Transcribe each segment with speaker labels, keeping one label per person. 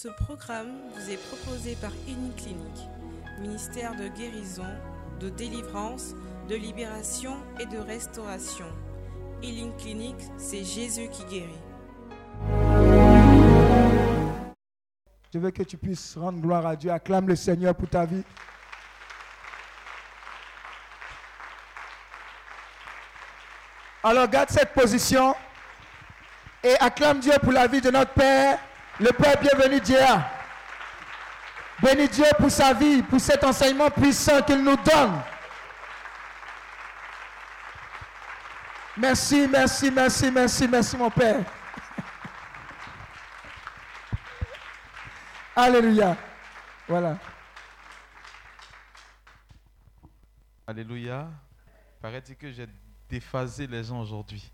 Speaker 1: Ce programme vous est proposé par Healing Clinic, ministère de guérison, de délivrance, de libération et de restauration. Healing Clinic, c'est Jésus qui guérit.
Speaker 2: Je veux que tu puisses rendre gloire à Dieu. Acclame le Seigneur pour ta vie. Alors garde cette position et acclame Dieu pour la vie de notre Père, le Père bienvenu Dieu. Bénis Dieu pour sa vie, pour cet enseignement puissant qu'il nous donne. Merci, merci, merci, merci, merci mon Père. Alléluia. Voilà.
Speaker 3: Alléluia. Paraît-il que j'ai déphasé les gens aujourd'hui.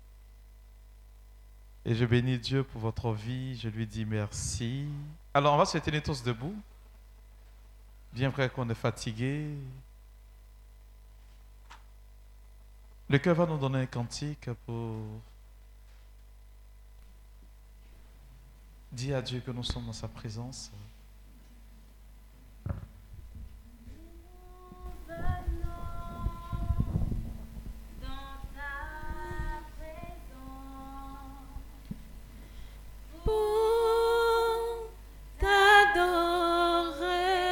Speaker 3: Et je bénis Dieu pour votre vie. Je lui dis merci. Alors, on va se tenir tous debout. Bien vrai qu'on est fatigué. Le cœur va nous donner un cantique pour dire à Dieu que nous sommes dans sa présence.
Speaker 1: Pour t'adorer,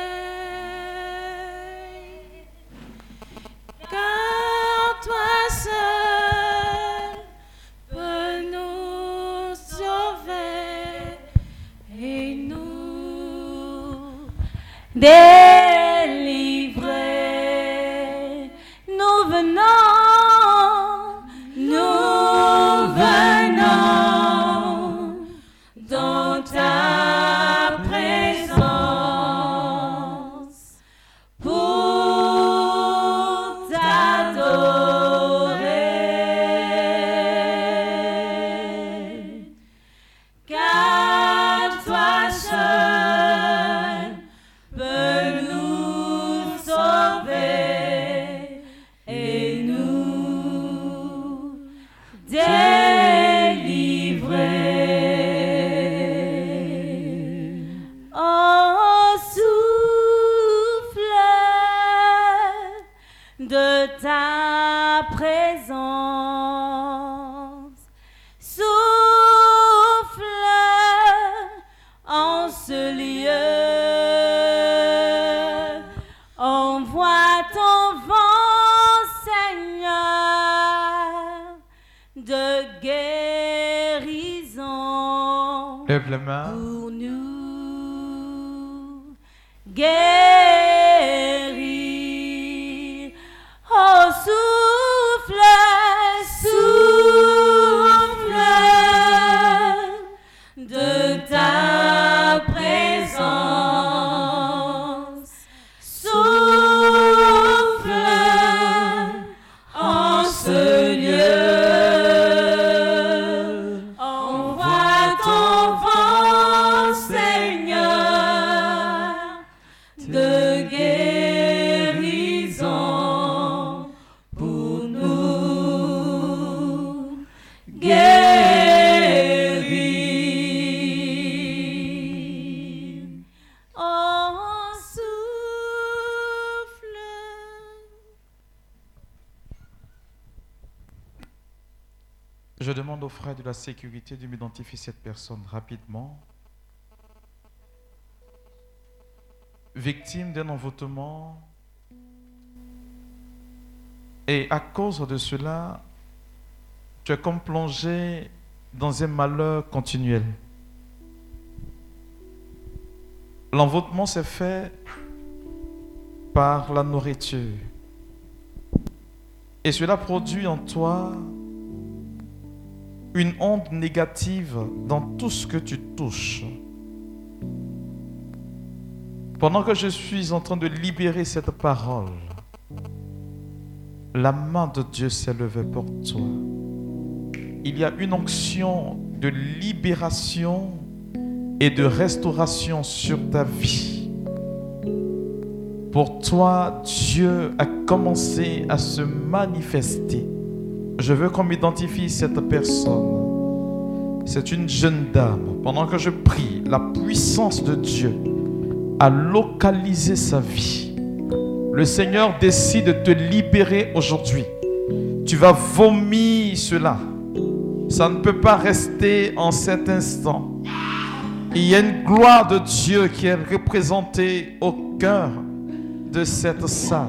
Speaker 1: car toi seul peux nous sauver et nous délivrer. Nous venons dans ta présence pour t'adorer, car toi seul peux nous sauver et nous délivrer. Oh, souffle de ta présence, souffle en ce lieu, envoie ton vent, Seigneur, de guérison
Speaker 3: Lève les mains.
Speaker 1: pour nous guérir. Oh, souffle, souffle de ta présence, souffle en ce lieu, envoie ton vent, Seigneur, de guérison pour nous guérir. Oh, souffle.
Speaker 3: Je demande aux frères de la sécurité de m'identifier cette personne rapidement. Victime d'un envoûtement. Et à cause de cela, tu es comme plongé dans un malheur continuel. L'envoûtement s'est fait par la nourriture. Et cela produit en toi une onde négative dans tout ce que tu touches. Pendant que je suis en train de libérer cette parole, la main de Dieu s'est levée pour toi. Il y a une onction de libération et de restauration sur ta vie. Pour toi, Dieu a commencé à se manifester. Je veux qu'on m'identifie cette personne. C'est une jeune dame. Pendant que je prie, la puissance de Dieu a localisé sa vie. Le Seigneur décide de te libérer aujourd'hui. Tu vas vomir cela. Ça ne peut pas rester en cet instant. Il y a une gloire de Dieu qui est représentée au cœur de cette salle.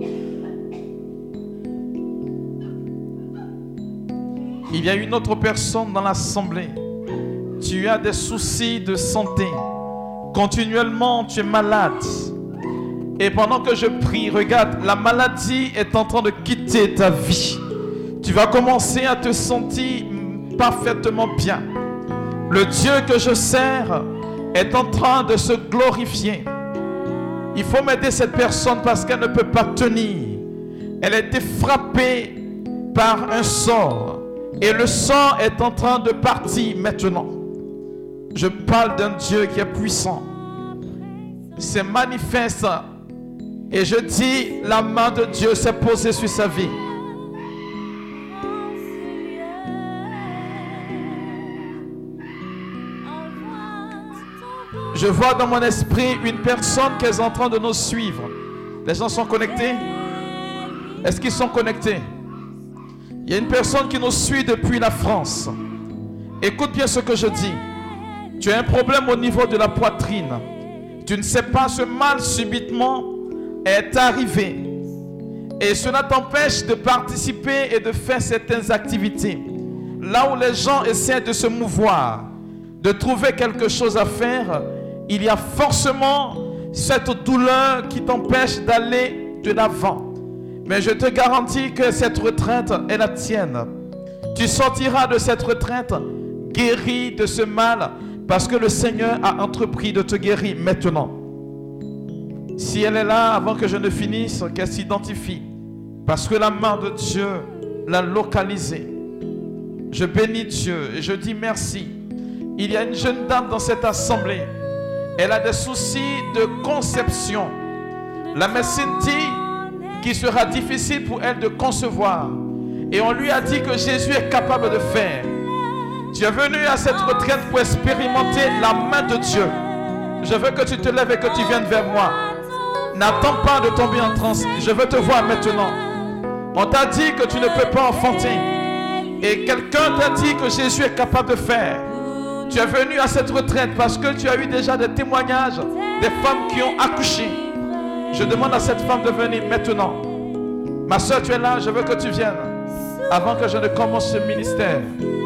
Speaker 3: Il y a une autre personne dans l'assemblée. Tu as des soucis de santé. Continuellement, tu es malade. Et pendant que je prie, regarde, la maladie est en train de quitter ta vie. Tu vas commencer à te sentir parfaitement bien. Le Dieu que je sers est en train de se glorifier. Il faut m'aider cette personne parce qu'elle ne peut pas tenir. Elle a été frappée par un sort. Et le sang est en train de partir maintenant. Je parle d'un Dieu qui est puissant. C'est manifeste. Et je dis, la main de Dieu s'est posée sur sa vie. Je vois dans mon esprit une personne qui est en train de nous suivre. Les gens sont connectés? Est-ce qu'ils sont connectés? Il y a une personne qui nous suit depuis la France. Écoute bien ce que je dis. Tu as un problème au niveau de la poitrine. Tu ne sais pas, ce mal subitement est arrivé. Et cela t'empêche de participer et de faire certaines activités. Là où les gens essaient de se mouvoir, de trouver quelque chose à faire, il y a forcément cette douleur qui t'empêche d'aller de l'avant. Mais je te garantis que cette retraite est la tienne. Tu sortiras de cette retraite guéri de ce mal parce que le Seigneur a entrepris de te guérir maintenant. Si elle est là avant que je ne finisse, qu'elle s'identifie parce que la main de Dieu l'a localisée. Je bénis Dieu et je dis merci. Il y a une jeune dame dans cette assemblée. Elle a des soucis de conception. La médecine dit qu'il sera difficile pour elle de concevoir. Et on lui a dit que Jésus est capable de faire. Tu es venu à cette retraite pour expérimenter la main de Dieu. Je veux que tu te lèves et que tu viennes vers moi. N'attends pas de tomber en transe. Je veux te voir maintenant. On t'a dit que tu ne peux pas enfanter. Et quelqu'un t'a dit que Jésus est capable de faire. Tu es venu à cette retraite parce que tu as eu déjà des témoignages des femmes qui ont accouché. Je demande à cette femme de venir maintenant. Ma soeur, tu es là, je veux que tu viennes avant que je ne commence ce ministère.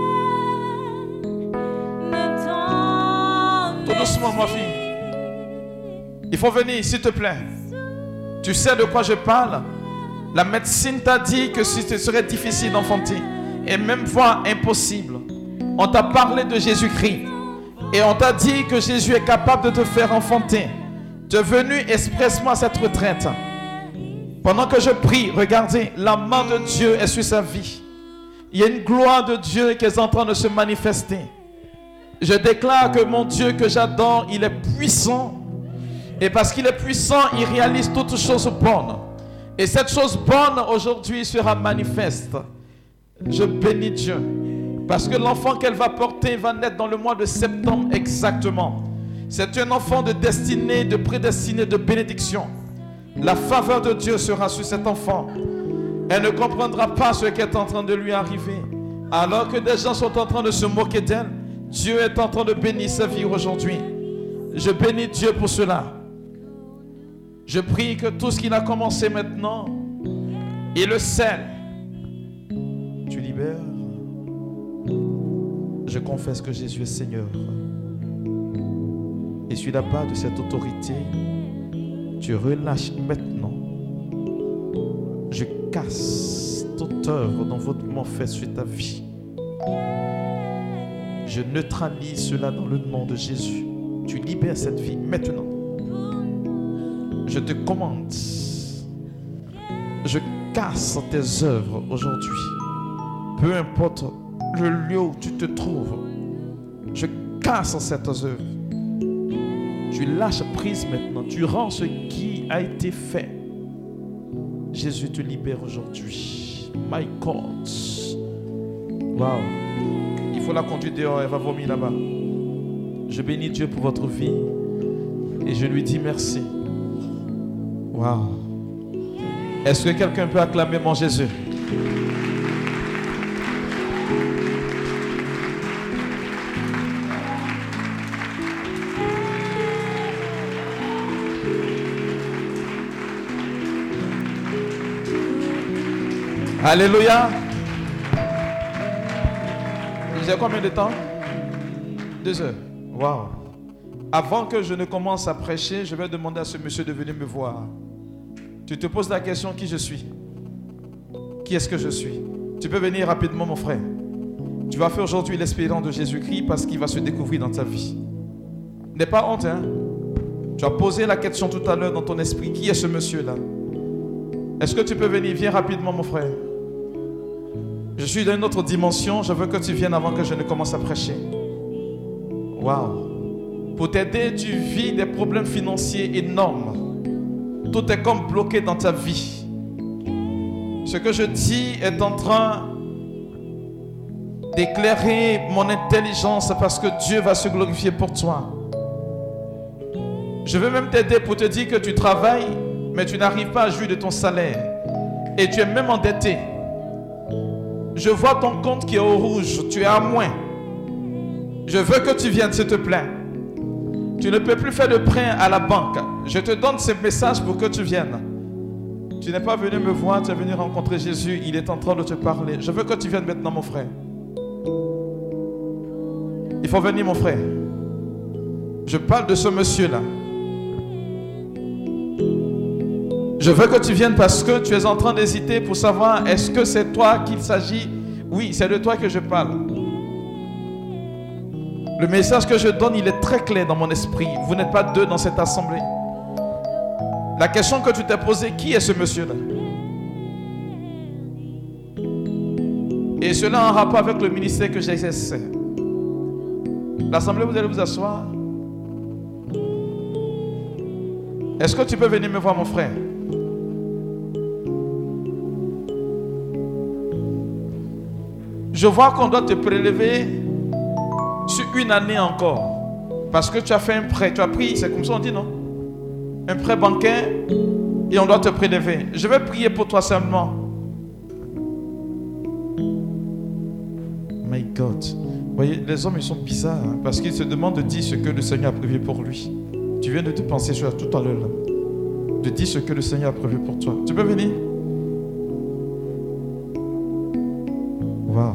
Speaker 3: Tout doucement, ma fille. Il faut venir, s'il te plaît. Tu sais de quoi je parle? La médecine t'a dit que ce serait difficile d'enfanter et même voire impossible. On t'a parlé de Jésus-Christ et on t'a dit que Jésus est capable de te faire enfanter. Tu es venu expressement à cette retraite. Pendant que je prie, regardez, la main de Dieu est sur sa vie. Il y a une gloire de Dieu qui est en train de se manifester. Je déclare que mon Dieu que j'adore, il est puissant. Et parce qu'il est puissant, il réalise toutes choses bonnes. Et cette chose bonne aujourd'hui sera manifeste. Je bénis Dieu. Parce que l'enfant qu'elle va porter va naître dans le mois de septembre exactement. C'est un enfant de destinée, de prédestiné, de bénédiction. La faveur de Dieu sera sur cet enfant. Elle ne comprendra pas ce qui est en train de lui arriver. Alors que des gens sont en train de se moquer d'elle, Dieu est en train de bénir sa vie aujourd'hui. Je bénis Dieu pour cela. Je prie que tout ce qu'il a commencé maintenant, il le scelle. Tu libères. Je confesse que Jésus est Seigneur. Et sur la base de cette autorité, tu relâches maintenant. Je casse toute œuvre d'envoûtement fait sur ta vie. Je neutralise cela dans le nom de Jésus. Tu libères cette vie maintenant. Je te commande. Je casse tes œuvres aujourd'hui. Peu importe le lieu où tu te trouves, je casse cette œuvre. Tu lâches prise maintenant. Tu rends ce qui a été fait. Jésus te libère aujourd'hui. My God. Wow. Il faut la conduire dehors, elle va vomir là-bas. Je bénis Dieu pour votre vie et je lui dis merci. Waouh. Est-ce que quelqu'un peut acclamer mon Jésus? Alléluia. J'ai combien de temps? 2 heures. Waouh. Avant que je ne commence à prêcher, je vais demander à ce monsieur de venir me voir. Tu te poses la question, qui je suis? Qui est-ce que je suis? Tu peux venir rapidement, mon frère. Tu vas faire aujourd'hui l'espérance de Jésus-Christ parce qu'il va se découvrir dans ta vie. N'aie pas honte, hein? Tu as posé la question tout à l'heure dans ton esprit. Qui est ce monsieur-là? Est-ce que tu peux venir? Viens rapidement, mon frère. Je suis dans une autre dimension. Je veux que tu viennes avant que je ne commence à prêcher. Waouh. Pour t'aider, tu vis des problèmes financiers énormes. Tout est comme bloqué dans ta vie. Ce que je dis est en train d'éclairer mon intelligence parce que Dieu va se glorifier pour toi. Je veux même t'aider pour te dire que tu travailles, mais tu n'arrives pas à jouir de ton salaire. Et tu es même endetté. Je vois ton compte qui est au rouge. Tu es à moins. Je veux que tu viennes, s'il te plaît. Tu ne peux plus faire de prêt à la banque. Je te donne ce message pour que tu viennes. Tu n'es pas venu me voir, tu es venu rencontrer Jésus. Il est en train de te parler. Je veux que tu viennes maintenant, mon frère. Il faut venir, mon frère. Je parle de ce monsieur-là. Je veux que tu viennes parce que tu es en train d'hésiter pour savoir est-ce que c'est toi qu'il s'agit. Oui, c'est de toi que je parle. Le message que je donne, il est très clair dans mon esprit. Vous n'êtes pas 2 dans cette assemblée. La question que tu t'es posée, qui est ce monsieur-là? Et cela en rapport avec le ministère que j'exerce. L'assemblée, vous allez vous asseoir. Est-ce que tu peux venir me voir, mon frère? Je vois qu'on doit te prélever sur une année encore. Parce que tu as fait un prêt. Tu as pris, c'est comme ça on dit, non? Un prêt bancaire et on doit te prélever. Je vais prier pour toi seulement. My God. Vous voyez, les hommes, ils sont bizarres hein, parce qu'ils se demandent de dire ce que le Seigneur a prévu pour lui. Tu viens de te penser sur tout à l'heure là. De dire ce que le Seigneur a prévu pour toi. Tu peux venir? Wow.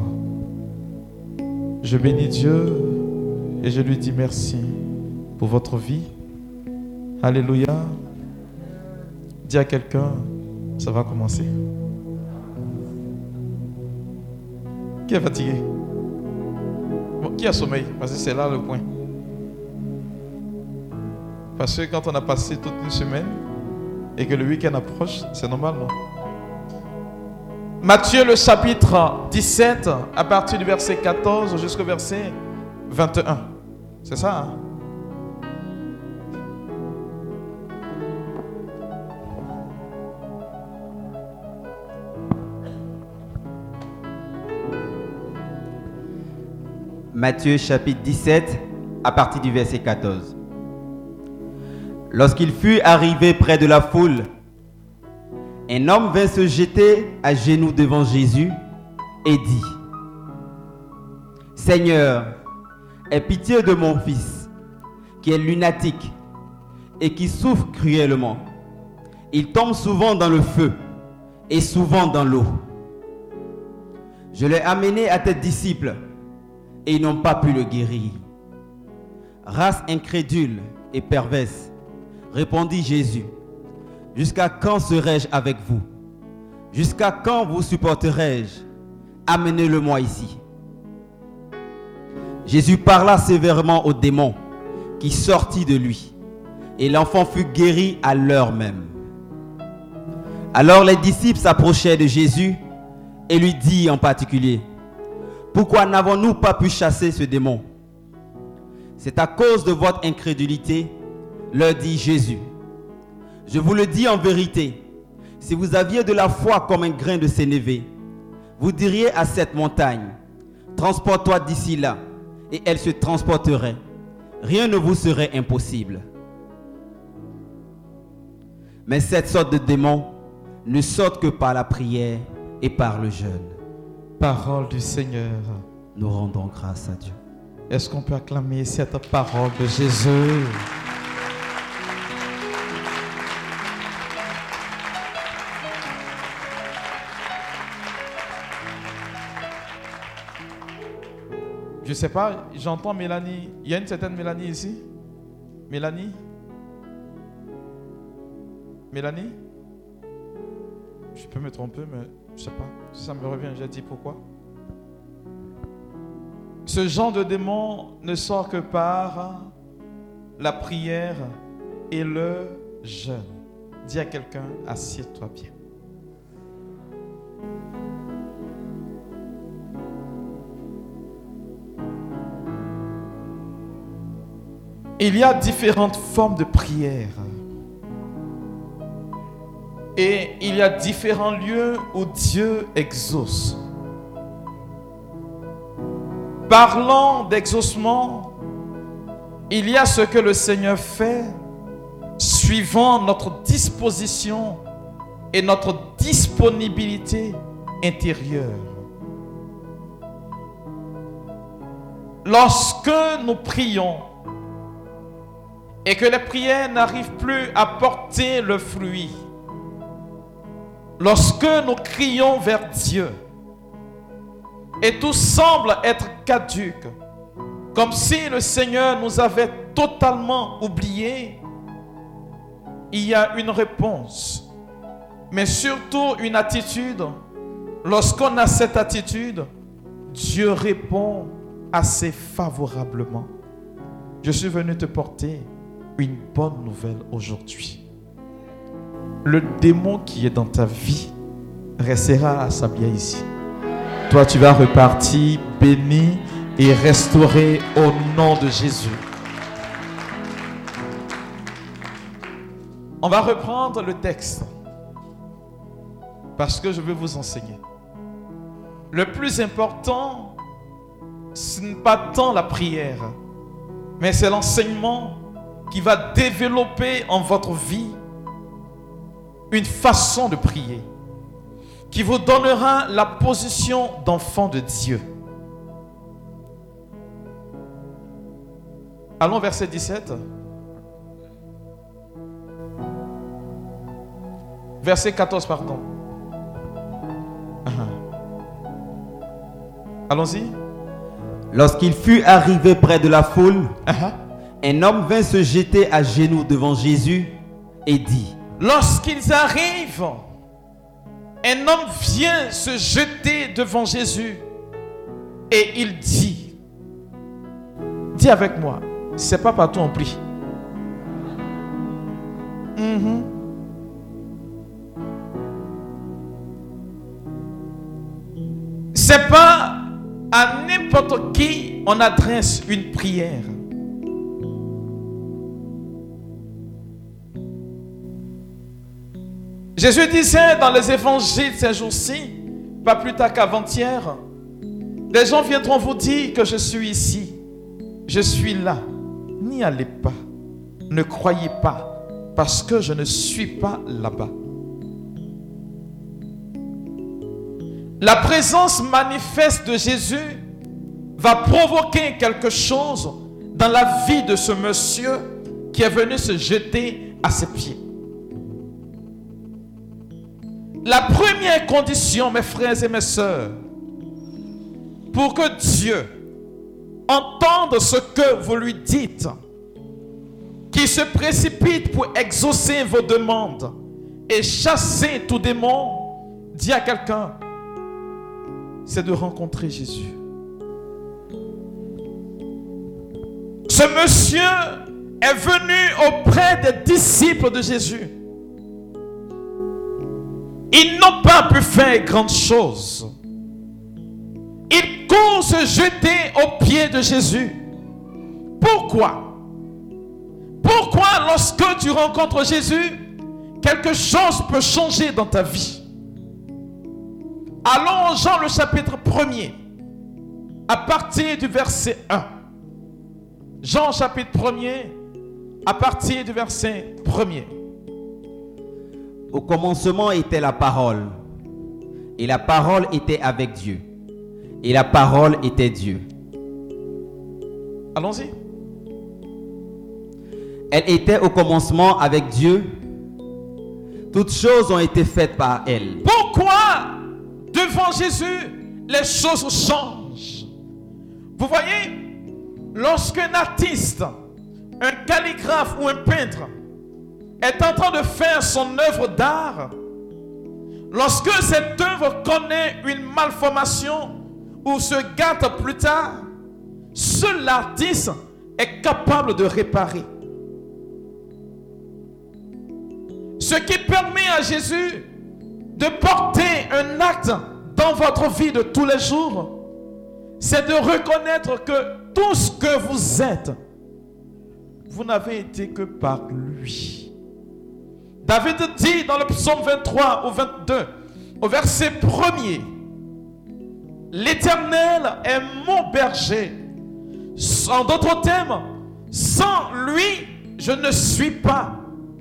Speaker 3: Je bénis Dieu et je lui dis merci pour votre vie. Alléluia. Dis à quelqu'un, ça va commencer. Qui est fatigué? Bon, qui a sommeil? Parce que c'est là le point. Parce que quand on a passé toute une semaine et que le week-end approche, c'est normal, non? Matthieu le chapitre 17, à partir du verset 14 jusqu'au verset 21. C'est ça, hein?
Speaker 4: Matthieu chapitre 17, à partir du verset 14. Lorsqu'il fut arrivé près de la foule, un homme vint se jeter à genoux devant Jésus et dit: Seigneur, aie pitié de mon fils, qui est lunatique et qui souffre cruellement. Il tombe souvent dans le feu et souvent dans l'eau. Je l'ai amené à tes disciples et ils n'ont pas pu le guérir. Race incrédule et perverse, répondit Jésus. Jusqu'à quand serai-je avec vous? Jusqu'à quand vous supporterai-je? Amenez-le-moi ici. Jésus parla sévèrement au démon qui sortit de lui, et l'enfant fut guéri à l'heure même. Alors les disciples s'approchaient de Jésus et lui dirent en particulier: Pourquoi n'avons-nous pas pu chasser ce démon? C'est à cause de votre incrédulité, leur dit Jésus. Je vous le dis en vérité, si vous aviez de la foi comme un grain de sénévé, vous diriez à cette montagne: transporte-toi d'ici là. Et elle se transporterait. Rien ne vous serait impossible. Mais cette sorte de démons ne sortent que par la prière et par le jeûne.
Speaker 3: Parole du Seigneur.
Speaker 4: Nous rendons grâce à Dieu.
Speaker 3: Est-ce qu'on peut acclamer cette parole de Jésus? Je ne sais pas, j'entends Mélanie. Il y a une certaine Mélanie ici? Mélanie? Mélanie? Je peux me tromper, mais je ne sais pas. Si ça me revient, j'ai dit pourquoi. Ce genre de démon ne sort que par la prière et le jeûne. Dis à quelqu'un, assieds-toi bien. Il y a différentes formes de prière. Et il y a différents lieux où Dieu exauce. Parlant d'exaucement, il y a ce que le Seigneur fait suivant notre disposition et notre disponibilité intérieure. Lorsque nous prions et que les prières n'arrivent plus à porter le fruit, lorsque nous crions vers Dieu et tout semble être caduque, comme si le Seigneur nous avait totalement oubliés, il y a une réponse, mais surtout une attitude. Lorsqu'on a cette attitude, Dieu répond assez favorablement. Je suis venu te porter une bonne nouvelle aujourd'hui. Le démon qui est dans ta vie restera à sa bien ici. Toi, tu vas repartir béni et restauré au nom de Jésus. On va reprendre le texte parce que je veux vous enseigner. Le plus important, ce n'est pas tant la prière, mais c'est l'enseignement qui va développer en votre vie une façon de prier qui vous donnera la position d'enfant de Dieu. Allons verset 17. Verset 14, pardon. Allons-y.
Speaker 4: Lorsqu'il fut arrivé près de la foule, un homme vint se jeter à genoux devant Jésus et dit:
Speaker 3: Lorsqu'ils arrivent, un homme vient se jeter devant Jésus et il dit, dis avec moi, c'est pas partout on prie. C'est pas à n'importe qui on adresse une prière. Jésus disait dans les évangiles ces jours-ci, pas plus tard qu'avant-hier, des gens viendront vous dire que je suis ici, je suis là. N'y allez pas, ne croyez pas, parce que je ne suis pas là-bas. La présence manifeste de Jésus va provoquer quelque chose dans la vie de ce monsieur qui est venu se jeter à ses pieds. La première condition, mes frères et mes sœurs, pour que Dieu entende ce que vous lui dites, qu'il se précipite pour exaucer vos demandes et chasser tout démon, dis à quelqu'un, c'est de rencontrer Jésus. Ce monsieur est venu auprès des disciples de Jésus. Ils n'ont pas pu faire grande chose. Ils courent se jeter aux pieds de Jésus. Pourquoi? Pourquoi lorsque tu rencontres Jésus, quelque chose peut changer dans ta vie? Allons en Jean le chapitre 1er. à partir du verset 1. Jean chapitre 1er, à partir du verset 1er.
Speaker 4: Au commencement était la parole, et la parole était avec Dieu, et la parole était Dieu.
Speaker 3: Allons-y.
Speaker 4: Elle était au commencement avec Dieu. Toutes choses ont été faites par elle.
Speaker 3: Pourquoi devant Jésus les choses changent? Vous voyez, lorsqu'un artiste, un calligraphe ou un peintre est en train de faire son œuvre d'art, lorsque cette œuvre connaît une malformation ou se gâte plus tard, seul l'artiste est capable de réparer. Ce qui permet à Jésus de porter un acte dans votre vie de tous les jours, c'est de reconnaître que tout ce que vous êtes, vous n'avez été que par lui. David dit dans le psaume 23 au 22, au verset 1er, l'Éternel est mon berger. En d'autres termes, sans lui, je ne suis pas.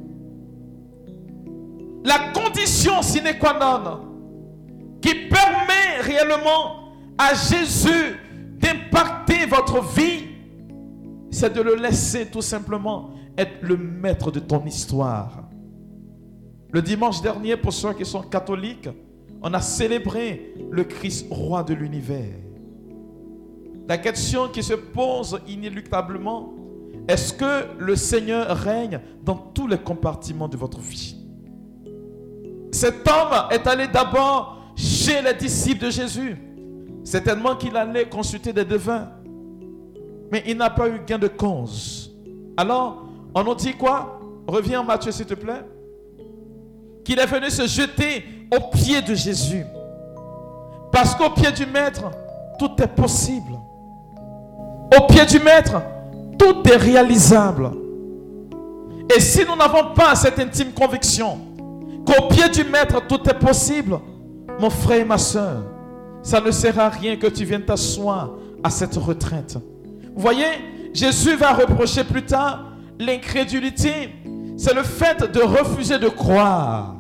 Speaker 3: La condition sine qua non qui permet réellement à Jésus d'impacter votre vie, c'est de le laisser tout simplement être le maître de ton histoire. Le dimanche dernier, pour ceux qui sont catholiques, on a célébré le Christ roi de l'univers. La question qui se pose inéluctablement, est-ce que le Seigneur règne dans tous les compartiments de votre vie? Cet homme est allé d'abord chez les disciples de Jésus. Certainement qu'il allait consulter des devins. Mais il n'a pas eu gain de cause. Alors, on nous dit quoi? Reviens en Matthieu s'il te plaît. Qu'il est venu se jeter aux pieds de Jésus. Parce qu'au pied du Maître, tout est possible. Au pied du Maître, tout est réalisable. Et si nous n'avons pas cette intime conviction qu'au pied du Maître, tout est possible, mon frère et ma soeur, ça ne sert à rien que tu viennes t'asseoir à cette retraite. Vous voyez, Jésus va reprocher plus tard l'incrédulité. C'est le fait de refuser de croire.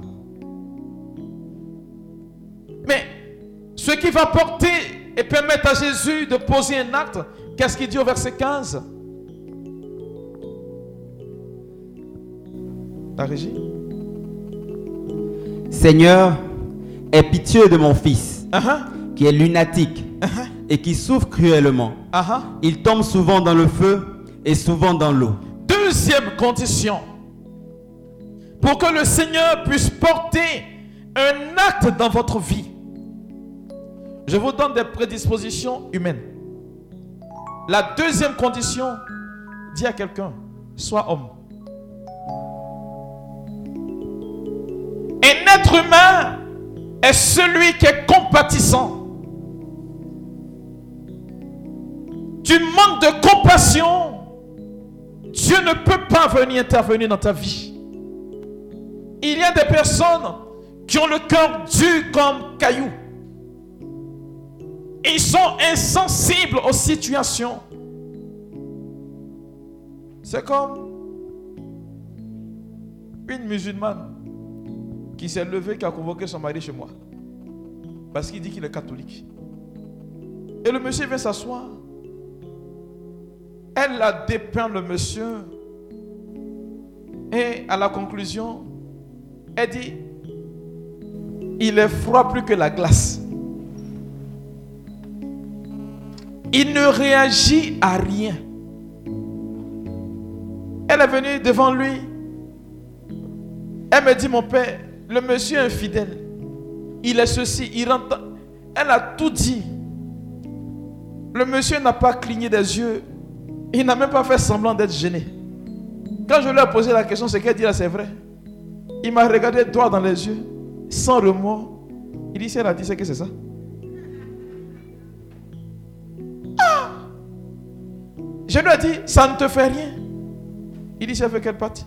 Speaker 3: Mais ce qui va porter et permettre à Jésus de poser un acte, qu'est-ce qu'il dit au verset 15? La régie?
Speaker 4: Seigneur, aie pitié de mon fils, qui est lunatique et qui souffre cruellement. Il tombe souvent dans le feu et souvent dans l'eau.
Speaker 3: Deuxième condition, pour que le Seigneur puisse porter un acte dans votre vie, je vous donne des prédispositions humaines. La deuxième condition, dis à quelqu'un, sois homme. Un être humain est celui qui est compatissant. Tu manques de compassion, Dieu ne peut pas venir intervenir dans ta vie. Il y a des personnes qui ont le cœur dur comme caillou. Ils sont insensibles aux situations. C'est comme une musulmane qui s'est levée, qui a convoqué son mari chez moi. Parce qu'il dit qu'il est catholique. Et le monsieur vient s'asseoir. Elle a dépeint le monsieur. Et à la conclusion, elle dit, il est froid plus que la glace. Il ne réagit à rien. Elle est venue devant lui. Elle me dit, mon père, le monsieur est infidèle. Il est ceci, il rentre. Elle a tout dit. Le monsieur n'a pas cligné des yeux. Il n'a même pas fait semblant d'être gêné. Quand je lui ai posé la question, ce qu'elle dit là, c'est vrai. Il m'a regardé droit dans les yeux, sans remords. Il dit, si elle a dit, c'est que c'est ça. Je lui ai dit, ça ne te fait rien. Il dit, ça fait quelle partie?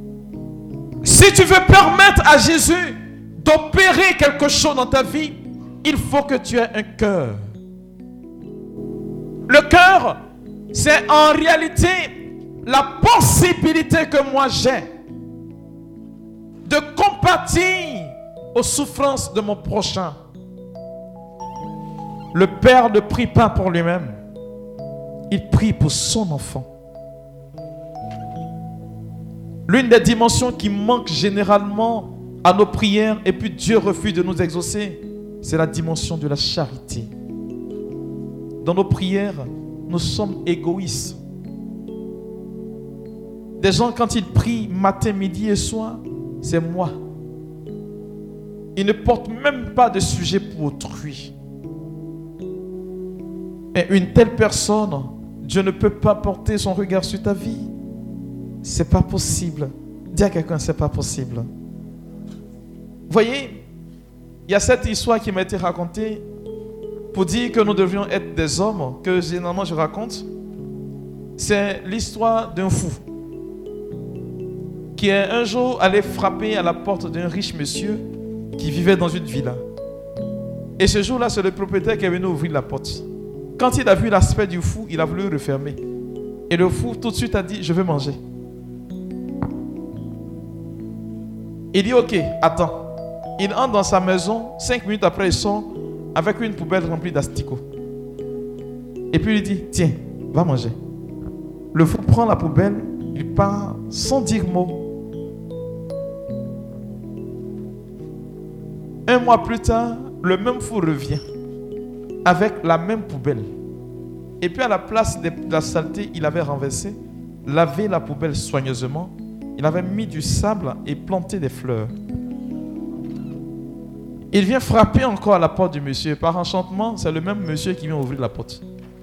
Speaker 3: Si tu veux permettre à Jésus d'opérer quelque chose dans ta vie, il faut que tu aies un cœur. Le cœur, c'est en réalité la possibilité que moi j'ai de compatir aux souffrances de mon prochain. Le père ne prie pas pour lui-même, il prie pour son enfant. L'une des dimensions qui manque généralement à nos prières et puis Dieu refuse de nous exaucer, c'est la dimension de la charité. Dans nos prières, nous sommes égoïstes. Des gens, quand ils prient matin, midi et soir, c'est moi. Ils ne portent même pas de sujet pour autrui. Et une telle personne, Dieu ne peut pas porter son regard sur ta vie. C'est pas possible. Dis à quelqu'un, c'est pas possible. Vous voyez, il y a cette histoire qui m'a été racontée pour dire que nous devions être des hommes, que généralement je raconte. C'est l'histoire d'un fou qui est un jour allé frapper à la porte d'un riche monsieur qui vivait dans une villa. Et ce jour-là, c'est le propriétaire qui est venu ouvrir la porte. Quand il a vu l'aspect du fou, il a voulu refermer. Et le fou tout de suite a dit, je veux manger. Il dit, ok, attends. Il entre dans sa maison, 5 minutes après il sort avec une poubelle remplie d'asticots. Et puis il dit, tiens, va manger. Le fou prend la poubelle, il part sans dire mot. Un mois plus tard, le même fou revient avec la même poubelle. Et puis à la place de la saleté, il avait renversé, lavé la poubelle soigneusement. Il avait mis du sable et planté des fleurs. Il vient frapper encore à la porte du monsieur. Par enchantement, c'est le même monsieur qui vient ouvrir la porte.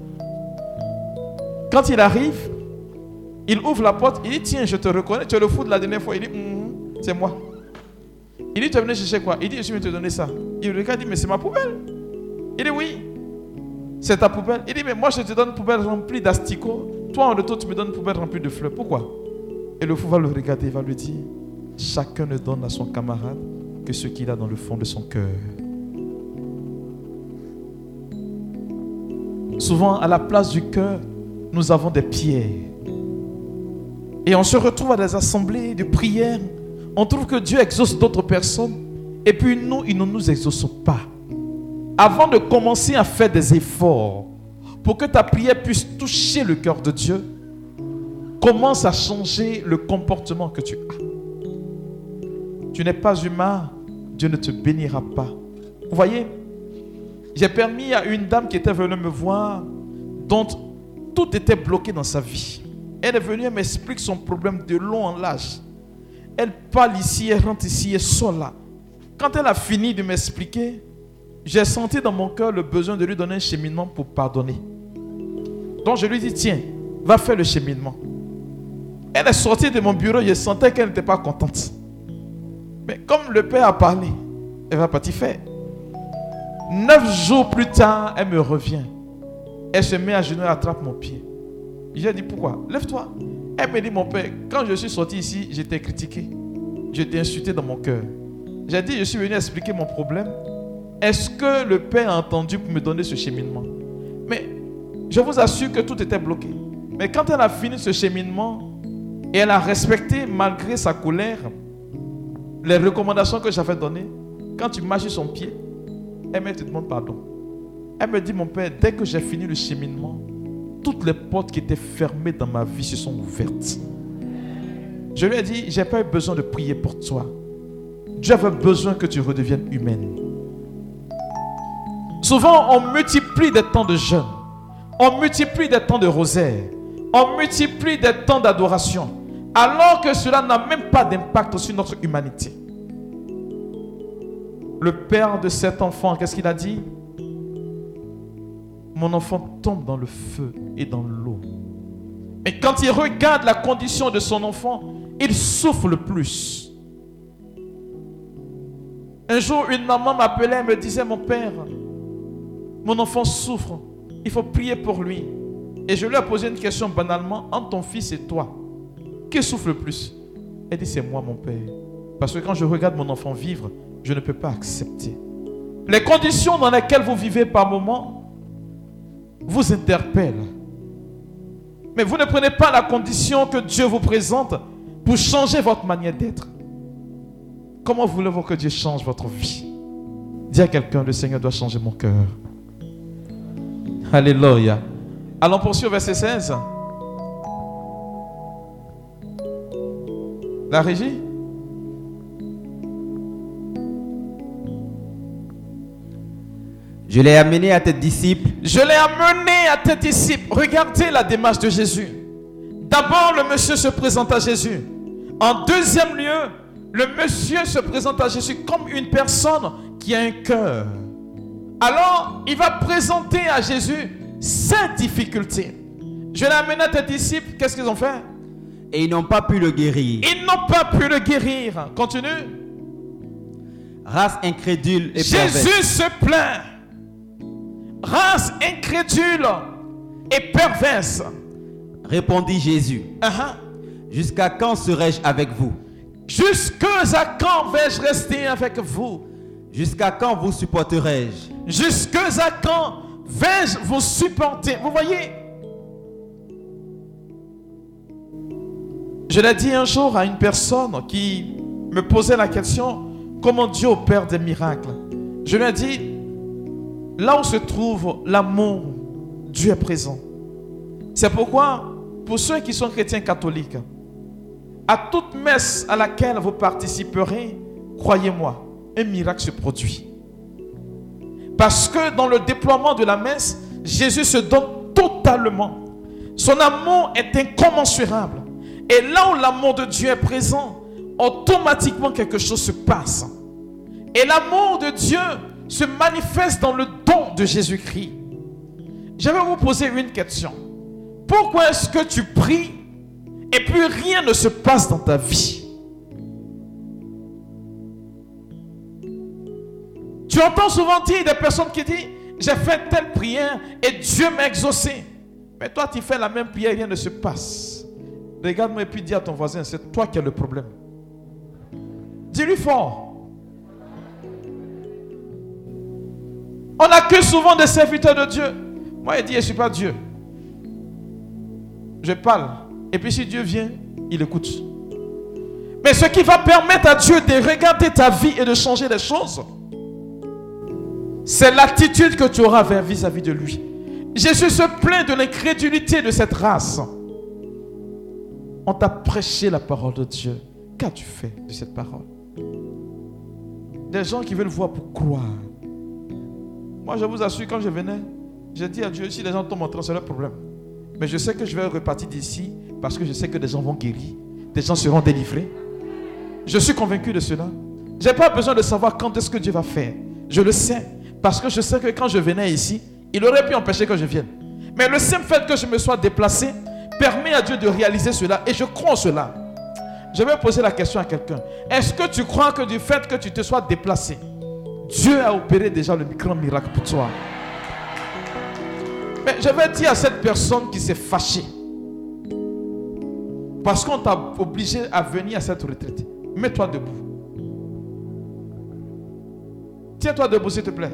Speaker 3: Quand il arrive, il ouvre la porte, il dit, tiens, je te reconnais, tu es le fou de la dernière fois. Il dit, c'est moi. Il dit, tu es venu chercher quoi? Il dit, je suis venu te donner ça. Il regarde, il dit, mais c'est ma poubelle. Il dit, oui, c'est ta poubelle. Il dit, mais moi je te donne une poubelle remplie d'asticots. Toi en retour, tu me donnes une poubelle remplie de fleurs. Pourquoi? Et le fou va le regarder, il va lui dire, chacun ne donne à son camarade que ce qu'il a dans le fond de son cœur. Souvent, à la place du cœur, nous avons des pierres. Et on se retrouve à des assemblées de prière. On trouve que Dieu exauce d'autres personnes. Et puis nous, il ne nous exauce pas. Avant de commencer à faire des efforts pour que ta prière puisse toucher le cœur de Dieu, commence à changer le comportement que tu as. Tu n'es pas humain, Dieu ne te bénira pas. Vous voyez, j'ai permis à une dame qui était venue me voir, dont tout était bloqué dans sa vie. Elle est venue, elle m'explique son problème de long en large. Elle parle ici, elle rentre ici, elle sort là. Quand elle a fini de m'expliquer, j'ai senti dans mon cœur le besoin de lui donner un cheminement pour pardonner. Donc je lui dis, tiens, va faire le cheminement. Elle est sortie de mon bureau, je sentais qu'elle n'était pas contente. Mais comme le Père a parlé, elle va partir faire. 9 jours plus tard, elle me revient. Elle se met à genoux et attrape mon pied. J'ai dit, pourquoi? Lève-toi. Elle me dit, mon Père, quand je suis sorti ici, j'étais critiqué. J'étais insulté dans mon cœur. J'ai dit, je suis venu expliquer mon problème. Est-ce que le Père a entendu pour me donner ce cheminement? Mais je vous assure que tout était bloqué. Mais quand elle a fini ce cheminement, et elle a respecté, malgré sa colère, les recommandations que j'avais données, quand tu marches sur son pied, elle me demande pardon. Elle me dit, mon Père, dès que j'ai fini le cheminement, toutes les portes qui étaient fermées dans ma vie se sont ouvertes. Je lui ai dit, je n'ai pas eu besoin de prier pour toi. Dieu avait besoin que tu redeviennes humaine. Souvent, on multiplie des temps de jeûne. On multiplie des temps de rosaire. On multiplie des temps d'adoration. Alors que cela n'a même pas d'impact sur notre humanité. Le père de cet enfant, qu'est-ce qu'il a dit? Mon enfant tombe dans le feu et dans l'eau. Et quand il regarde la condition de son enfant, il souffre le plus. Un jour, une maman m'appelait et me disait, mon père, mon enfant souffre, il faut prier pour lui. Et je lui ai posé une question banalement, entre ton fils et toi, qui souffre le plus? Elle dit, c'est moi mon père. Parce que quand je regarde mon enfant vivre, je ne peux pas accepter. Les conditions dans lesquelles vous vivez par moment vous interpellent. Mais vous ne prenez pas la condition que Dieu vous présente pour changer votre manière d'être. Comment voulez-vous que Dieu change votre vie? Dis à quelqu'un, le Seigneur doit changer mon cœur. Alléluia. Allons poursuivre verset 16. La régie?
Speaker 4: Je l'ai amené à tes disciples.
Speaker 3: Je l'ai amené à tes disciples. Regardez la démarche de Jésus. D'abord, le monsieur se présente à Jésus. En deuxième lieu, le monsieur se présente à Jésus comme une personne qui a un cœur. Alors, il va présenter à Jésus ses difficultés. Je l'ai amené à tes disciples. Qu'est-ce qu'ils ont fait?
Speaker 4: Et ils n'ont pas pu le guérir.
Speaker 3: Ils n'ont pas pu le guérir. Continue.
Speaker 4: Race incrédule et perverse.
Speaker 3: Jésus se plaint. Race incrédule et perverse.
Speaker 4: Répondit Jésus. Jusqu'à quand serai-je avec vous?
Speaker 3: Jusqu'à quand vais-je rester avec vous?
Speaker 4: Jusqu'à quand vous supporterai-je?
Speaker 3: Jusqu'à quand vais-je vous supporter? Vous voyez? Je l'ai dit un jour à une personne qui me posait la question, comment Dieu opère des miracles? Je lui ai dit, là où se trouve l'amour, Dieu est présent. C'est pourquoi, pour ceux qui sont chrétiens catholiques, à toute messe à laquelle vous participerez, croyez-moi, un miracle se produit. Parce que dans le déploiement de la messe, Jésus se donne totalement. Son amour est incommensurable. Et là où l'amour de Dieu est présent, automatiquement quelque chose se passe. Et l'amour de Dieu se manifeste dans le don de Jésus-Christ. Je vais vous poser une question. Pourquoi est-ce que tu pries et puis rien ne se passe dans ta vie? Tu entends souvent dire des personnes qui disent, j'ai fait telle prière et Dieu m'a exaucé. Mais toi tu fais la même prière et rien ne se passe. Regarde-moi et puis dis à ton voisin, c'est toi qui as le problème. Dis-lui fort. On accuse souvent des serviteurs de Dieu. Moi, il dit, je ne suis pas Dieu. Je parle. Et puis si Dieu vient, il écoute. Mais ce qui va permettre à Dieu de regarder ta vie et de changer les choses, c'est l'attitude que tu auras vis-à-vis de lui. Jésus se plaint de l'incrédulité de cette race. On t'a prêché la parole de Dieu. Qu'as-tu fait de cette parole? Des gens qui veulent voir pour croire. Moi, je vous assure, quand je venais, j'ai dit à Dieu, si les gens tombent en transe, c'est leur problème. Mais je sais que je vais repartir d'ici parce que je sais que des gens vont guérir. Des gens seront délivrés. Je suis convaincu de cela. Je n'ai pas besoin de savoir quand est-ce que Dieu va faire. Je le sais. Parce que je sais que quand je venais ici, il aurait pu empêcher que je vienne. Mais le simple fait que je me sois déplacé permet à Dieu de réaliser cela. Et je crois en cela. Je vais poser la question à quelqu'un. Est-ce que tu crois que du fait que tu te sois déplacé, Dieu a opéré déjà le grand miracle pour toi? Mais je vais dire à cette personne qui s'est fâchée parce qu'on t'a obligé à venir à cette retraite. Mets-toi debout. Tiens-toi debout, s'il te plaît.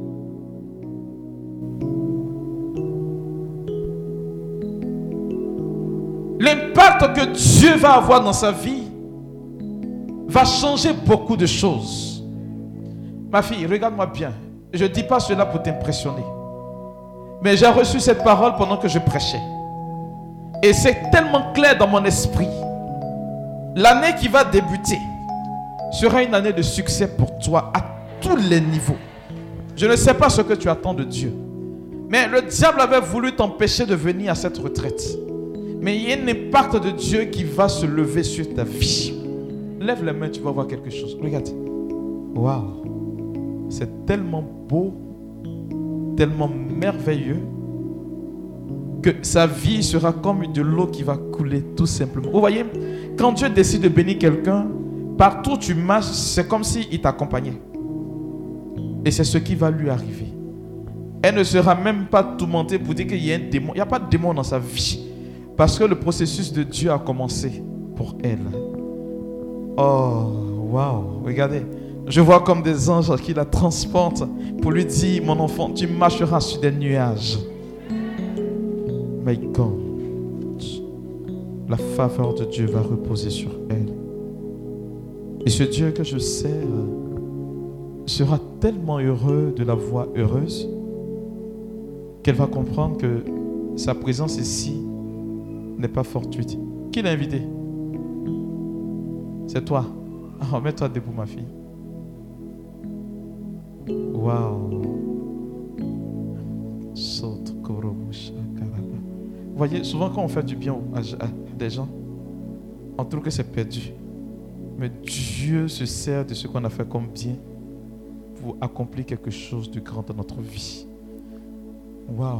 Speaker 3: L'impact que Dieu va avoir dans sa vie va changer beaucoup de choses. Ma fille, regarde-moi bien. Je ne dis pas cela pour t'impressionner. Mais j'ai reçu cette parole pendant que je prêchais. Et c'est tellement clair dans mon esprit. L'année qui va débuter sera une année de succès pour toi à tous les niveaux. Je ne sais pas ce que tu attends de Dieu. Mais le diable avait voulu t'empêcher de venir à cette retraite. Mais il y a un impact de Dieu qui va se lever sur ta vie. Lève les mains, tu vas voir quelque chose. Regarde. Waouh. C'est tellement beau, tellement merveilleux, que sa vie sera comme de l'eau qui va couler tout simplement. Vous voyez, quand Dieu décide de bénir quelqu'un, partout où tu marches, c'est comme s'il t'accompagnait. Et c'est ce qui va lui arriver. Elle ne sera même pas tourmentée pour dire qu'il y a un démon. Il n'y a pas de démon dans sa vie. Parce que le processus de Dieu a commencé pour elle. Oh, waouh. Regardez. Je vois comme des anges qui la transportent pour lui dire, mon enfant, tu marcheras sur des nuages. My God. La faveur de Dieu va reposer sur elle. Et ce Dieu que je sers sera tellement heureux de la voir heureuse qu'elle va comprendre que sa présence ici n'est pas fortuite. Qui l'a invité? C'est toi. Oh, mets-toi debout, ma fille. Waouh. Vous voyez, souvent quand on fait du bien à des gens, on trouve que c'est perdu. Mais Dieu se sert de ce qu'on a fait comme bien pour accomplir quelque chose de grand dans notre vie. Waouh.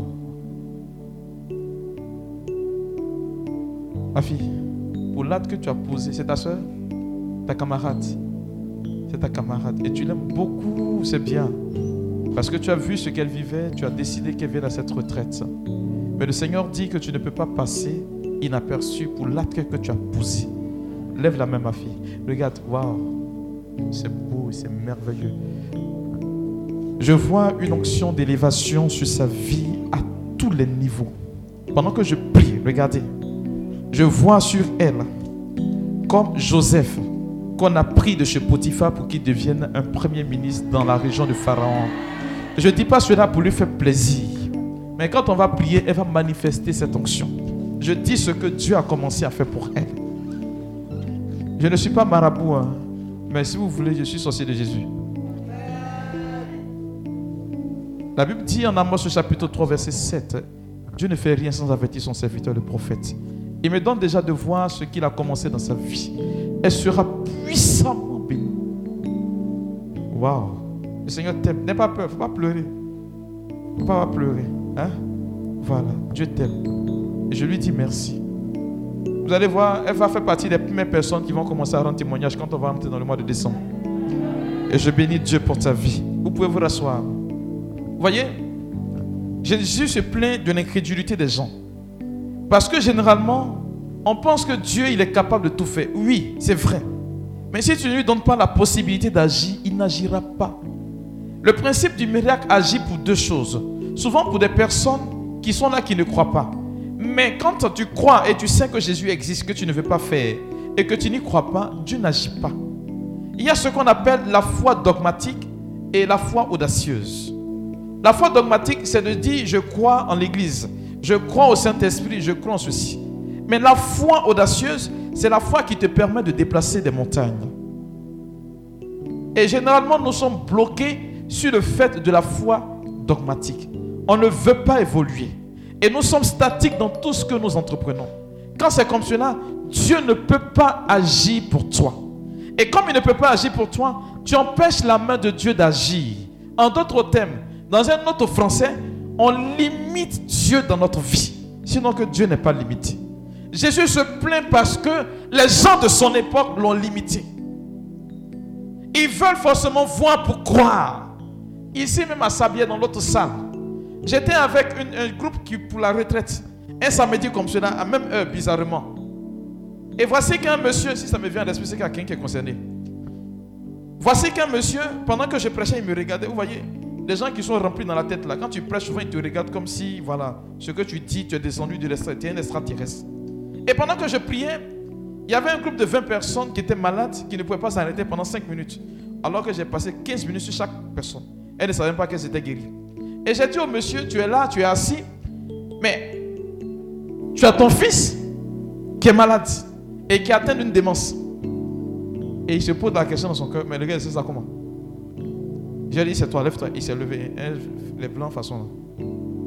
Speaker 3: Ma fille, pour l'acte que tu as posé, c'est ta soeur, ta camarade. C'est ta camarade. Et tu l'aimes beaucoup, c'est bien. Parce que tu as vu ce qu'elle vivait, tu as décidé qu'elle vienne à cette retraite. Mais le Seigneur dit que tu ne peux pas passer inaperçu pour l'acte que tu as posé. Lève la main, ma fille. Regarde, waouh, c'est beau, c'est merveilleux. Je vois une onction d'élévation sur sa vie à tous les niveaux. Pendant que je prie, regardez, je vois sur elle, comme Joseph, qu'on a pris de chez Potiphar pour qu'il devienne un premier ministre dans la région de Pharaon. Je ne dis pas cela pour lui faire plaisir. Mais quand on va prier, elle va manifester cette onction. Je dis ce que Dieu a commencé à faire pour elle. Je ne suis pas marabout, hein, mais si vous voulez, je suis sorcier de Jésus. La Bible dit en Amos chapitre 3, verset 7, Dieu ne fait rien sans avertir son serviteur, le prophète. Il me donne déjà de voir ce qu'il a commencé dans sa vie. Elle sera puissamment bénie. Waouh! Le Seigneur t'aime. N'aie pas peur, il ne faut pas pleurer. Il ne faut pas pleurer. Hein? Voilà, Dieu t'aime. Et je lui dis merci. Vous allez voir, elle va faire partie des premières personnes qui vont commencer à rendre témoignage quand on va entrer dans le mois de décembre. Et je bénis Dieu pour ta vie. Vous pouvez vous rasseoir. Vous voyez, Jésus se plaint de l'incrédulité des gens. Parce que généralement, on pense que Dieu, il est capable de tout faire. Oui, c'est vrai. Mais si tu ne lui donnes pas la possibilité d'agir, il n'agira pas. Le principe du miracle agit pour deux choses. Souvent pour des personnes qui sont là, qui ne croient pas. Mais quand tu crois et tu sais que Jésus existe, que tu ne veux pas faire, et que tu n'y crois pas, Dieu n'agit pas. Il y a ce qu'on appelle la foi dogmatique et la foi audacieuse. La foi dogmatique, c'est de dire je crois en l'Église, je crois au Saint-Esprit, je crois en ceci. Mais la foi audacieuse, c'est la foi qui te permet de déplacer des montagnes. Et généralement, nous sommes bloqués sur le fait de la foi dogmatique. On ne veut pas évoluer. Et nous sommes statiques dans tout ce que nous entreprenons. Quand c'est comme cela, Dieu ne peut pas agir pour toi. Et comme il ne peut pas agir pour toi, tu empêches la main de Dieu d'agir. En d'autres termes, dans un autre français, on limite Dieu dans notre vie. Sinon que Dieu n'est pas limité. Jésus se plaint parce que les gens de son époque l'ont limité. Ils veulent forcément voir pour croire. Ici même à Sabière, dans l'autre salle, j'étais avec un groupe qui pour la retraite. Un samedi comme cela, à même heure, bizarrement. Et voici qu'un monsieur, si ça me vient à l'esprit, c'est quelqu'un qui est concerné. Voici qu'un monsieur, pendant que je prêchais, il me regardait. Vous voyez, les gens qui sont remplis dans la tête là, quand tu prêches, souvent ils te regardent comme si, voilà, ce que tu dis, tu es descendu de l'extraterrestre, tu es un extraterrestre. Et pendant que je priais, il y avait un groupe de 20 personnes qui étaient malades, qui ne pouvaient pas s'arrêter pendant 5 minutes. Alors que j'ai passé 15 minutes sur chaque personne. Elle ne savait même pas qu'elle s'était guérie. Et j'ai dit au monsieur, tu es là, tu es assis, mais tu as ton fils qui est malade et qui atteint d'une démence. Et il se pose la question dans son cœur, mais le gars, c'est ça comment? J'ai dit, c'est toi, lève-toi. Il s'est levé, les blancs façon là.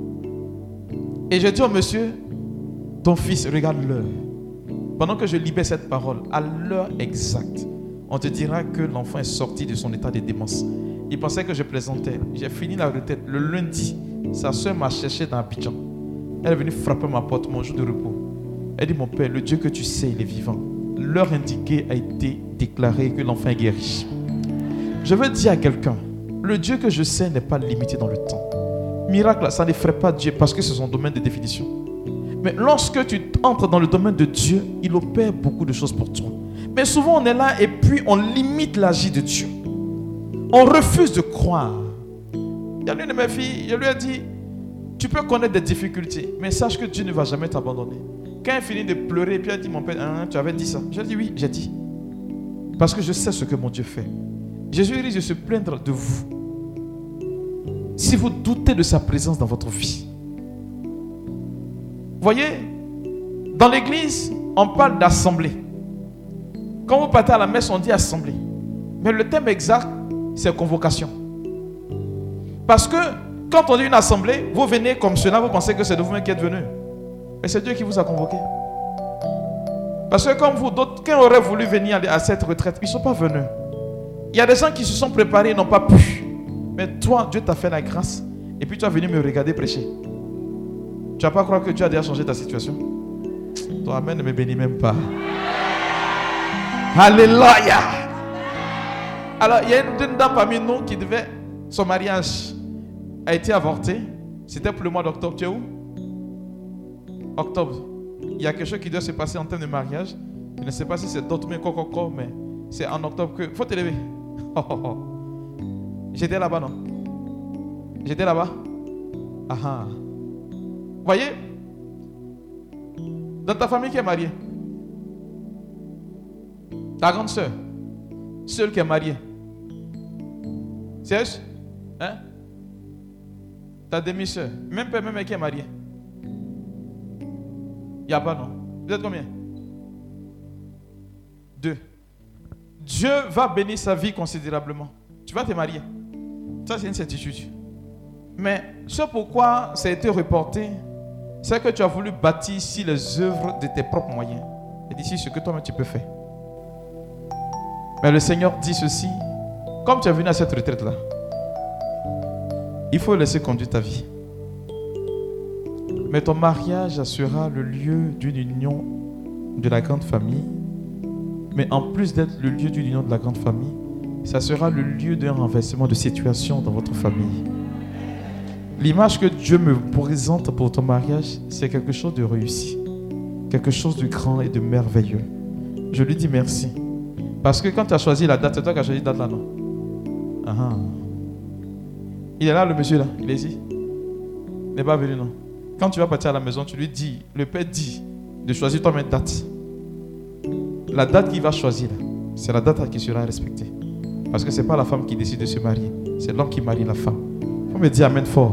Speaker 3: Et j'ai dit au monsieur, ton fils, regarde l'heure. Pendant que je libère cette parole, à l'heure exacte, on te dira que l'enfant est sorti de son état de démence. Il pensait que je plaisantais. J'ai fini la retraite. Le lundi, sa soeur m'a cherché dans Abidjan. Elle est venue frapper ma porte, mon jour de repos. Elle dit, mon père, le Dieu que tu sais, il est vivant. L'heure indiquée a été déclarée que l'enfant est guéri. Je veux dire à quelqu'un, le Dieu que je sais n'est pas limité dans le temps. Miracle, ça n'effraie pas Dieu parce que c'est son domaine de définition. Mais lorsque tu entres dans le domaine de Dieu, il opère beaucoup de choses pour toi. Mais souvent on est là et puis on limite l'agir de Dieu. On refuse de croire. Il y a l'une de mes filles, je lui ai dit, tu peux connaître des difficultés, mais sache que Dieu ne va jamais t'abandonner. Quand elle finit de pleurer, puis elle dit, mon père, tu avais dit ça. Je lui ai dit, oui, j'ai dit. Parce que je sais ce que mon Dieu fait. Jésus risque de se plaindre de vous. Si vous doutez de sa présence dans votre vie. Voyez, dans l'église, on parle d'assemblée. Quand vous partez à la messe, on dit assemblée. Mais le thème exact, c'est convocation. Parce que quand on dit une assemblée, vous venez comme cela, vous pensez que c'est de vous-même qui êtes venu. Mais c'est Dieu qui vous a convoqué. Parce que comme vous, d'autres, qui auraient voulu venir à cette retraite, ils ne sont pas venus. Il y a des gens qui se sont préparés et n'ont pas pu. Mais toi, Dieu t'a fait la grâce. Et puis tu es venu me regarder prêcher. Tu ne vas pas croire que Dieu a déjà changé ta situation. Ton amen ne me bénit même pas. Alléluia. Alors, il y a une dame parmi nous qui devait... Son mariage a été avorté. C'était pour le mois d'octobre. Tu es où? Octobre. Il y a quelque chose qui doit se passer en termes de mariage. Je ne sais pas si c'est d'autres, mais c'est en octobre que... Faut te lever. J'étais là-bas, non? J'étais là-bas? Ah. Voyez? Dans ta famille qui est mariée, ta grande soeur, celle qui est mariée, c'est elle? Hein? Ta demi-soeur, même père, même qui est mariée. Il n'y a pas, non? Vous êtes combien? 2. Dieu va bénir sa vie considérablement. Tu vas te marier. Ça, c'est une certitude. Mais ce pourquoi ça a été reporté, c'est que tu as voulu bâtir ici les œuvres de tes propres moyens. Et d'ici ce que toi-même tu peux faire. Mais le Seigneur dit ceci, comme tu es venu à cette retraite-là, il faut laisser conduire ta vie. Mais ton mariage sera le lieu d'une union de la grande famille. Mais en plus d'être le lieu d'une union de la grande famille, ça sera le lieu d'un renversement de situation dans votre famille. L'image que Dieu me présente pour ton mariage, c'est quelque chose de réussi. Quelque chose de grand et de merveilleux. Je lui dis merci. Parce que quand tu as choisi la date, c'est toi qui as choisi la date là, non? Ah. Il est là, le monsieur là. Il est ici. Il n'est pas venu, non? Quand tu vas partir à la maison, tu lui dis, le père dit de choisir toi-même une date. La date qu'il va choisir, c'est la date qui sera respectée. Parce que ce n'est pas la femme qui décide de se marier. C'est l'homme qui marie la femme. Il faut me dire amen fort.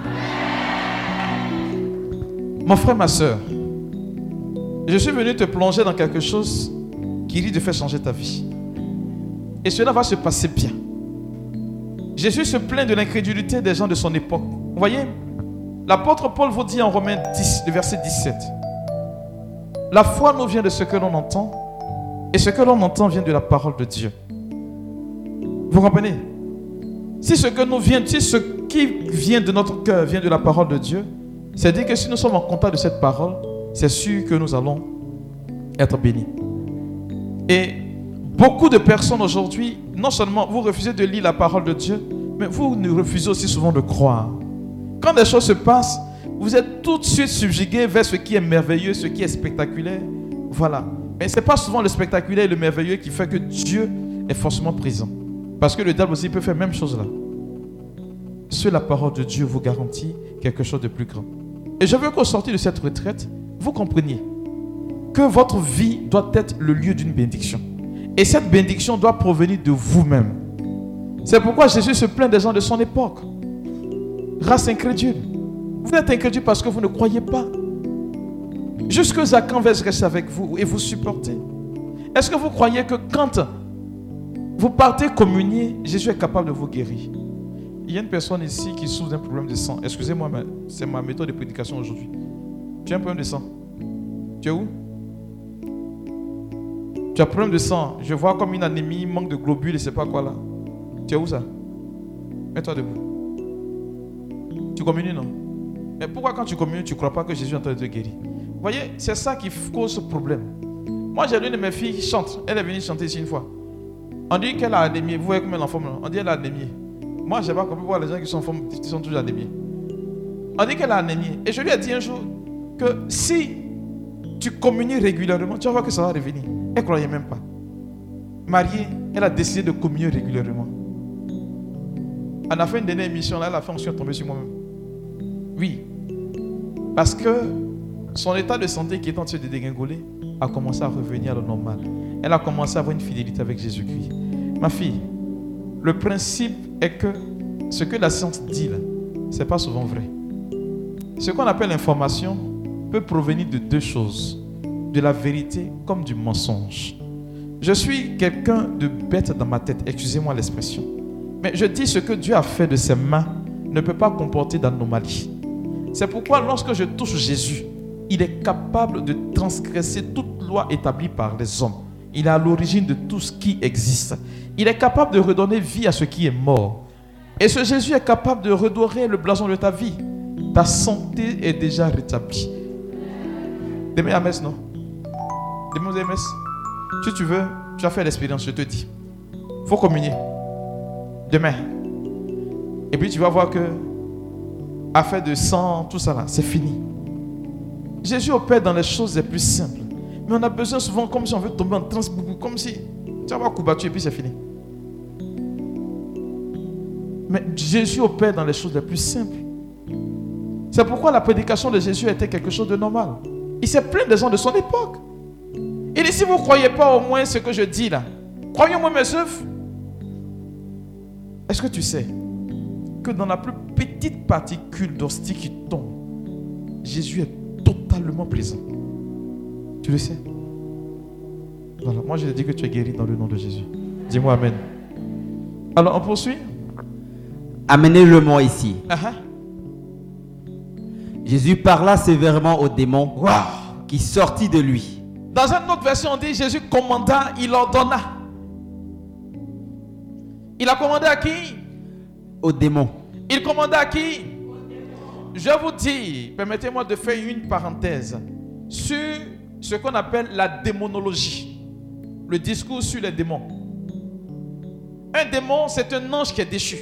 Speaker 3: Mon frère, ma soeur, je suis venu te plonger dans quelque chose qui risque de faire changer ta vie. Et cela va se passer bien. Jésus se plaint de l'incrédulité des gens de son époque. Vous voyez, l'apôtre Paul vous dit en Romains 10, le verset 17. La foi nous vient de ce que l'on entend, et ce que l'on entend vient de la parole de Dieu. Vous comprenez? Si ce qui vient de notre cœur vient de la parole de Dieu, c'est-à-dire que si nous sommes en contact de cette parole, c'est sûr que nous allons être bénis. Et beaucoup de personnes aujourd'hui, non seulement vous refusez de lire la parole de Dieu, mais vous nous refusez aussi souvent de croire. Quand des choses se passent, vous êtes tout de suite subjugué vers ce qui est merveilleux, ce qui est spectaculaire. Voilà. Mais ce n'est pas souvent le spectaculaire et le merveilleux qui fait que Dieu est forcément présent. Parce que le diable aussi peut faire la même chose là. Seule la parole de Dieu vous garantit quelque chose de plus grand. Et je veux qu'au sortir de cette retraite, vous compreniez que votre vie doit être le lieu d'une bénédiction. Et cette bénédiction doit provenir de vous-même. C'est pourquoi Jésus se plaint des gens de son époque. Race incrédule. Vous êtes incrédule parce que vous ne croyez pas. Jusque à quand vais-je rester avec vous et vous supporter? Est-ce que vous croyez que quand vous partez communier, Jésus est capable de vous guérir? Il y a une personne ici qui souffre d'un problème de sang. Excusez-moi, mais c'est ma méthode de prédication aujourd'hui. Tu as un problème de sang? Tu es où? Tu as un problème de sang. Je vois comme une anémie, manque de globules, je ne sais pas quoi là. Tu es où ça? Mets-toi debout. Tu communies, non? Mais pourquoi quand tu communies, tu ne crois pas que Jésus est en train de te guérir? Vous voyez, c'est ça qui cause ce problème. Moi, j'ai l'une de mes filles qui chante. Elle est venue chanter ici une fois. On dit qu'elle a anémie. Vous voyez comment elle est en forme? On dit qu'elle a anémie. Moi, je n'ai pas compris pourquoi les gens qui sont en forme sont toujours anémiés. On dit qu'elle a anémie. Et je lui ai dit un jour que si tu communies régulièrement, tu vas voir que ça va revenir. Elle ne croyait même pas. Mariée, elle a décidé de communier régulièrement. Elle a fait une dernière émission, là, elle a fait ensuite tomber sur moi-même. Oui. Parce que son état de santé qui est en train de dégringoler a commencé à revenir à la normale. Elle a commencé à avoir une fidélité avec Jésus-Christ. Ma fille, le principe est que ce que la science dit là, ce n'est pas souvent vrai. Ce qu'on appelle l'information peut provenir de deux choses, de la vérité comme du mensonge. Je suis quelqu'un de bête dans ma tête, excusez-moi l'expression. Mais je dis ce que Dieu a fait de ses mains ne peut pas comporter d'anomalie. C'est pourquoi lorsque je touche Jésus, il est capable de transgresser toute loi établie par les hommes. Il est à l'origine de tout ce qui existe. Il est capable de redonner vie à ce qui est mort. Et ce Jésus est capable de redorer le blason de ta vie. Ta santé est déjà rétablie. Demain à messe, non? Demain à messe. Si tu veux, tu as fait l'expérience, je te dis. Il faut communier. Demain. Et puis tu vas voir que affaire de sang, tout ça là, c'est fini. Jésus opère dans les choses les plus simples. Mais on a besoin souvent comme si on veut tomber en transe, comme si tu vas voir coup battu et puis c'est fini. Mais Jésus opère dans les choses les plus simples. C'est pourquoi la prédication de Jésus était quelque chose de normal. Il s'est plaint des gens de son époque. Il dit, si vous ne croyez pas au moins ce que je dis là, croyez-moi mes œuvres. Est-ce que tu sais que dans la plus petite particule d'hostie qui tombe, Jésus est totalement présent? Tu le sais? Voilà, moi je te dis que tu es guéri dans le nom de Jésus. Dis-moi amen. Alors on poursuit.
Speaker 4: Amenez-le-moi ici.
Speaker 3: Uh-huh.
Speaker 4: Jésus parla sévèrement au démon qui sortit de lui.
Speaker 3: Dans une autre version, on dit Jésus commanda, il ordonna. Il a commandé à qui?
Speaker 4: Au démon.
Speaker 3: Il commanda à qui? Je vous dis, permettez-moi de faire une parenthèse sur ce qu'on appelle la démonologie, le discours sur les démons. Un démon, c'est un ange qui est déchu.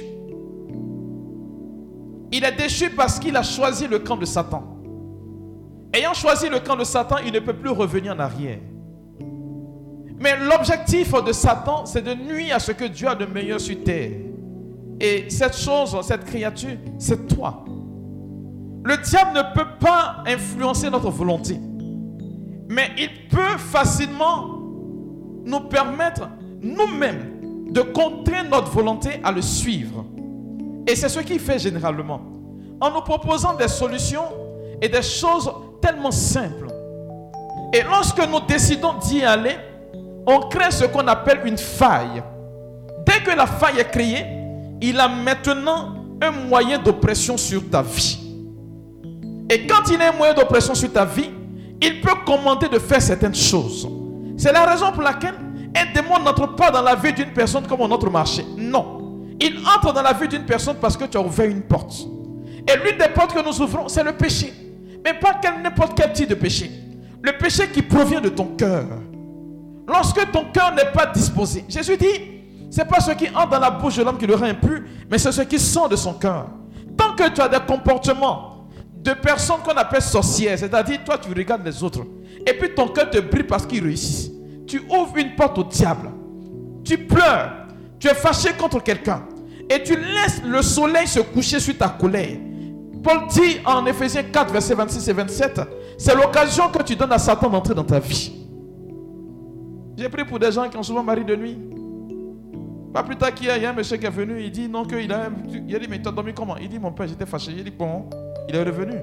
Speaker 3: Il est déchu parce qu'il a choisi le camp de Satan. Ayant choisi le camp de Satan, il ne peut plus revenir en arrière. Mais l'objectif de Satan, c'est de nuire à ce que Dieu a de meilleur sur terre. Et cette chose, cette créature, c'est toi. Le diable ne peut pas influencer notre volonté. Mais il peut facilement nous permettre, nous-mêmes, de contraindre notre volonté à le suivre. Et c'est ce qu'il fait généralement. En nous proposant des solutions et des choses tellement simples. Et lorsque nous décidons d'y aller, on crée ce qu'on appelle une faille. Dès que la faille est créée, il a maintenant un moyen d'oppression sur ta vie. Et quand il a un moyen d'oppression sur ta vie, il peut commander de faire certaines choses. C'est la raison pour laquelle un démon n'entre pas dans la vie d'une personne comme on entre au marché. Non. Il entre dans la vie d'une personne parce que tu as ouvert une porte. Et l'une des portes que nous ouvrons, c'est le péché. Mais pas n'importe quel type de péché. Le péché qui provient de ton cœur. Lorsque ton cœur n'est pas disposé, Jésus dit, c'est pas ce qui entre dans la bouche de l'homme qui le rend impur, mais c'est ce qui sort de son cœur. Tant que tu as des comportements de personnes qu'on appelle sorcières, c'est-à-dire toi tu regardes les autres, et puis ton cœur te brille parce qu'ils réussissent. Tu ouvres une porte au diable. Tu pleures. Tu es fâché contre quelqu'un. Et tu laisses le soleil se coucher sur ta colère. Paul dit en Éphésiens 4, versets 26 et 27, c'est l'occasion que tu donnes à Satan d'entrer dans ta vie. J'ai pris pour des gens qui ont souvent marié de nuit. Pas plus tard qu'il y a un monsieur qui est venu, il dit non, il a dit mais tu as dormi comment? Il dit mon père, j'étais fâché. Il dit bon, il est revenu.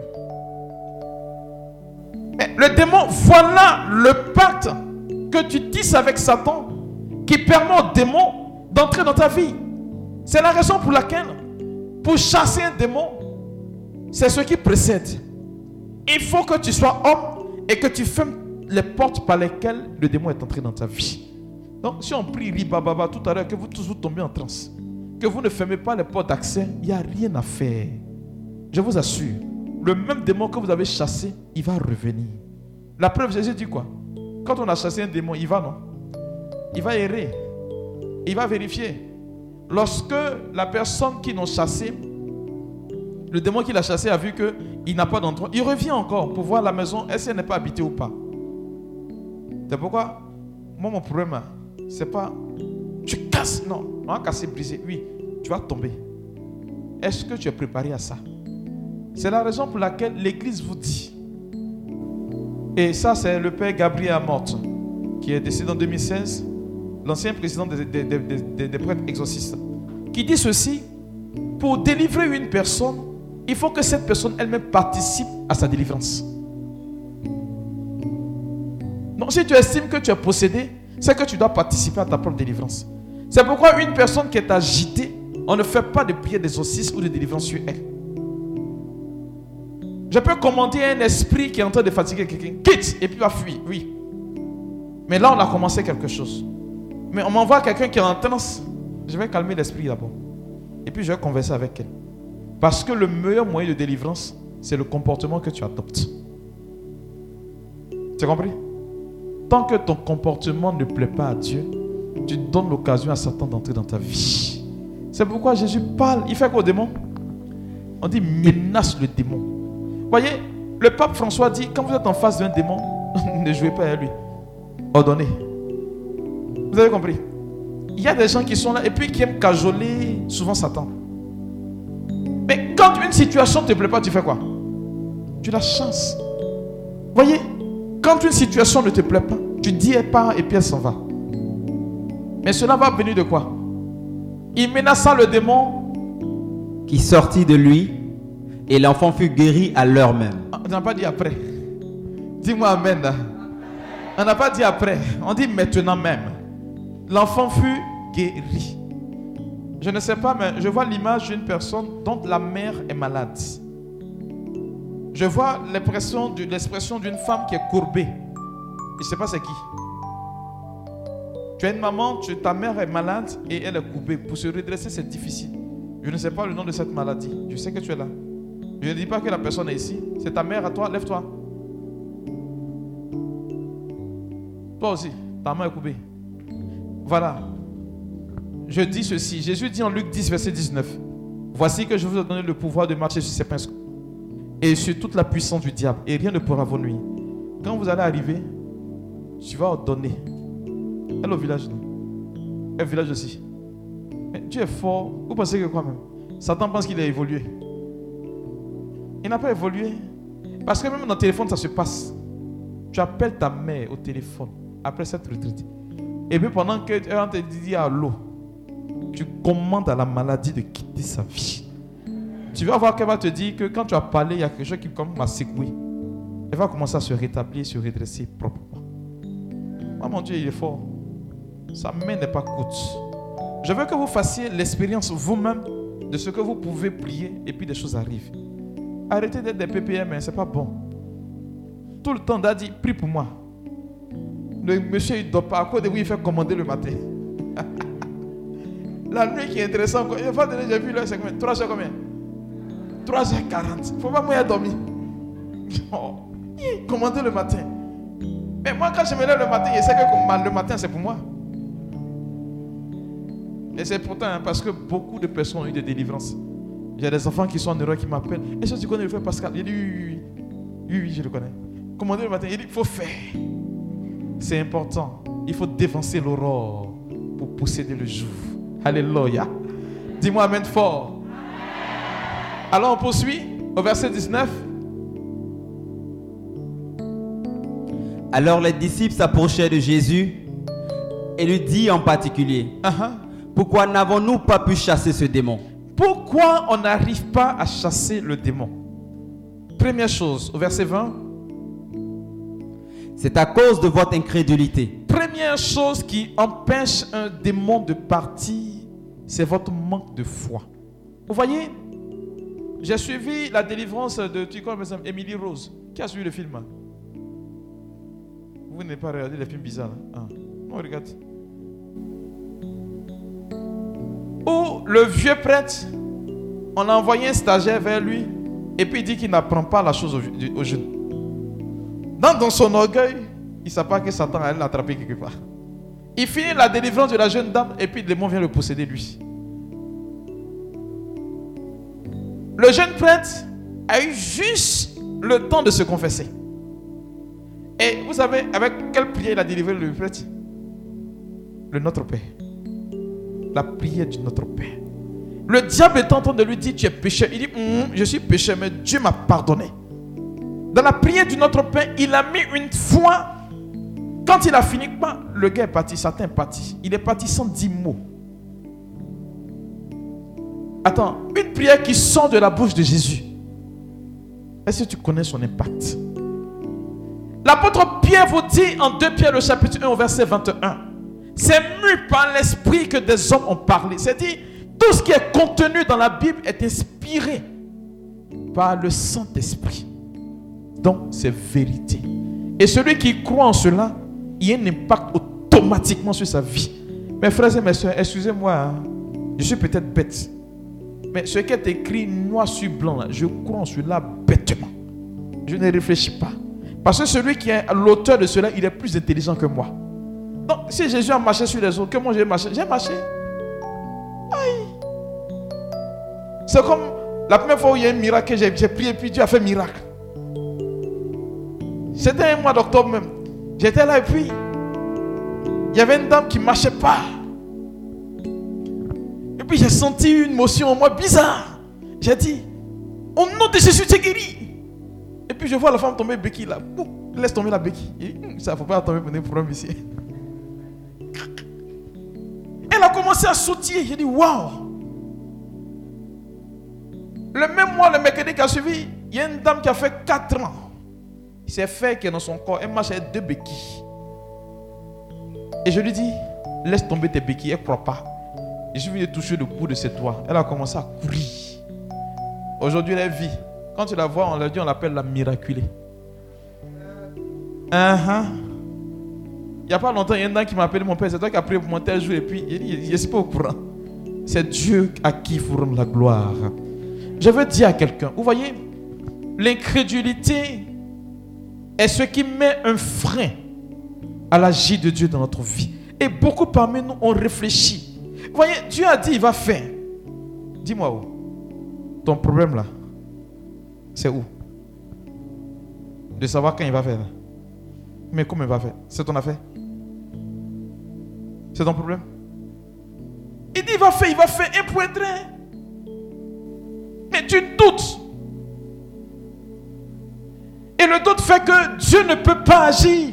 Speaker 3: Mais le démon, voilà le pacte que tu tisses avec Satan qui permet au démon d'entrer dans ta vie. C'est la raison pour laquelle, pour chasser un démon, c'est ce qui précède. Il faut que tu sois homme et que tu fermes les portes par lesquelles le démon est entré dans ta vie. Donc, si on prie ribababa tout à l'heure, que vous tous vous tombez en transe, que vous ne fermez pas les portes d'accès, il n'y a rien à faire. Je vous assure, le même démon que vous avez chassé, il va revenir. La preuve, Jésus dit quoi? Quand on a chassé un démon, il va, non? Il va errer. Il va vérifier. Lorsque la personne qui l'a chassé, le démon qui l'a chassé a vu qu'il n'a pas d'endroit, il revient encore pour voir la maison, est-ce qu'elle n'est pas habitée ou pas. C'est pourquoi, moi mon problème, c'est pas, tu casses, non, on va casser, briser, oui, tu vas tomber. est-ce que tu es préparé à ça? C'est la raison pour laquelle l'Église vous dit, et ça c'est le père Gabriel Amort, qui est décédé en 2016, l'ancien président des prêtres exorcistes, qui dit ceci: pour délivrer une personne, il faut que cette personne elle-même participe à sa délivrance. Donc si tu estimes que tu es possédé, c'est que tu dois participer à ta propre délivrance. C'est pourquoi une personne qui est agitée, on ne fait pas de prière d'exorcisme ou de délivrance sur elle. Je peux commander un esprit qui est en train de fatiguer quelqu'un, quitte, et puis il va fuir, oui. Mais là on a commencé quelque chose. Mais on m'envoie quelqu'un qui est en transe, je vais calmer l'esprit d'abord. Et puis je vais converser avec elle. Parce que le meilleur moyen de délivrance, c'est le comportement que tu adoptes. Tu as compris? Tant que ton comportement ne plaît pas à Dieu, tu donnes l'occasion à Satan d'entrer dans ta vie. C'est pourquoi Jésus parle. Il fait quoi au démon? On dit menace le démon. Voyez, le pape François dit, quand vous êtes en face d'un démon, ne jouez pas à lui. Ordonnez. Vous avez compris? Il y a des gens qui sont là et puis qui aiment cajoler souvent Satan. Mais quand une situation ne te plaît pas, tu fais quoi? Tu la chances. Voyez, quand une situation ne te plaît pas, tu dis elle part et puis elle s'en va. Mais cela va venir de quoi? Il menaça le démon
Speaker 4: qui sortit de lui et l'enfant fut guéri à l'heure même.
Speaker 3: On n'a pas dit après. Dis-moi amen. On n'a pas dit après. On dit maintenant même. L'enfant fut guéri. Je ne sais pas, mais je vois l'image d'une personne dont la mère est malade. Je vois l'expression d'une femme qui est courbée. Je ne sais pas c'est qui. Tu as une maman, ta mère est malade et elle est courbée. Pour se redresser, c'est difficile. Je ne sais pas le nom de cette maladie. Je sais que tu es là. Je ne dis pas que la personne est ici. C'est ta mère à toi, lève-toi. Toi aussi, ta main est courbée. Voilà. Je dis ceci. Jésus dit en Luc 10, verset 19. Voici que je vous ai donné le pouvoir de marcher sur ces serpents et sur toute la puissance du diable. Et rien ne pourra vous nuire. Quand vous allez arriver, tu vas ordonner. Elle est au village, non? Elle est au village aussi. Mais tu es fort. Vous pensez que quoi même? Satan pense qu'il a évolué. Il n'a pas évolué. Parce que même dans le téléphone, ça se passe. Tu appelles ta mère au téléphone après cette retraite. Et puis pendant qu'elle te dit allô, tu commandes à la maladie de quitter sa vie. Tu vas voir qu'elle va te dire que quand tu as parlé, il y a quelque chose qui commence à secouer. Elle va commencer à se rétablir, se redresser proprement. Oh mon Dieu, il est fort. Sa main n'est pas courte. Je veux que vous fassiez l'expérience vous-même de ce que vous pouvez prier et puis des choses arrivent. Arrêtez d'être des PPM, hein, c'est pas bon. Tout le temps, Daddy, prie pour moi. Le monsieur, il ne dort pas. À quoi de vous, il fait commander le matin. La nuit qui est intéressante, j'ai vu là, c'est combien? 3h combien? 3h40. Il ne faut pas moi dormir. Oh, commander le matin. Mais moi, quand je me lève le matin, je sais que le matin, c'est pour moi. Et c'est pourtant parce que beaucoup de personnes ont eu des délivrances. J'ai des enfants qui sont en Europe qui m'appellent. Est-ce que tu connais le frère Pascal? Il dit oui, je le connais. Commander le matin, il dit il faut faire. C'est important. Il faut dévancer l'aurore pour posséder le jour. Alléluia. Dis-moi amen fort. Alors on poursuit au verset 19.
Speaker 4: Alors les disciples s'approchaient de Jésus et lui dit en particulier, pourquoi n'avons-nous pas pu chasser ce démon?
Speaker 3: Pourquoi on n'arrive pas à chasser le démon? Première chose, au verset 20.
Speaker 4: C'est à cause de votre incrédulité.
Speaker 3: Première chose qui empêche un démon de partir, c'est votre manque de foi. Vous voyez, j'ai suivi la délivrance de Emily Rose. Qui a suivi le film? Vous n'avez pas regardé les films bizarres. Non, regarde. Où le vieux prêtre, on a envoyé un stagiaire vers lui et puis il dit qu'il n'apprend pas la chose aux jeunes. Dans son orgueil, il ne sait pas que Satan allait l'attraper quelque part. Il finit la délivrance de la jeune dame et puis le démon vient le posséder lui. Le jeune prêtre a eu juste le temps de se confesser. Et vous savez avec quelle prière il a délivré le prêtre? Le Notre Père. La prière du Notre Père. Le diable est en train de lui dire, tu es pécheur. Il dit, je suis pécheur, mais Dieu m'a pardonné. Dans la prière du Notre Père, il a mis une foi. Quand il a fini, le gars est parti, Satan est parti. Il est parti sans 10 mots. Attends, une prière qui sort de la bouche de Jésus. Est-ce que tu connais son impact? L'apôtre Pierre vous dit en 2 Pierre le chapitre 1 au verset 21. C'est mu par l'esprit que des hommes ont parlé. C'est-à-dire, tout ce qui est contenu dans la Bible est inspiré par le Saint-Esprit. Donc, c'est vérité. Et celui qui croit en cela, il y a un impact automatiquement sur sa vie. Mes frères et mes soeurs, excusez-moi, hein, je suis peut-être bête. Mais ce qui est écrit noir sur blanc, là, je crois en cela bêtement. Je ne réfléchis pas. Parce que celui qui est l'auteur de cela, il est plus intelligent que moi. Donc, si Jésus a marché sur les eaux, que moi j'ai marché? J'ai marché. Aïe. C'est comme la première fois où il y a un miracle que j'ai prié et puis Dieu a fait miracle. C'était un mois d'octobre même. J'étais là et puis il y avait une dame qui ne marchait pas. Et puis j'ai senti une motion en moi bizarre. J'ai dit, au nom de Jésus, tu es guéri. Et puis je vois la femme tomber béquille là. Laisse tomber la béquille. Ça ne faut pas tomber pour des problèmes ici. Elle a commencé à sautiller. J'ai dit, waouh. Le même mois, le mercredi qui a suivi, il y a une dame qui a fait 4 ans. C'est fait qu'elle est dans son corps. Elle marche avec 2 béquilles. Et je lui dis, laisse tomber tes béquilles. Elle ne croit pas. Et je lui ai touché le bout de ses doigts. Elle a commencé à courir. Aujourd'hui, elle vit. Quand tu la vois, on l'a dit, on l'appelle la miraculée. Il n'y a pas longtemps, il y a un dame qui m'a appelé, mon père, c'est toi qui as prié pour moi tel jour. Et puis, il dit, je ne suis pas au courant. C'est Dieu à qui il faut rendre la gloire. Je veux dire à quelqu'un, vous voyez, l'incrédulité est ce qui met un frein à l'agir de Dieu dans notre vie. Et beaucoup parmi nous, on réfléchit. Vous voyez, Dieu a dit, il va faire. Dis-moi où? Ton problème là, c'est où? De savoir quand il va faire. Mais comment il va faire? C'est ton affaire? C'est ton problème? Il dit, il va faire un point train. Mais tu doutes. Et le doute fait que Dieu ne peut pas agir.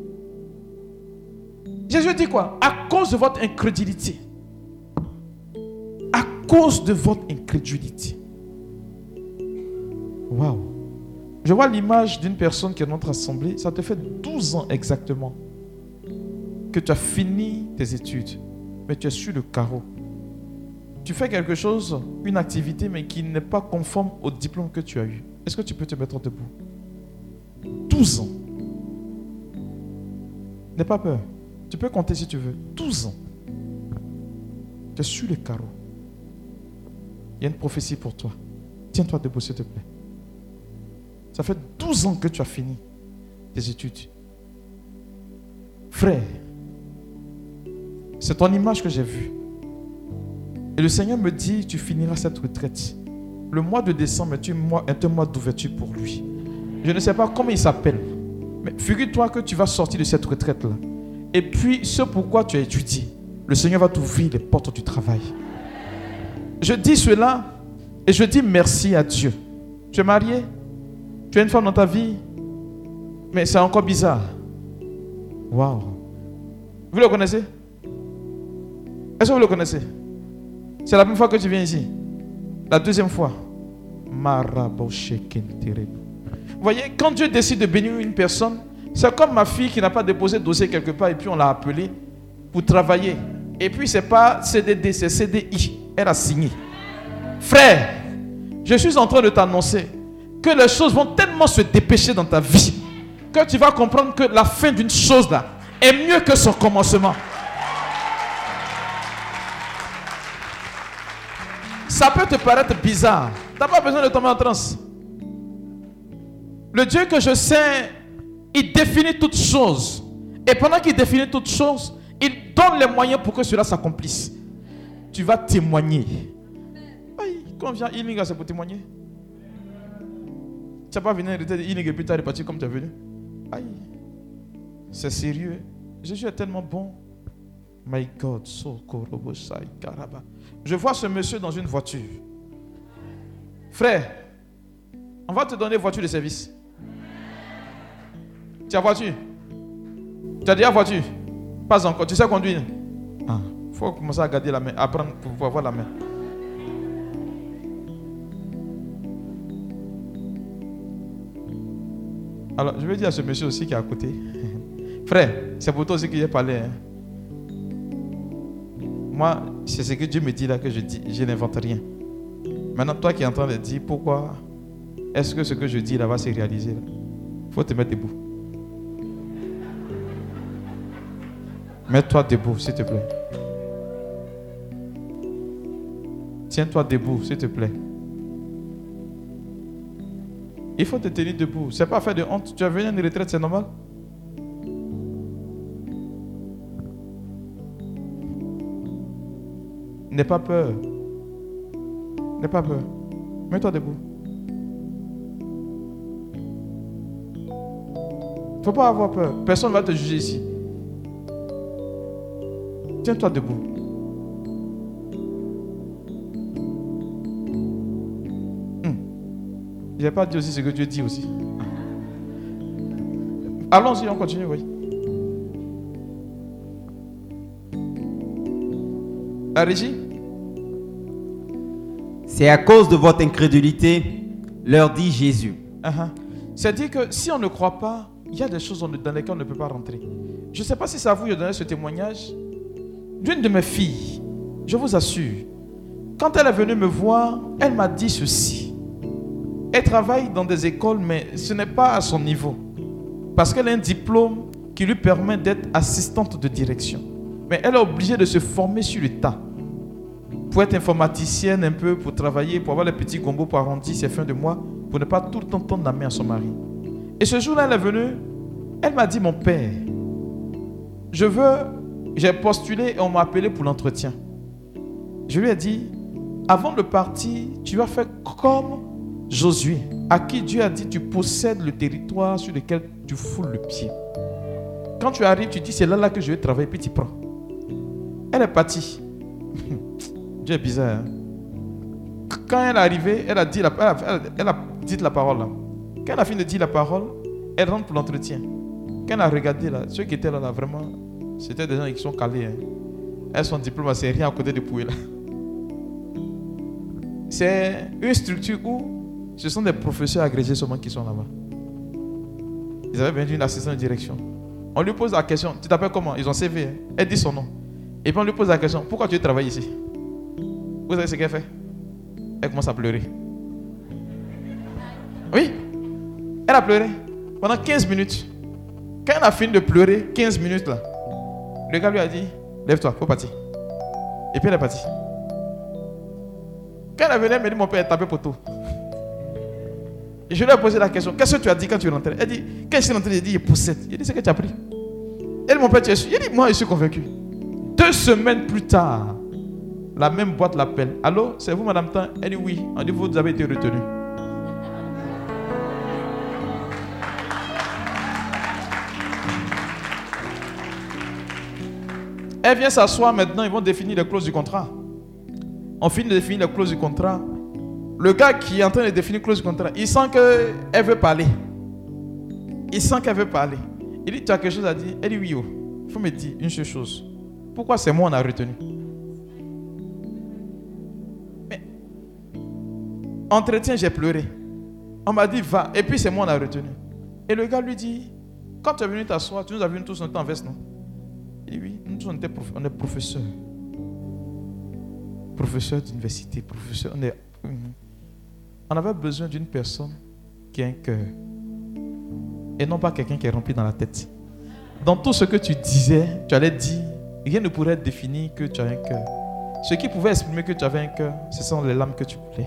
Speaker 3: Jésus dit quoi? À cause de votre incrédulité. À cause de votre incrédulité. Waouh. Je vois l'image d'une personne qui est dans notre assemblée. Ça te fait 12 ans exactement que tu as fini tes études. Mais tu es sur le carreau. Tu fais quelque chose, une activité, mais qui n'est pas conforme au diplôme que tu as eu. Est-ce que tu peux te mettre debout? 12 ans. N'aie pas peur. Tu peux compter si tu veux. 12 ans. Tu es sur le carreau. Il y a une prophétie pour toi. Tiens-toi debout, s'il te plaît. Ça fait 12 ans que tu as fini tes études. Frère, c'est ton image que j'ai vue. Et le Seigneur me dit, tu finiras cette retraite. Le mois de décembre est un mois d'ouverture pour lui. Je ne sais pas comment il s'appelle. Mais figure-toi que tu vas sortir de cette retraite-là. Et puis, ce pourquoi tu as étudié, le Seigneur va t'ouvrir les portes du travail. Je dis cela et je dis merci à Dieu. Tu es marié? Tu as une femme dans ta vie? Mais c'est encore bizarre. Waouh. Vous le connaissez? Est-ce que vous le connaissez? C'est la première fois que tu viens ici. La deuxième fois. Vous voyez, quand Dieu décide de bénir une personne, c'est comme ma fille qui n'a pas déposé de dossier quelque part et puis on l'a appelée pour travailler. Et puis c'est pas CDD, c'est CDI. Elle a signé. Frère, je suis en train de t'annoncer que les choses vont tellement se dépêcher dans ta vie que tu vas comprendre que la fin d'une chose là est mieux que son commencement. Ça peut te paraître bizarre. Tu n'as pas besoin de tomber en transe. Le Dieu que je sais, il définit toutes choses. Et pendant qu'il définit toutes choses, il donne les moyens pour que cela s'accomplisse. Tu vas témoigner. Aïe, quand on vient à Ininga, c'est pour témoigner. Tu n'as pas venu de Ininga et puis tu es reparti comme tu es venu. Aïe, c'est sérieux. Jésus est tellement bon. My God, je vois ce monsieur dans une voiture. Frère, on va te donner voiture de service. Tu as voiture? Tu as déjà voiture? Pas encore. Tu sais conduire? Il faut commencer à garder la main, apprendre pour avoir la main. Alors, je vais dire à ce monsieur aussi qui est à côté. Frère, c'est pour toi aussi que j'ai parlé. Moi, c'est ce que Dieu me dit là que je dis. Je n'invente rien. Maintenant, toi qui es en train de dire pourquoi est-ce que ce que je dis là va se réaliser. Il faut te mettre debout. Mets-toi debout, s'il te plaît. Tiens-toi debout, s'il te plaît. Il faut te tenir debout. C'est pas faire de honte. Tu as venu à une retraite, c'est normal. N'aie pas peur. N'aie pas peur. Mets-toi debout. Il ne faut pas avoir peur. Personne ne va te juger ici. Tiens-toi debout. Je n'ai pas dit aussi ce que Dieu dit aussi. Allons-y, on continue, oui. La régie?
Speaker 4: C'est à cause de votre incrédulité, leur dit Jésus.
Speaker 3: C'est-à-dire que si on ne croit pas, il y a des choses dans lesquelles on ne peut pas rentrer. Je ne sais pas si c'est à vous que je donnais ce témoignage d'une de mes filles. Je vous assure, quand elle est venue me voir, elle m'a dit ceci. Elle travaille dans des écoles, mais ce n'est pas à son niveau. Parce qu'elle a un diplôme qui lui permet d'être assistante de direction. Mais elle est obligée de se former sur le tas. Pour être informaticienne un peu, pour travailler, pour avoir les petits combos pour arrondir ses fins de mois, pour ne pas tout le temps tendre la main à son mari. Et ce jour-là, elle est venue, elle m'a dit, mon père, j'ai postulé et on m'a appelé pour l'entretien. Je lui ai dit, avant de partir, tu vas faire comme Josué, à qui Dieu a dit, tu possèdes le territoire sur lequel tu foules le pied. Quand tu arrives, tu dis, c'est là que je vais travailler, puis tu prends. Elle est partie. Dieu est bizarre. Hein? Quand elle est arrivée, elle a dit la parole. Là. Quand elle a fini de dire la parole, elle rentre pour l'entretien. Quand elle a regardé, là, ceux qui étaient là, vraiment, c'était des gens qui sont calés. Hein. Elle, son diplôme, c'est rien à côté de Poué. Là. C'est une structure où ce sont des professeurs agrégés seulement qui sont là-bas. Ils avaient besoin d'une assistante de direction. On lui pose la question, tu t'appelles comment? Ils ont CV. Hein? Elle dit son nom. Et puis on lui pose la question, pourquoi tu travailles ici? Vous savez ce qu'elle fait? Elle commence à pleurer. Oui, elle a pleuré pendant 15 minutes. Quand elle a fini de pleurer, 15 minutes là, le gars lui a dit, lève-toi, il faut partir. Et puis elle est partie. Quand elle est venue, elle m'a dit, mon père est tapé pour tout. Et je lui ai posé la question, qu'est-ce que tu as dit quand tu es rentré? Elle dit, quand je suis rentré, j'ai dit, il poussette. Il dit, c'est que tu as pris. Elle dit, mon père, tu es sûr? Il dit, moi, je suis convaincu. 2 semaines plus tard, la même boîte l'appelle. Allô, c'est vous, madame Tan? Elle dit, oui. On dit, vous avez été retenu. Elle vient s'asseoir maintenant, ils vont définir les clauses du contrat. On finit de définir les clauses du contrat. Le gars qui est en train de définir les clauses du contrat, il sent qu'elle veut parler. Il sent qu'elle veut parler. Il dit, tu as quelque chose à dire? Elle dit, oui, oh. Il faut me dire une seule chose. Pourquoi c'est moi on a retenu? Mais, entretien, j'ai pleuré. On m'a dit, va. Et puis c'est moi on a retenu. Et le gars lui dit, quand tu es venu t'asseoir, tu nous as vus tous, on était en veste, non? Il dit, oui, nous tous, on est professeurs. Professeurs d'université, professeurs. On avait besoin d'une personne qui a un cœur. Et non pas quelqu'un qui est rempli dans la tête. Dans tout ce que tu disais, tu allais dire, rien ne pourrait définir que tu as un cœur. Ce qui pouvait exprimer que tu avais un cœur, ce sont les larmes que tu voulais.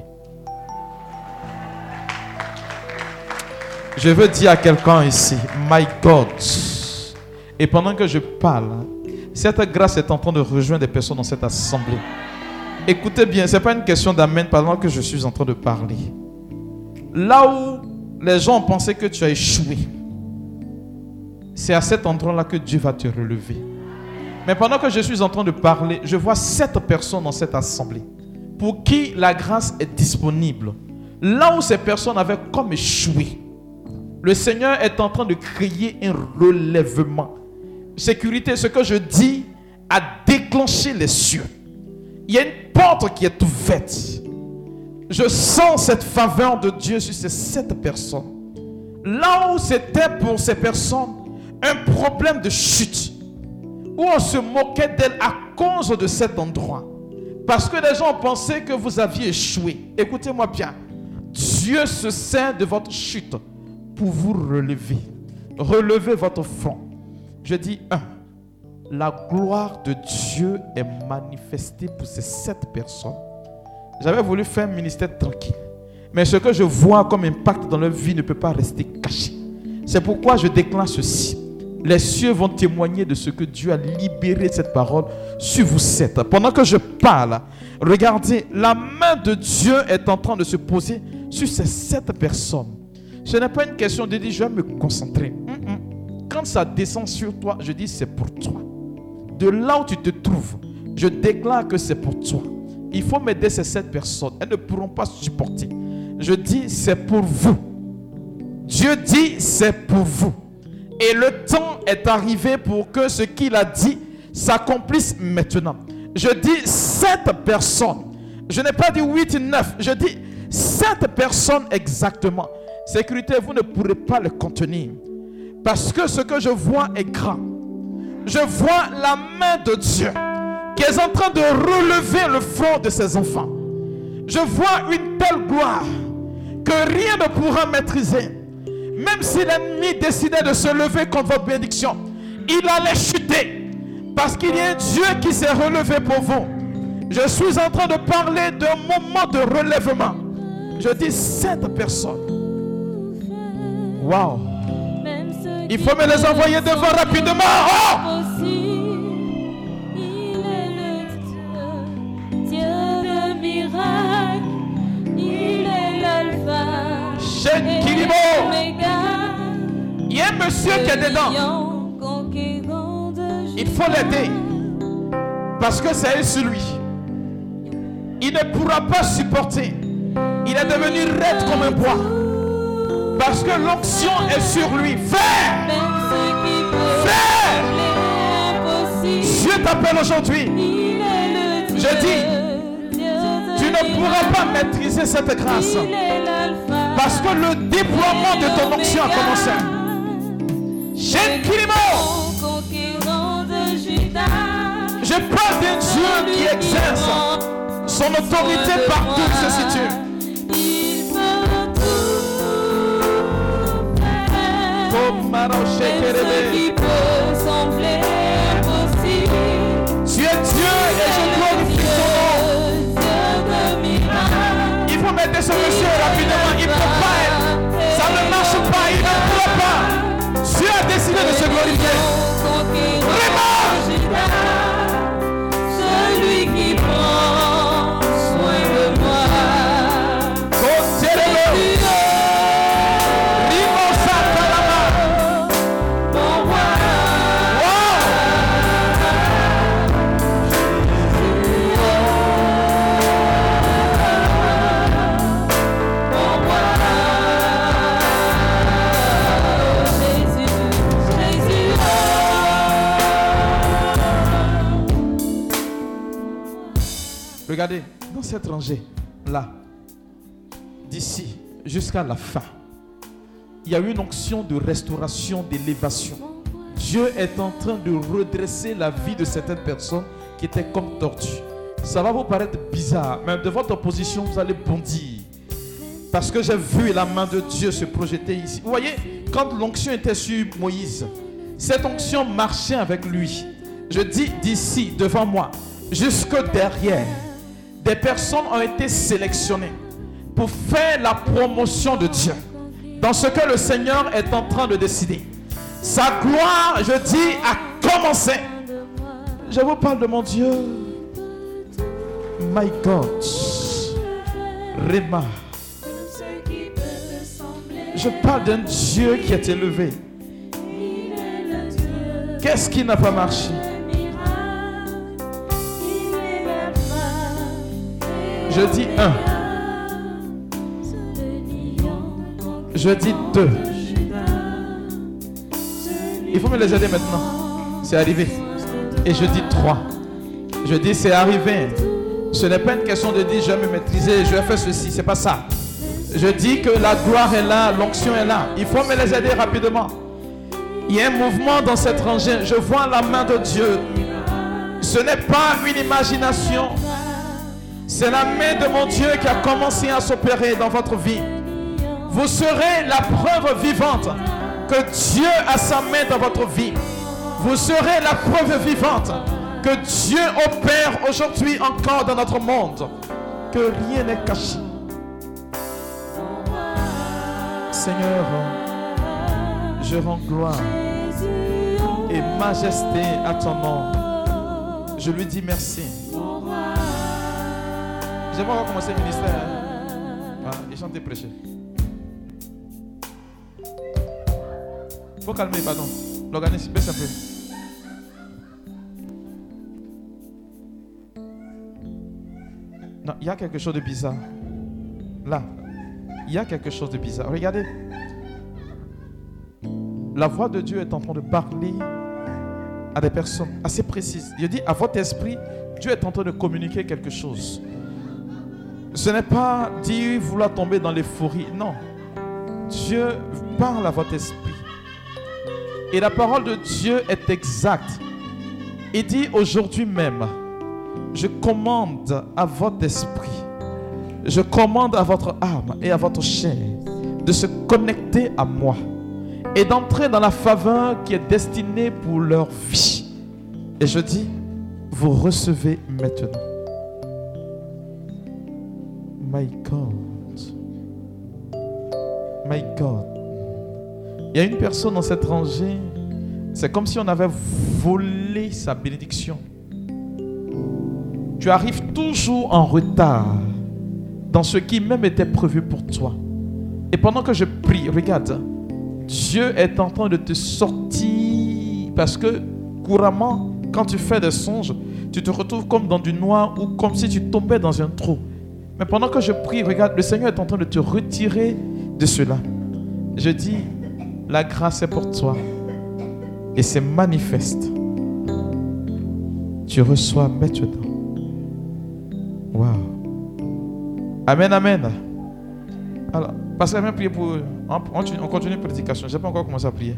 Speaker 3: Je veux dire à quelqu'un ici, my God. Et pendant que je parle, cette grâce est en train de rejoindre des personnes dans cette assemblée. Écoutez bien, ce n'est pas une question d'amen pendant que je suis en train de parler. Là où les gens ont pensé que tu as échoué, c'est à cet endroit-là que Dieu va te relever. Mais pendant que je suis en train de parler, je vois 7 personnes dans cette assemblée pour qui la grâce est disponible. Là où ces personnes avaient comme échoué, le Seigneur est en train de créer un relèvement. Sécurité, ce que je dis a déclenché les cieux. Il y a une porte qui est ouverte. Je sens cette faveur de Dieu sur ces 7 personnes. Là où c'était pour ces personnes un problème de chute, où on se moquait d'elles à cause de cet endroit, parce que les gens pensaient que vous aviez échoué. Écoutez-moi bien. Dieu se sert de votre chute pour vous relever. Relevez votre front. Je dis 1. La gloire de Dieu est manifestée pour ces 7 personnes. J'avais voulu faire un ministère tranquille. Mais ce que je vois comme impact dans leur vie ne peut pas rester caché. C'est pourquoi je déclare ceci. Les cieux vont témoigner de ce que Dieu a libéré cette parole sur vous 7. Pendant que je parle, regardez, la main de Dieu est en train de se poser sur ces 7 personnes. Ce n'est pas une question de dire je vais me concentrer. Quand ça descend sur toi, je dis c'est pour toi. De là où tu te trouves, je déclare que c'est pour toi. Il faut m'aider ces 7 personnes. Elles ne pourront pas supporter. Je dis c'est pour vous. Dieu dit c'est pour vous. Et le temps est arrivé pour que ce qu'il a dit s'accomplisse maintenant. Je dis 7 personnes. Je n'ai pas dit 8, 9. Je dis 7 personnes exactement. Sécurité, vous ne pourrez pas le contenir. Parce que ce que je vois est grand. Je vois la main de Dieu qui est en train de relever le front de ses enfants. Je vois une telle gloire que rien ne pourra maîtriser. Même si l'ennemi décidait de se lever contre votre bénédiction, il allait chuter. Parce qu'il y a un Dieu qui s'est relevé pour vous. Je suis en train de parler d'un moment de relèvement. Je dis 7 personnes. Waouh. Il faut me les envoyer devant rapidement. Oh!
Speaker 5: Il est le Dieu de miracles. Il est l'alpha.
Speaker 3: Il y a un monsieur qui est dedans. Il faut l'aider. Parce que c'est sur lui. Il ne pourra pas supporter. Il est devenu raide comme un bois. Parce que l'onction est sur lui. Fais! Fais! Dieu t'appelle aujourd'hui. Je dis, tu ne pourras pas maîtriser cette grâce. Parce que le déploiement de ton onction a commencé. Je parle d'un Dieu qui exerce son autorité partout où il se situe.
Speaker 5: Qui peut sembler impossible.
Speaker 3: Tu es Dieu et je glorifie ton nom. Il faut mettre ce monsieur rapidement. Il ne peut pas. Ça ne marche pas. Il ne peut pas. Dieu a décidé de se glorifier. Vraiment.
Speaker 5: Celui qui prend soin de moi.
Speaker 3: Regardez, dans cette rangée, là, d'ici jusqu'à la fin, il y a eu une onction de restauration, d'élévation. Dieu est en train de redresser la vie de certaines personnes qui étaient comme tordues. Ça va vous paraître bizarre, mais de votre position, vous allez bondir. Parce que j'ai vu la main de Dieu se projeter ici. Vous voyez, quand l'onction était sur Moïse, cette onction marchait avec lui. Je dis d'ici, devant moi, jusque derrière. Des personnes ont été sélectionnées pour faire la promotion de Dieu dans ce que le Seigneur est en train de décider. Sa gloire, je dis, a commencé. Je vous parle de mon Dieu. My God. Rema. Je parle d'un Dieu qui est élevé. Qu'est-ce qui n'a pas marché? Je dis 1. Je dis 2. Il faut me les aider maintenant. C'est arrivé. Et je dis 3. Je dis c'est arrivé. Ce n'est pas une question de dire je vais me maîtriser, je vais faire ceci. C'est pas ça. Je dis que la gloire est là, l'onction est là. Il faut me les aider rapidement. Il y a un mouvement dans cette rangée. Je vois la main de Dieu. Ce n'est pas une imagination. C'est la main de mon Dieu qui a commencé à s'opérer dans votre vie. Vous serez la preuve vivante que Dieu a sa main dans votre vie. Vous serez la preuve vivante que Dieu opère aujourd'hui encore dans notre monde. Que rien n'est caché. Seigneur, je rends gloire et majesté à ton nom. Je lui dis merci. J'aimerais encore commencer le ministère. Voilà, et chanter, prêcher. Faut calmer, pardon. L'organisme, baisse un peu. Non, il y a quelque chose de bizarre. Là, il y a quelque chose de bizarre. Regardez. La voix de Dieu est en train de parler à des personnes assez précises. Je dis à votre esprit, Dieu est en train de communiquer quelque chose. Ce n'est pas dire vouloir tomber dans l'euphorie. Non. Dieu parle à votre esprit. Et la parole de Dieu est exacte. Il dit aujourd'hui même, je commande à votre esprit, je commande à votre âme et à votre chair de se connecter à moi et d'entrer dans la faveur qui est destinée pour leur vie. Et je dis, vous recevez maintenant. My God. My God. Il y a une personne dans cette rangée, c'est comme si on avait volé sa bénédiction. Tu arrives toujours en retard dans ce qui même était prévu pour toi. Et pendant que je prie, regarde, Dieu est en train de te sortir parce que couramment, quand tu fais des songes, tu te retrouves comme dans du noir ou comme si tu tombais dans un trou. Mais pendant que je prie, regarde, le Seigneur est en train de te retirer de cela. Je dis, la grâce est pour toi et c'est manifeste. Tu reçois maintenant. Wow. Amen, amen. Alors, parce que même prier pour... On continue la prédication. Je n'ai pas encore commencé à prier.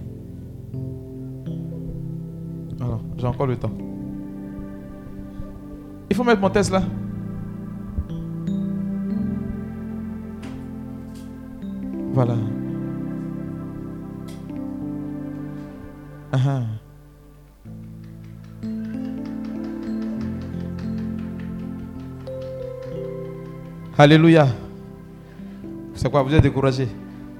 Speaker 3: Alors, j'ai encore le temps. Il faut mettre mon test là. Voilà. Uh-huh. Alléluia. C'est quoi, vous êtes découragé?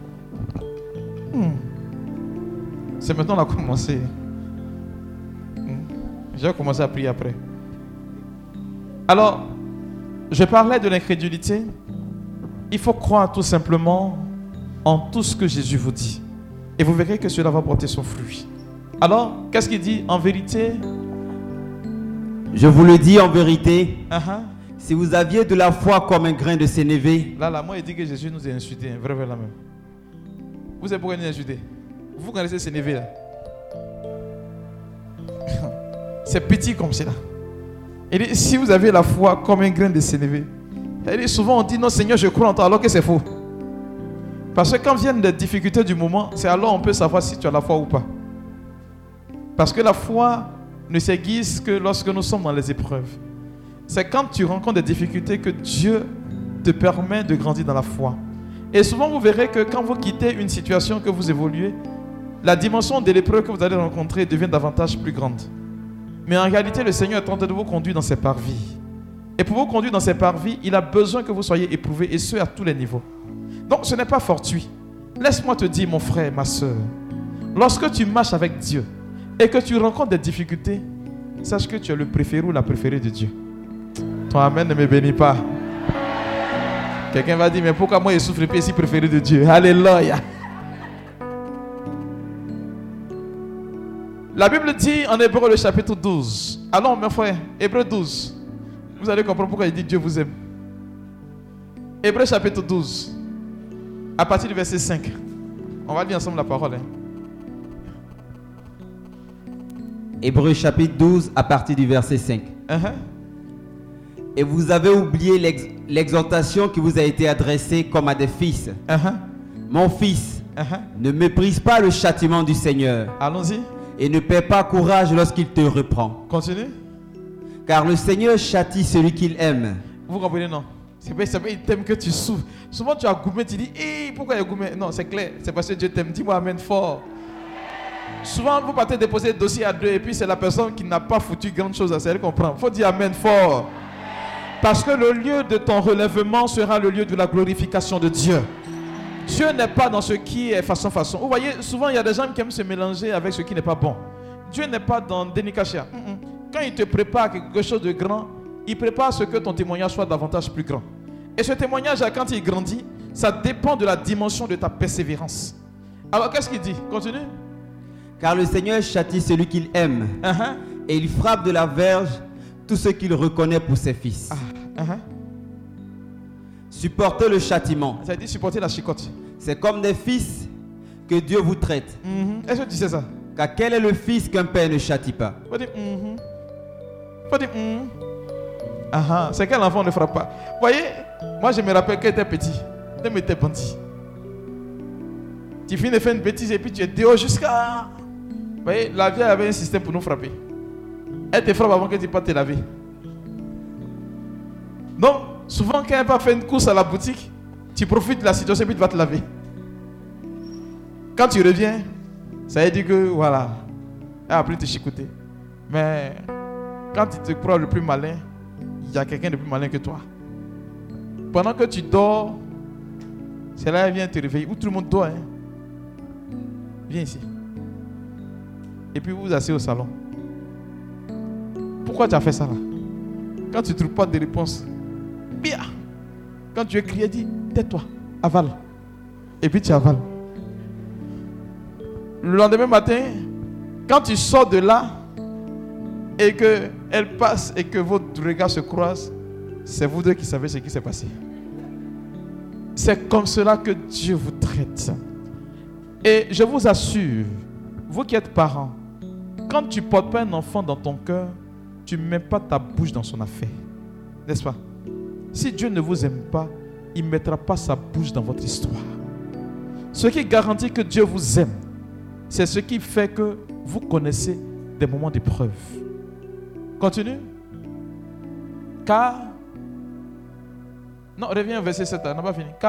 Speaker 3: C'est maintenant qu'on a commencé. Je vais commencer à prier après. Alors, je parlais de l'incrédulité. Il faut croire tout simplement en tout ce que Jésus vous dit. Et vous verrez que cela va porter son fruit. Alors, qu'est-ce qu'il dit? En vérité,
Speaker 4: je vous le dis en vérité,
Speaker 3: uh-huh.
Speaker 4: Si vous aviez de la foi comme un grain de sénévé.
Speaker 3: Là, moi, il dit que Jésus nous a insultés. Vrai, la même. Vous savez pourquoi il nous a insultés? Vous connaissez sénévé là? C'est petit comme cela. Il dit, si vous avez la foi comme un grain de sénévé. Il dit, souvent on dit, non Seigneur, je crois en toi, alors que c'est faux. Parce que quand viennent les difficultés du moment, c'est alors on peut savoir si tu as la foi ou pas. Parce que la foi ne s'aiguise que lorsque nous sommes dans les épreuves. C'est quand tu rencontres des difficultés que Dieu te permet de grandir dans la foi. Et souvent vous verrez que quand vous quittez une situation, que vous évoluez, la dimension de l'épreuve que vous allez rencontrer devient davantage plus grande. Mais en réalité, le Seigneur est en train de vous conduire dans ses parvis. Et pour vous conduire dans ses parvis, il a besoin que vous soyez éprouvés, et ce à tous les niveaux. Donc ce n'est pas fortuit. Laisse-moi te dire, mon frère, ma soeur, lorsque tu marches avec Dieu et que tu rencontres des difficultés, sache que tu es le préféré ou la préférée de Dieu. Ton amen ne me bénit pas. Quelqu'un va dire, mais pourquoi moi je souffre et si préféré de Dieu? Alléluia. La Bible dit en Hébreu le chapitre 12. Allons mes frères, Hébreu 12. Vous allez comprendre pourquoi il dit Dieu vous aime. Hébreux chapitre 12, à partir du verset 5. On va lire ensemble la parole.
Speaker 4: Hébreux chapitre 12 à partir du verset 5. Et vous avez oublié l'exhortation qui vous a été adressée comme à des fils. Mon fils, ne méprise pas le châtiment du Seigneur.
Speaker 3: Allons-y.
Speaker 4: Et ne perds pas courage lorsqu'il te reprend.
Speaker 3: Continue.
Speaker 4: Car le Seigneur châtie celui qu'il aime.
Speaker 3: Vous comprenez, non? C'est pas il t'aime que tu souffres. Souvent tu as gourmé, tu dis, pourquoi il y a gourmé? Non, c'est clair, c'est parce que Dieu t'aime. Dis-moi amen fort. Souvent vous partez déposer le dossier à deux et puis c'est la personne qui n'a pas foutu grande chose à celle comprend. Il faut dire amen fort. Parce que le lieu de ton relèvement sera le lieu de la glorification de Dieu. Dieu n'est pas dans ce qui est façon. Vous voyez, souvent il y a des gens qui aiment se mélanger avec ce qui n'est pas bon. Dieu n'est pas dans Denikashia. Quand il te prépare quelque chose de grand, il prépare ce que ton témoignage soit davantage plus grand. Et ce témoignage, quand il grandit, ça dépend de la dimension de ta persévérance. Alors qu'est-ce qu'il dit? Continue.
Speaker 4: Car le Seigneur châtie celui qu'il aime. Et il frappe de la verge tout ce qu'il reconnaît pour ses fils. Supportez le châtiment.
Speaker 3: Ça dit supporter la chicotte.
Speaker 4: C'est comme des fils que Dieu vous traite.
Speaker 3: Est-ce que tu sais ça?
Speaker 4: Car quel est le fils qu'un père ne châtie pas?
Speaker 3: Faut dire c'est quel enfant ne frappe pas? Vous voyez, moi je me rappelle quand j'étais petit, je m'étais bandit. Tu finis de faire une bêtise et puis tu es dehors jusqu'à... Vous voyez, la vie avait un système pour nous frapper. Elle te frappe avant que tu partes te laver. Donc, souvent quand elle va faire une course à la boutique, tu profites de la situation et puis tu vas te laver. Quand tu reviens, ça veut dire que voilà, elle a appris à te chicoter. Mais quand tu te crois le plus malin, il y a quelqu'un de plus malin que toi. Pendant que tu dors, c'est là qu'elle vient te réveiller. Où tout le monde dort. Viens ici. Et puis vous vous asseyez au salon. Pourquoi tu as fait ça là? Quand tu ne trouves pas de réponse, bien. Quand tu es crié, dis, tais-toi, avale. Et puis tu avales. Le lendemain matin, quand tu sors de là, et qu'elle passe et que votre regard se croise, c'est vous deux qui savez ce qui s'est passé. C'est comme cela que Dieu vous traite. Et je vous assure, vous qui êtes parents, quand tu ne portes pas un enfant dans ton cœur, tu ne mets pas ta bouche dans son affaire. N'est-ce pas? Si Dieu ne vous aime pas, il ne mettra pas sa bouche dans votre histoire. Ce qui garantit que Dieu vous aime, c'est ce qui fait que vous connaissez des moments d'épreuve. Continue. Car... Non, reviens au verset 7, on n'a pas fini.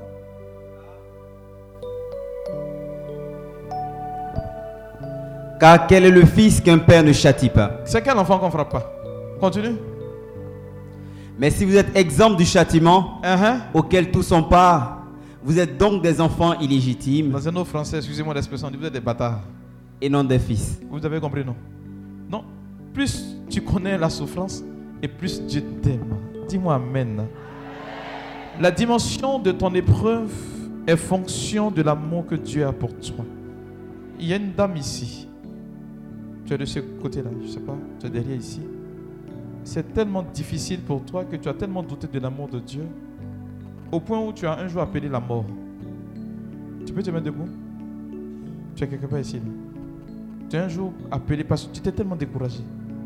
Speaker 4: Car quel est le fils qu'un père ne châtie pas?
Speaker 3: C'est quel enfant qu'on ne frappe pas? Continue.
Speaker 4: Mais si vous êtes exempt du châtiment auquel tous sont part, vous êtes donc des enfants illégitimes.
Speaker 3: Dans un autre français, excusez-moi l'expression, vous êtes des bâtards.
Speaker 4: Et non des fils.
Speaker 3: Vous avez compris, non? Non. Plus tu connais la souffrance et plus Dieu t'aime. Dis-moi amen. La dimension de ton épreuve est fonction de l'amour que Dieu a pour toi. Il y a une dame ici. Tu es de ce côté-là, je ne sais pas, tu es derrière ici. C'est tellement difficile pour toi que tu as tellement douté de l'amour de Dieu au point où tu as un jour appelé la mort. Tu peux te mettre debout? Tu es quelque part ici. Tu as un jour appelé parce que tu t'es tellement découragé.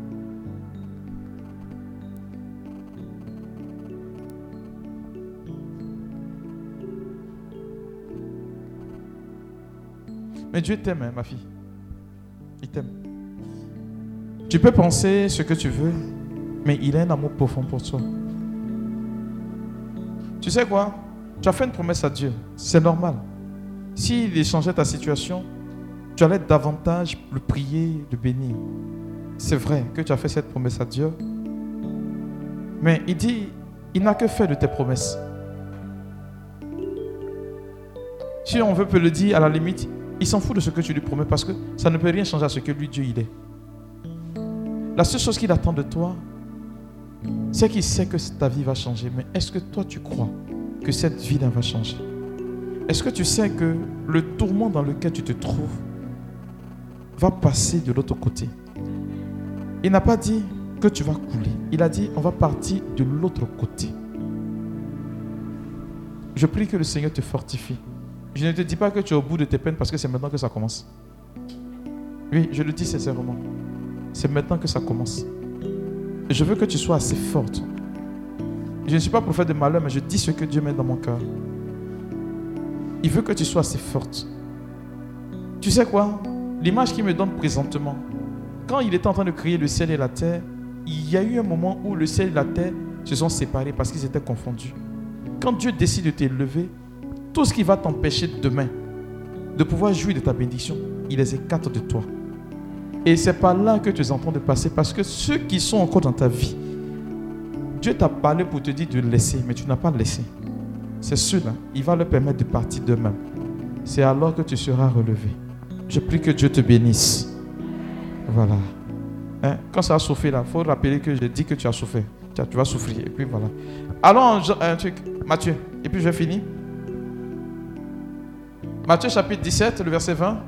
Speaker 3: Mais Dieu t'aime, hein, ma fille. Il t'aime. Tu peux penser ce que tu veux, mais il a un amour profond pour toi. Tu sais quoi? Tu as fait une promesse à Dieu. C'est normal. S'il changeait ta situation, tu allais davantage le prier, le bénir. C'est vrai que tu as fait cette promesse à Dieu. Mais il dit, il n'a que fait de tes promesses. Si on peut le dire, à la limite, il s'en fout de ce que tu lui promets parce que ça ne peut rien changer à ce que lui, Dieu, il est. La seule chose qu'il attend de toi, c'est qu'il sait que ta vie va changer. Mais est-ce que toi, tu crois que cette vie-là va changer? Est-ce que tu sais que le tourment dans lequel tu te trouves va passer de l'autre côté? Il n'a pas dit que tu vas couler. Il a dit on va partir de l'autre côté. Je prie que le Seigneur te fortifie. Je ne te dis pas que tu es au bout de tes peines parce que c'est maintenant que ça commence. Oui, je le dis sincèrement. C'est maintenant que ça commence. Et je veux que tu sois assez forte. Je ne suis pas prophète de malheur, mais je dis ce que Dieu met dans mon cœur. Il veut que tu sois assez forte. Tu sais quoi? L'image qu'il me donne présentement, quand il était en train de créer le ciel et la terre, il y a eu un moment où le ciel et la terre se sont séparés parce qu'ils étaient confondus. Quand Dieu décide de t'élever, tout ce qui va t'empêcher demain de pouvoir jouir de ta bénédiction, il les écarte de toi. Et c'est par là que tu es en train de passer, parce que ceux qui sont encore dans ta vie, Dieu t'a parlé pour te dire de laisser, mais tu n'as pas laissé. C'est ceux-là, il va leur permettre de partir d'eux-mêmes. C'est alors que tu seras relevé. Je prie que Dieu te bénisse. Voilà. Hein? Quand ça a souffert là, il faut rappeler que j'ai dit que tu as souffert. Tu vas souffrir. Et puis voilà. Allons un truc, Matthieu. Et puis je finis. Matthieu chapitre 17, le verset 20.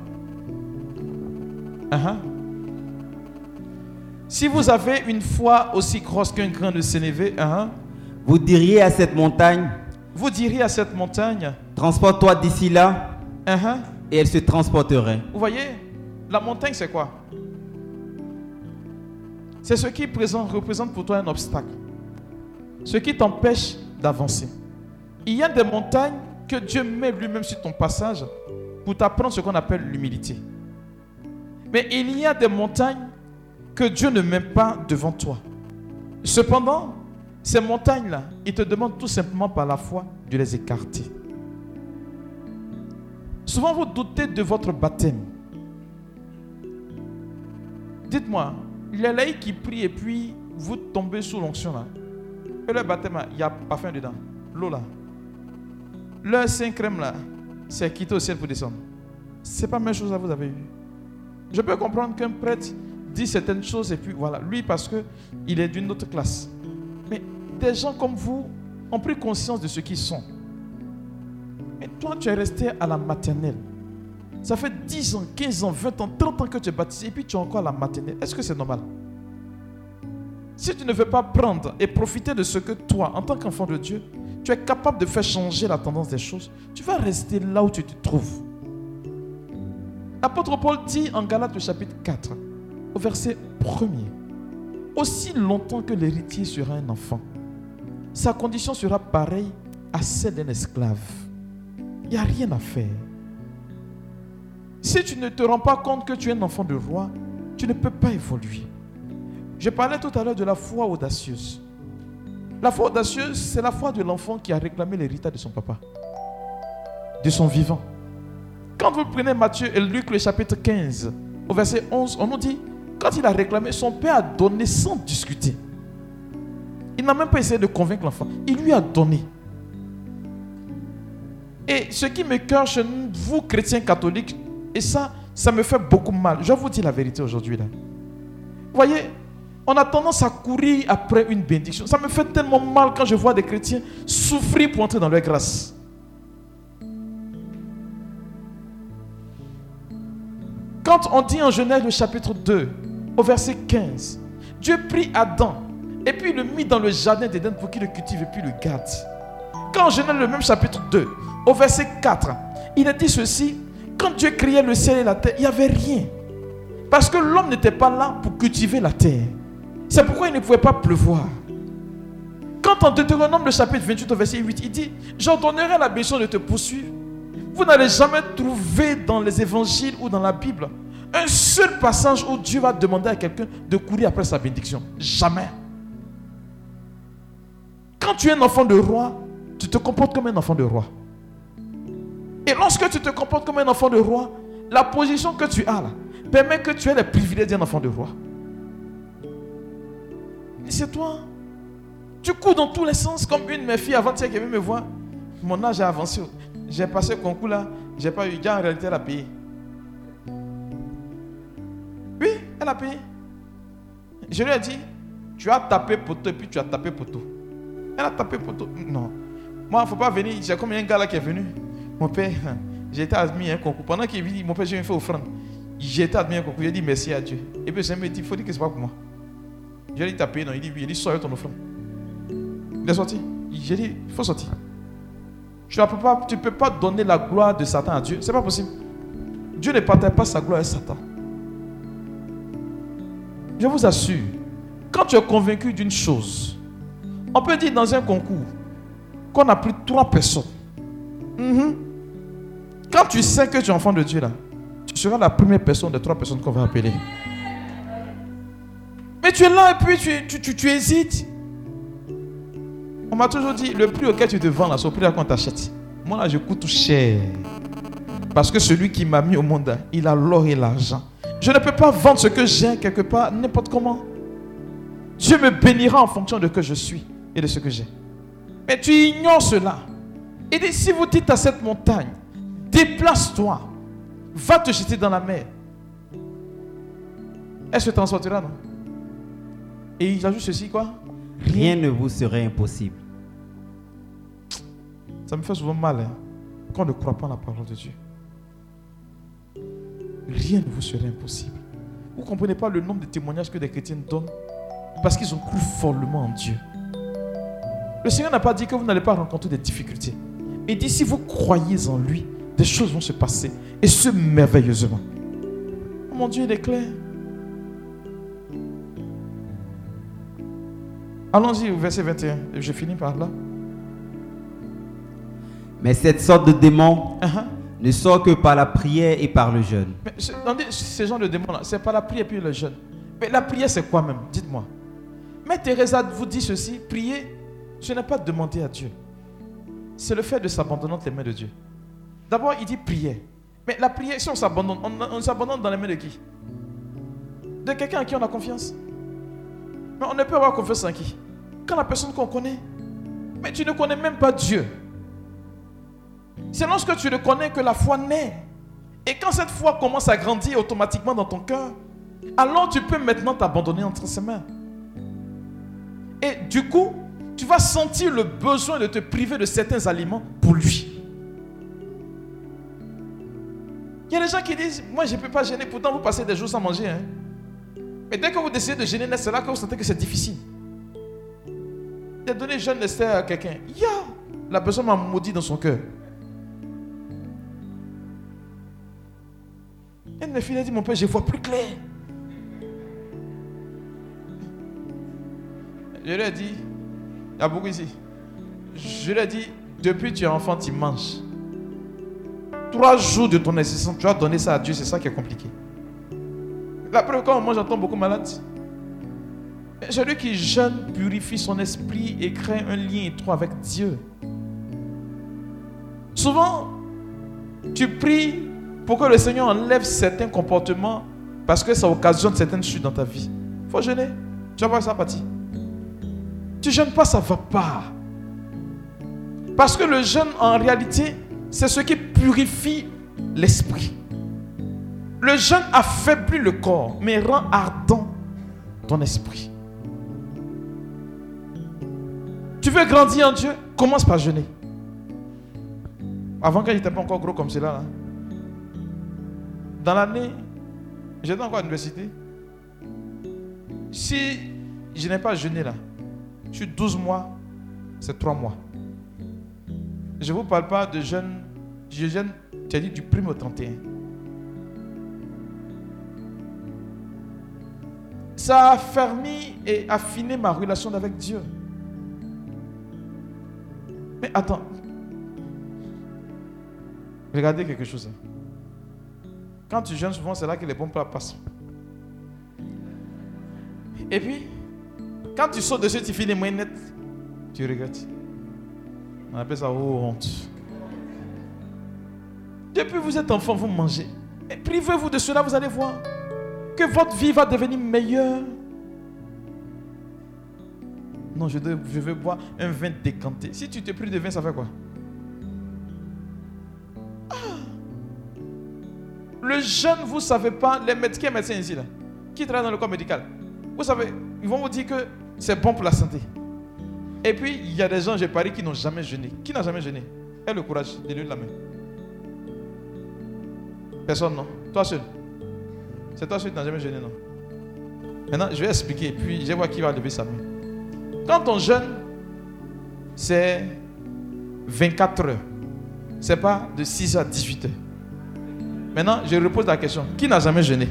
Speaker 3: Si vous avez une foi aussi grosse qu'un grain de sénévé,
Speaker 4: vous diriez à cette montagne, transporte-toi d'ici là, et elle se transporterait.
Speaker 3: Vous voyez, la montagne c'est quoi? C'est ce qui représente pour toi un obstacle. Ce qui t'empêche d'avancer. Il y a des montagnes que Dieu met lui-même sur ton passage pour t'apprendre ce qu'on appelle l'humilité. Mais il y a des montagnes que Dieu ne met pas devant toi. Cependant, ces montagnes-là, il te demande tout simplement par la foi de les écarter. Souvent, vous doutez de votre baptême. Dites-moi, les laïcs qui prient et puis vous tombez sous l'onction là. Et le baptême, il y a parfum dedans. L'eau là. Le Saint crème là, c'est quitté au ciel pour descendre. C'est pas la même chose que vous avez eu. Je peux comprendre qu'un prêtre dit certaines choses et puis voilà. Lui parce qu'il est d'une autre classe. Mais des gens comme vous ont pris conscience de ce qu'ils sont. Mais toi, tu es resté à la maternelle. Ça fait 10 ans, 15 ans, 20 ans, 30 ans que tu es baptisé et puis tu es encore à la maternelle. Est-ce que c'est normal? Si tu ne veux pas prendre et profiter de ce que toi, en tant qu'enfant de Dieu, tu es capable de faire changer la tendance des choses, tu vas rester là où tu te trouves. L'apôtre Paul dit en Galates chapitre 4, au verset 1er, aussi longtemps que l'héritier sera un enfant, sa condition sera pareille à celle d'un esclave. Il n'y a rien à faire. Si tu ne te rends pas compte que tu es un enfant de roi, tu ne peux pas évoluer. Je parlais tout à l'heure de la foi audacieuse. La foi audacieuse, c'est la foi de l'enfant qui a réclamé l'héritage de son papa, de son vivant. Quand vous prenez Matthieu et Luc, le chapitre 15, au verset 11, on nous dit, quand il a réclamé, son père a donné sans discuter. Il n'a même pas essayé de convaincre l'enfant. Il lui a donné. Et ce qui me cœur chez vous, chrétiens catholiques, et ça me fait beaucoup mal. Je vais vous dire la vérité aujourd'hui. Là. Vous voyez, on a tendance à courir après une bénédiction. Ça me fait tellement mal quand je vois des chrétiens souffrir pour entrer dans leur grâce. Quand on dit en Genèse le chapitre 2, au verset 15, Dieu prit Adam et puis il le mit dans le jardin d'Éden pour qu'il le cultive et puis le garde. Quand en Genèse le même chapitre 2, au verset 4, il a dit ceci, quand Dieu créait le ciel et la terre, il n'y avait rien. Parce que l'homme n'était pas là pour cultiver la terre. C'est pourquoi il ne pouvait pas pleuvoir. Quand en Deutéronome le chapitre 28 au verset 8, il dit, j'ordonnerai la bénédiction de te poursuivre. Vous n'allez jamais trouver dans les évangiles ou dans la Bible un seul passage où Dieu va demander à quelqu'un de courir après sa bénédiction. Jamais. Quand tu es un enfant de roi, tu te comportes comme un enfant de roi. Et lorsque tu te comportes comme un enfant de roi, la position que tu as là permet que tu aies les privilèges d'un enfant de roi. Et c'est toi. Tu cours dans tous les sens comme une de mes filles avant-hier qui est venue me voir. Mon âge a avancé. J'ai passé le concours là, j'ai pas eu. En réalité, elle a payé. Oui, elle a payé. Je lui ai dit, tu as tapé poteau et puis tu as tapé poteau. Elle a tapé poteau. Non. Moi, il ne faut pas venir. J'ai comme un gars là qui est venu. Mon père, j'ai été admis à un concours. Pendant qu'il dit, mon père, j'ai fait offrande. J'ai été admis à un concours. J'ai dit merci à Dieu. Et puis, je me dit, il faut dire que ce n'est pas pour moi. J'ai dit, t'as payé, non. Il dit, oui. Il dit, sors ton offrande. Il est sorti. J'ai dit, il faut sortir. Tu ne peux pas donner la gloire de Satan à Dieu. Ce n'est pas possible. Dieu ne partage pas sa gloire à Satan. Je vous assure, quand tu es convaincu d'une chose, on peut dire dans un concours qu'on a pris 3 personnes. Quand tu sais que tu es enfant de Dieu, là, tu seras la première personne des 3 personnes qu'on va appeler. Mais tu es là et puis tu hésites. On m'a toujours dit, le prix auquel tu te vends, là, c'est au prix qu'on t'achète. Moi, là, je coûte cher. Parce que celui qui m'a mis au monde, là, il a l'or et l'argent. Je ne peux pas vendre ce que j'ai quelque part, n'importe comment. Dieu me bénira en fonction de ce que je suis et de ce que j'ai. Mais tu ignores cela. Et dit, si vous dites à cette montagne, déplace-toi, va te jeter dans la mer. Est-ce que tu en sortiras, non? Et il ajoute ceci, quoi?
Speaker 4: Rien ne vous serait impossible.
Speaker 3: Ça me fait souvent mal, hein, quand on ne croit pas en la parole de Dieu. Rien ne vous serait impossible. Vous ne comprenez pas le nombre de témoignages que des chrétiens donnent parce qu'ils ont cru follement en Dieu. Le Seigneur n'a pas dit que vous n'allez pas rencontrer des difficultés. Il dit, si vous croyez en lui, des choses vont se passer, et ce merveilleusement. Oh, mon Dieu, il est clair. Allons-y au verset 21. Je finis par là.
Speaker 4: Mais cette sorte de démon ne sort que par la prière et par le jeûne.
Speaker 3: Mais ces gens de démons-là, c'est pas la prière et puis le jeûne. Mais la prière, c'est quoi même? Dites-moi. Mais Teresa vous dit ceci, prier, ce n'est pas demander à Dieu. C'est le fait de s'abandonner entre les mains de Dieu. D'abord, il dit prière. Mais la prière, si on s'abandonne, on s'abandonne dans les mains de qui? De quelqu'un à qui on a confiance. Mais on ne peut avoir confiance en qui? Quand la personne qu'on connaît. Mais tu ne connais même pas Dieu. C'est lorsque tu le connais que la foi naît. Et quand cette foi commence à grandir automatiquement dans ton cœur, alors tu peux maintenant t'abandonner entre ses mains. Et du coup, tu vas sentir le besoin de te priver de certains aliments pour lui. Il y a des gens qui disent, moi je ne peux pas jeûner, pourtant vous passez des jours sans manger. Hein. Mais dès que vous décidez de jeûner, c'est là que vous sentez que c'est difficile. Il a donné jeûne Esther à quelqu'un. La personne m'a maudit dans son cœur. Et une fille a dit, mon père, je vois plus clair. Je lui ai dit, il y a beaucoup ici. Je lui ai dit, depuis que tu es enfant, tu manges. 3 jours de ton existence, tu as donné ça à Dieu, c'est ça qui est compliqué. La preuve, quand on mange, on tombe beaucoup malade. Celui qui jeûne purifie son esprit et crée un lien étroit avec Dieu. Souvent, tu pries pour que le Seigneur enlève certains comportements parce que ça occasionne certaines chutes dans ta vie. Il faut jeûner. Tu vas voir ça partir. Tu ne jeûnes pas, ça ne va pas. Parce que le jeûne, en réalité, c'est ce qui purifie l'esprit. Le jeûne affaiblit le corps, mais rend ardent ton esprit. Tu veux grandir en Dieu? Commence par jeûner. Avant, quand je n'étais pas encore gros comme cela, là, dans l'année, j'étais encore à l'université. Si je n'ai pas jeûné là, sur 12 mois, c'est 3 mois. Je ne vous parle pas de jeûne. Je jeûne, tu as dit, du 1er au 31. Ça a affermi et affiné ma relation avec Dieu. Mais attends. Regardez quelque chose. Quand tu jeûnes, souvent, c'est là que les bons plats passent. Et puis, quand tu sautes dessus, tu finis moins net, tu regrettes. On appelle ça honte. Depuis que vous êtes enfant, vous mangez. Et privez-vous de cela, vous allez voir que votre vie va devenir meilleure. Non, je veux boire un vin décanté. Si tu te prives de vin, ça fait quoi? Le jeûne, vous ne savez pas, les médecins ici, là, qui travaillent dans le corps médical, vous savez, ils vont vous dire que c'est bon pour la santé. Et puis, il y a des gens, j'ai parié, qui n'ont jamais jeûné. Qui n'a jamais jeûné? Aie le courage de lever la main. Personne, non? Toi seul. C'est toi seul qui n'as jamais jeûné, non? Maintenant, je vais expliquer, puis je vais voir qui va lever sa main. Quand on jeûne, c'est 24 heures. c'est pas de 6h à 18h. Maintenant, je repose la question. Qui n'a jamais jeûné?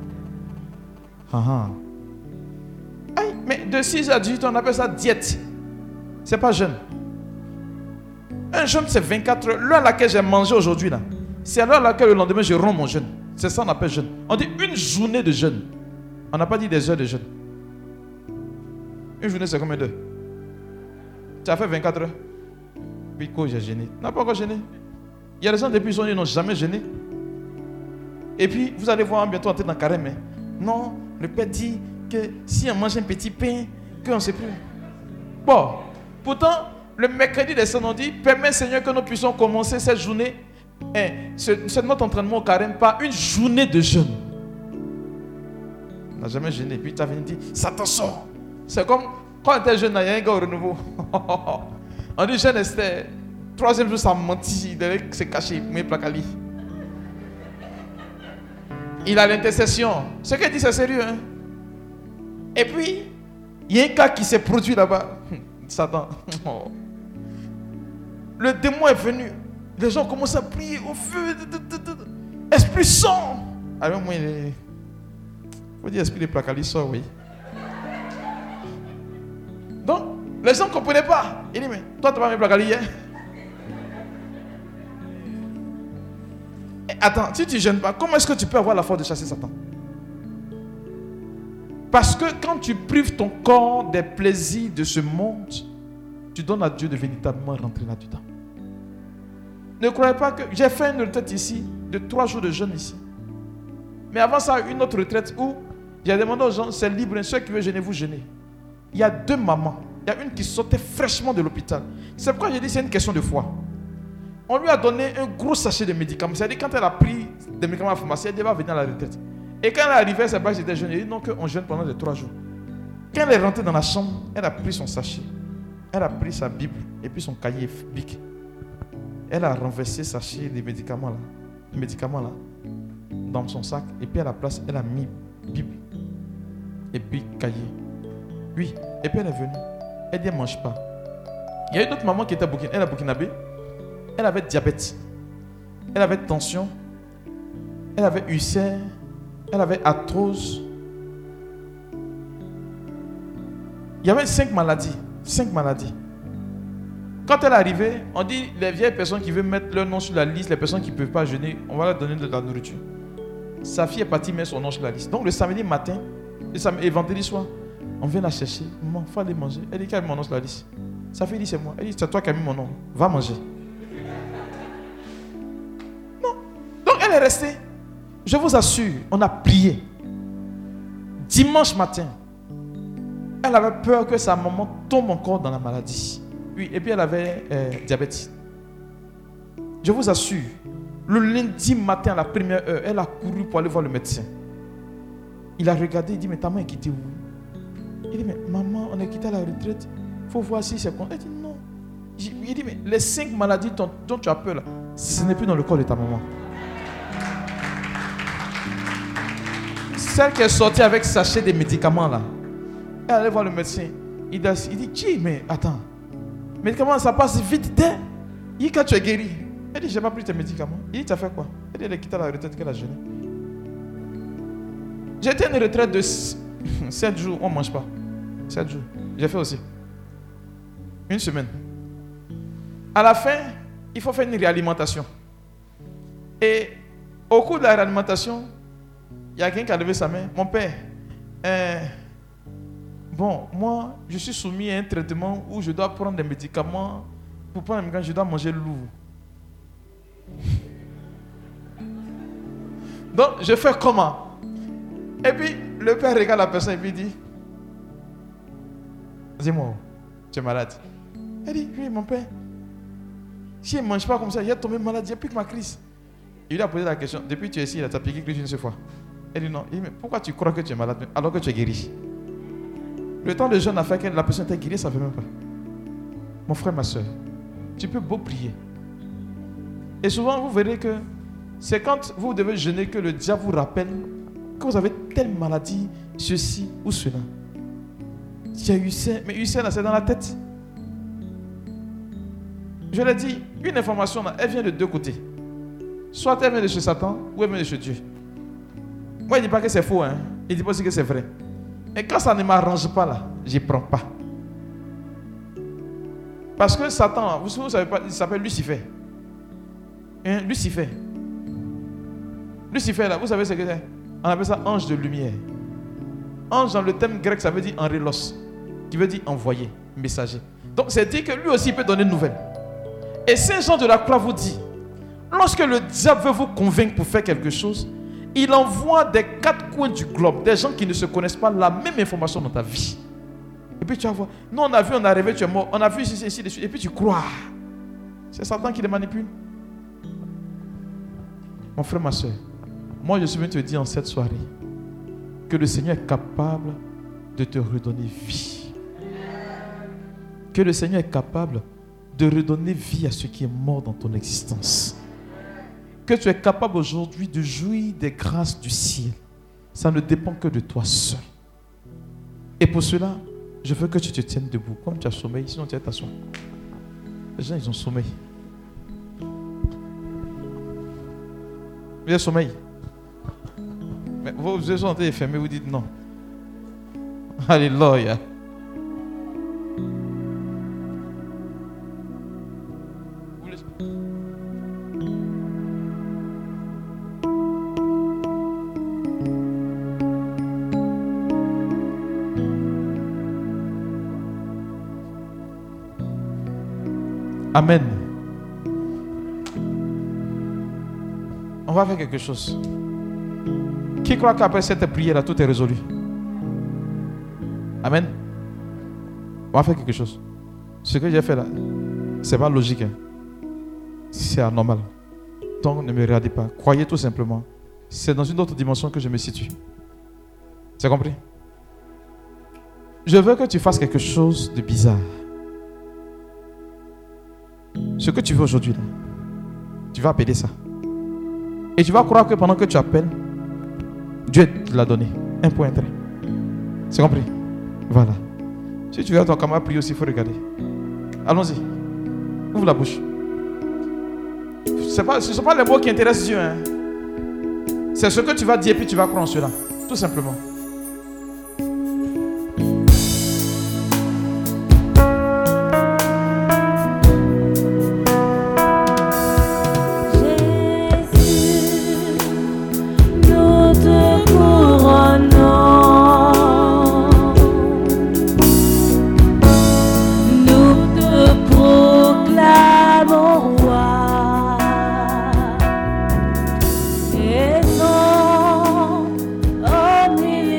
Speaker 3: Aïe, mais de 6h à 18h, on appelle ça diète. C'est pas jeûne. Un jeûne, c'est 24 heures. L'heure à laquelle j'ai mangé aujourd'hui, là, c'est à l'heure à laquelle le lendemain, je romps mon jeûne. C'est ça qu'on appelle jeûne. On dit une journée de jeûne. On n'a pas dit des heures de jeûne. Une journée, c'est combien d'heures? Tu as fait 24 heures. Puis quoi, j'ai jeûné. Tu n'as pas encore jeûné. Il y a des gens depuis ils n'ont jamais jeûné. Et puis, vous allez voir bientôt entrer dans le carême. Non, le Père dit que si on mange un petit pain, qu'on ne sait plus. Bon, pourtant, le mercredi des Saints, on dit, permets Seigneur que nous puissions commencer cette journée, c'est notre entraînement au carême, par une journée de jeûne. On n'a jamais jeûné. Puis tu as venu dire, Satan sort. C'est comme quand on était jeune, il y a un gars au renouveau. On dit jeune Esther. Troisième jour, ça a menti. Il devait se cacher. Mais placali. Il a l'intercession. Ce qu'il dit, c'est sérieux. Hein? Et puis, il y a un cas qui s'est produit là-bas. Satan. Le démon est venu. Les gens commencent à prier au feu. Esprit sang. Alors moi, il faut dire esprit de placali sort, oui. Donc, les gens ne comprenaient pas. Il dit, mais toi, tu n'as pas mis placali hier. Attends, si tu ne jeûnes pas, comment est-ce que tu peux avoir la force de chasser Satan? Parce que quand tu prives ton corps des plaisirs de ce monde, tu donnes à Dieu de véritablement rentrer là-dedans. Ne croyez pas que j'ai fait une retraite ici, de 3 jours de jeûne ici. Mais avant ça, une autre retraite où j'ai demandé aux gens, c'est libre, ceux qui veulent jeûner, vous jeûnez. Il y a 2 mamans. Il y a une qui sortait fraîchement de l'hôpital. C'est pourquoi j'ai dit c'est une question de foi. On lui a donné un gros sachet de médicaments. C'est-à-dire quand elle a pris des médicaments à la pharmacie, elle va venir à la retraite. Et quand elle est arrivée, c'est pas que j'étais jeune. Elle dit non, qu'on jeûne pendant les 3 jours. Quand elle est rentrée dans la chambre, elle a pris son sachet. Elle a pris sa Bible et puis son cahier bic. Elle a renversé sachet des médicaments là, dans son sac. Et puis à la place, elle a mis Bible et puis cahier. Oui, et puis elle est venue. Elle dit, elle ne mange pas. Il y a une autre maman qui était elle a burkinabé. Elle avait diabète. Elle avait tension. Elle avait ulcère. Elle avait arthrose. Il y avait 5 maladies. 5 maladies. Quand elle est arrivée, on dit, les vieilles personnes qui veulent mettre leur nom sur la liste, les personnes qui ne peuvent pas jeûner, on va leur donner de la nourriture. Sa fille est partie mettre son nom sur la liste. Donc le samedi matin, et vendredi soir, on vient la chercher. Maman, il faut aller manger. Elle dit qu'elle a mis mon nom sur la liste. Sa fille dit c'est moi. Elle dit c'est toi qui as mis mon nom. Va manger. Non. Donc elle est restée. Je vous assure, on a prié. Dimanche matin, elle avait peur que sa maman tombe encore dans la maladie. Oui, et puis elle avait diabète. Je vous assure, le lundi matin à la première heure, elle a couru pour aller voir le médecin. Il a regardé, il dit mais ta maman est quittée où? Il dit, mais maman, on est quitté à la retraite. Il faut voir si c'est con. Elle dit, non. Il dit, mais les 5 maladies dont tu as peur, là, ce n'est plus dans le corps de ta maman. Celle qui est sortie avec sachet des médicaments, là, elle allait voir le médecin. Il dit, mais attends. Médicaments, ça passe vite. Il dit, quand tu es guéri. Elle dit, j'ai pas pris tes médicaments. Il dit, tu as fait quoi? Elle dit, elle est quittée à la retraite qu'elle a jeûné. J'étais à une retraite de 7 jours, on ne mange pas. 7 jours. J'ai fait aussi. 1 semaine. À la fin, il faut faire une réalimentation. Et au cours de la réalimentation, il y a quelqu'un qui a levé sa main. Mon père, bon, moi, je suis soumis à un traitement où je dois prendre des médicaments. Pour prendre des médicaments, je dois manger lourd. Donc, je fais comment? Et puis, le père regarde la personne et puis dit, dis-moi, tu es malade? Elle dit, oui, mon père, si elle ne mange pas comme ça, il a tombé malade, j'ai piqué ma crise. Il lui a posé la question, depuis que tu es ici, il t'a piqué crise une seule fois. Elle dit, non. Il dit, mais pourquoi tu crois que tu es malade alors que tu es guéri? Le temps de jeûne a fait que la personne était guérie, ça ne fait même pas. Mon frère, ma soeur, tu peux beau prier. Et souvent, vous verrez que c'est quand vous devez jeûner que le diable vous rappelle que vous avez telle maladie, ceci ou cela. Tu as ulcère, mais ulcère là, c'est dans la tête. Je l'ai dit, une information, elle vient de deux côtés. Soit elle vient de chez Satan, ou elle vient de chez Dieu. Moi, il ne dit pas que c'est faux, hein. Il dit pas aussi que c'est vrai. Et quand ça ne m'arrange pas là, je ne prends pas. Parce que Satan, vous ne savez pas, il s'appelle Lucifer. Hein? Lucifer. Lucifer là, vous savez ce que c'est? On appelle ça ange de lumière. Ange dans le thème grec, ça veut dire enrélos, qui veut dire envoyé, messager. Donc c'est dire que lui aussi il peut donner une nouvelle. Et Saint Jean de la Croix vous dit, lorsque le diable veut vous convaincre pour faire quelque chose, il envoie des quatre coins du globe, des gens qui ne se connaissent pas, la même information dans ta vie. Et puis tu vas voir, nous on a vu, on est arrivé, tu es mort, on a vu ici, ici, et puis tu crois. C'est Satan qui les manipule. Mon frère, ma soeur, moi je suis venu te dire en cette soirée que le Seigneur est capable de te redonner vie. Que le Seigneur est capable de redonner vie à ce qui est mort dans ton existence. Que tu es capable aujourd'hui de jouir des grâces du ciel. Ça ne dépend que de toi seul. Et pour cela, je veux que tu te tiennes debout. Comme tu as sommeil, sinon tu es t'asseoir. Les gens, ils ont sommeil. Vous avez sommeil. Mais vos yeux sont en train de fermer, vous dites non. Alléluia. Amen. On va faire quelque chose. Qui croit qu'après cette prière-là, tout est résolu? Amen. On va faire quelque chose. Ce que j'ai fait là, c'est pas logique. Hein. C'est anormal. Donc ne me regardez pas. Croyez tout simplement. C'est dans une autre dimension que je me situe. C'est compris? Je veux que tu fasses quelque chose de bizarre. Ce que tu veux aujourd'hui, là, tu vas appeler ça. Et tu vas croire que pendant que tu appelles, Dieu te l'a donné. Un point trait. C'est compris? Voilà. Si tu regardes ton camarade prier aussi, il faut regarder. Allons-y. Ouvre la bouche. Ce ne sont pas les mots qui intéressent Dieu. Hein. C'est ce que tu vas dire et puis tu vas croire en cela. Tout simplement.
Speaker 5: Et son omniscience.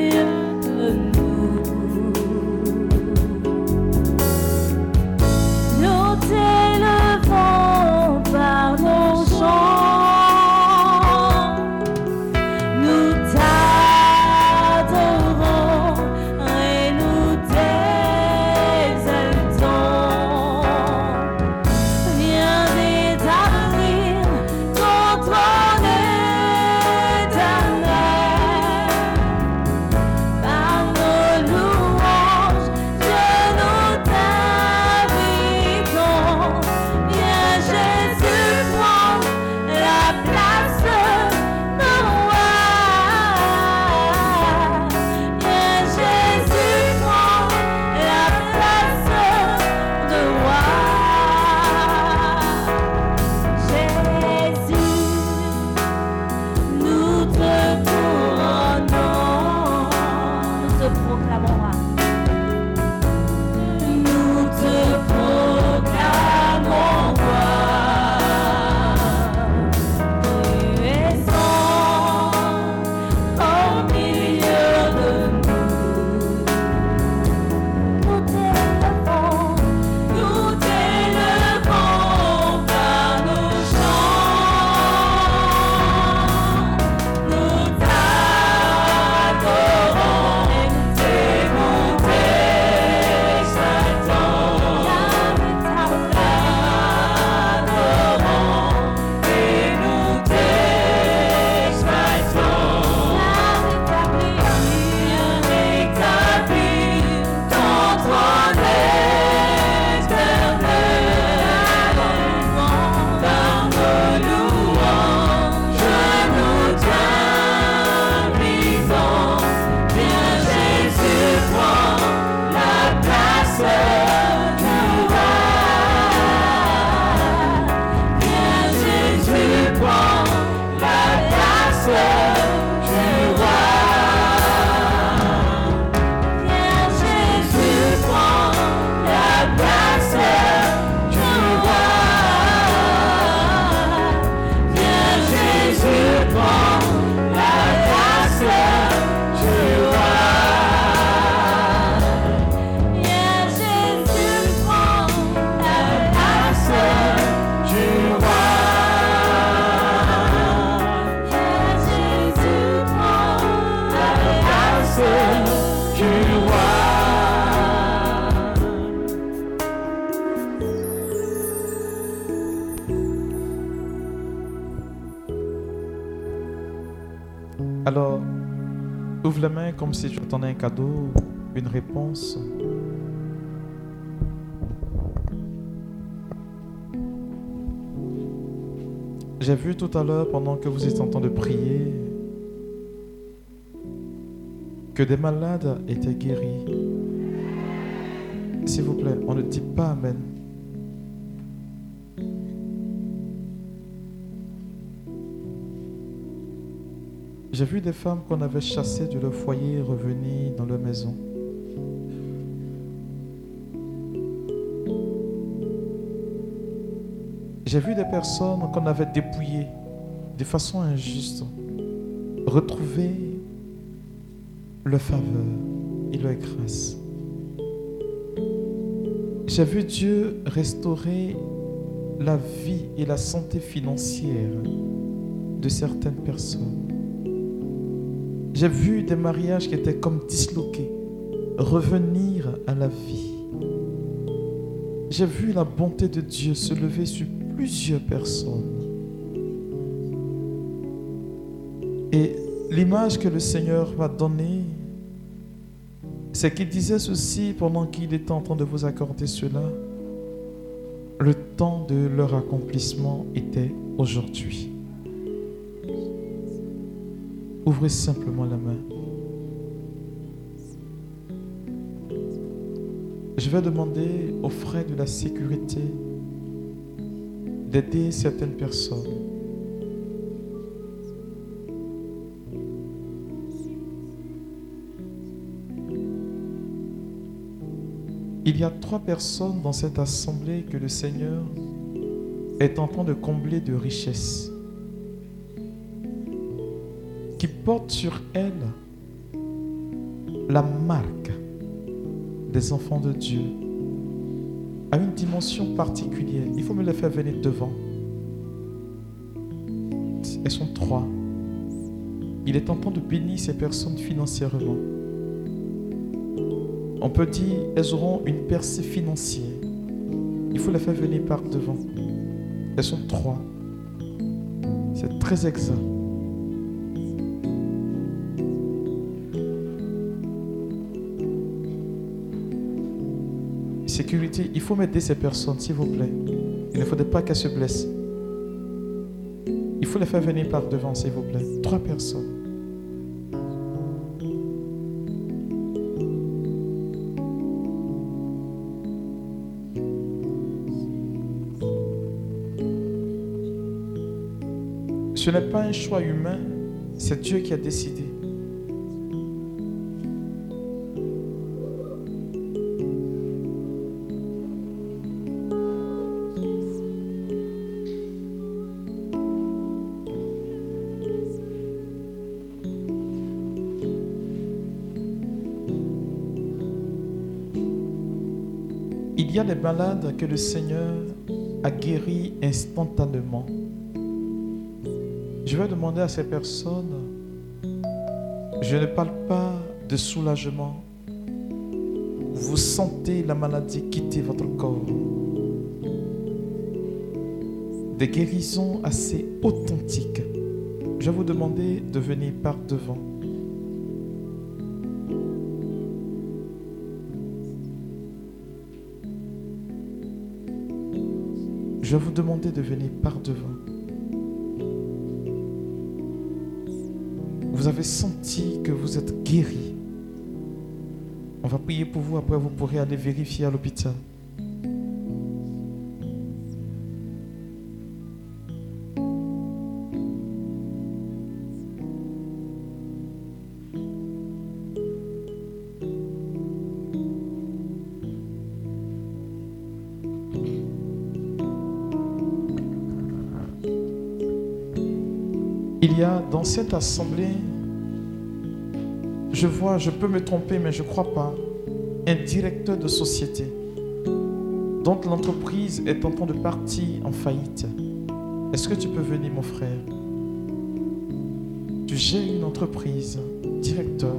Speaker 3: Alors, ouvre la main comme si tu attendais un cadeau, une réponse. J'ai vu tout à l'heure, pendant que vous étiez en train de prier, que des malades étaient guéris. S'il vous plaît, on ne dit pas Amen. J'ai vu des femmes qu'on avait chassées de leur foyer revenir dans leur maison. J'ai vu des personnes qu'on avait dépouillées de façon injuste retrouver leur faveur et leur grâce. J'ai vu Dieu restaurer la vie et la santé financière de certaines personnes. J'ai vu des mariages qui étaient comme disloqués revenir à la vie. J'ai vu la bonté de Dieu se lever sur plusieurs personnes. Et l'image que le Seigneur m'a donnée, c'est qu'il disait ceci pendant qu'il était en train de vous accorder cela. Le temps de leur accomplissement était aujourd'hui. Ouvrez simplement la main. Je vais demander aux frères de la sécurité d'aider certaines personnes. Il y a 3 personnes dans cette assemblée que le Seigneur est en train de combler de richesses, qui portent sur elles la marque des enfants de Dieu à une dimension particulière. Il faut me les faire venir devant. Elles sont 3. Il est en train de bénir ces personnes financièrement. On peut dire elles auront une percée financière. Il faut les faire venir par devant. Elles sont 3. C'est très exact. Sécurité, il faut m'aider ces personnes, s'il vous plaît. Il ne faudrait pas qu'elles se blessent. Il faut les faire venir par devant, s'il vous plaît. 3 personnes. Ce n'est pas un choix humain, c'est Dieu qui a décidé. Il y a des malades que le Seigneur a guéris instantanément. Je vais demander à ces personnes, je ne parle pas de soulagement. Vous sentez la maladie quitter votre corps. Des guérisons assez authentiques. Je vais vous demander de venir par devant. Je vais vous demander de venir par devant. Vous avez senti que vous êtes guéri. On va prier pour vous, après vous pourrez aller vérifier à l'hôpital. Il y a dans cette assemblée, je peux me tromper, mais je ne crois pas, un directeur de société dont l'entreprise est en train de partir en faillite. Est-ce que tu peux venir, mon frère? Tu gères une entreprise, directeur,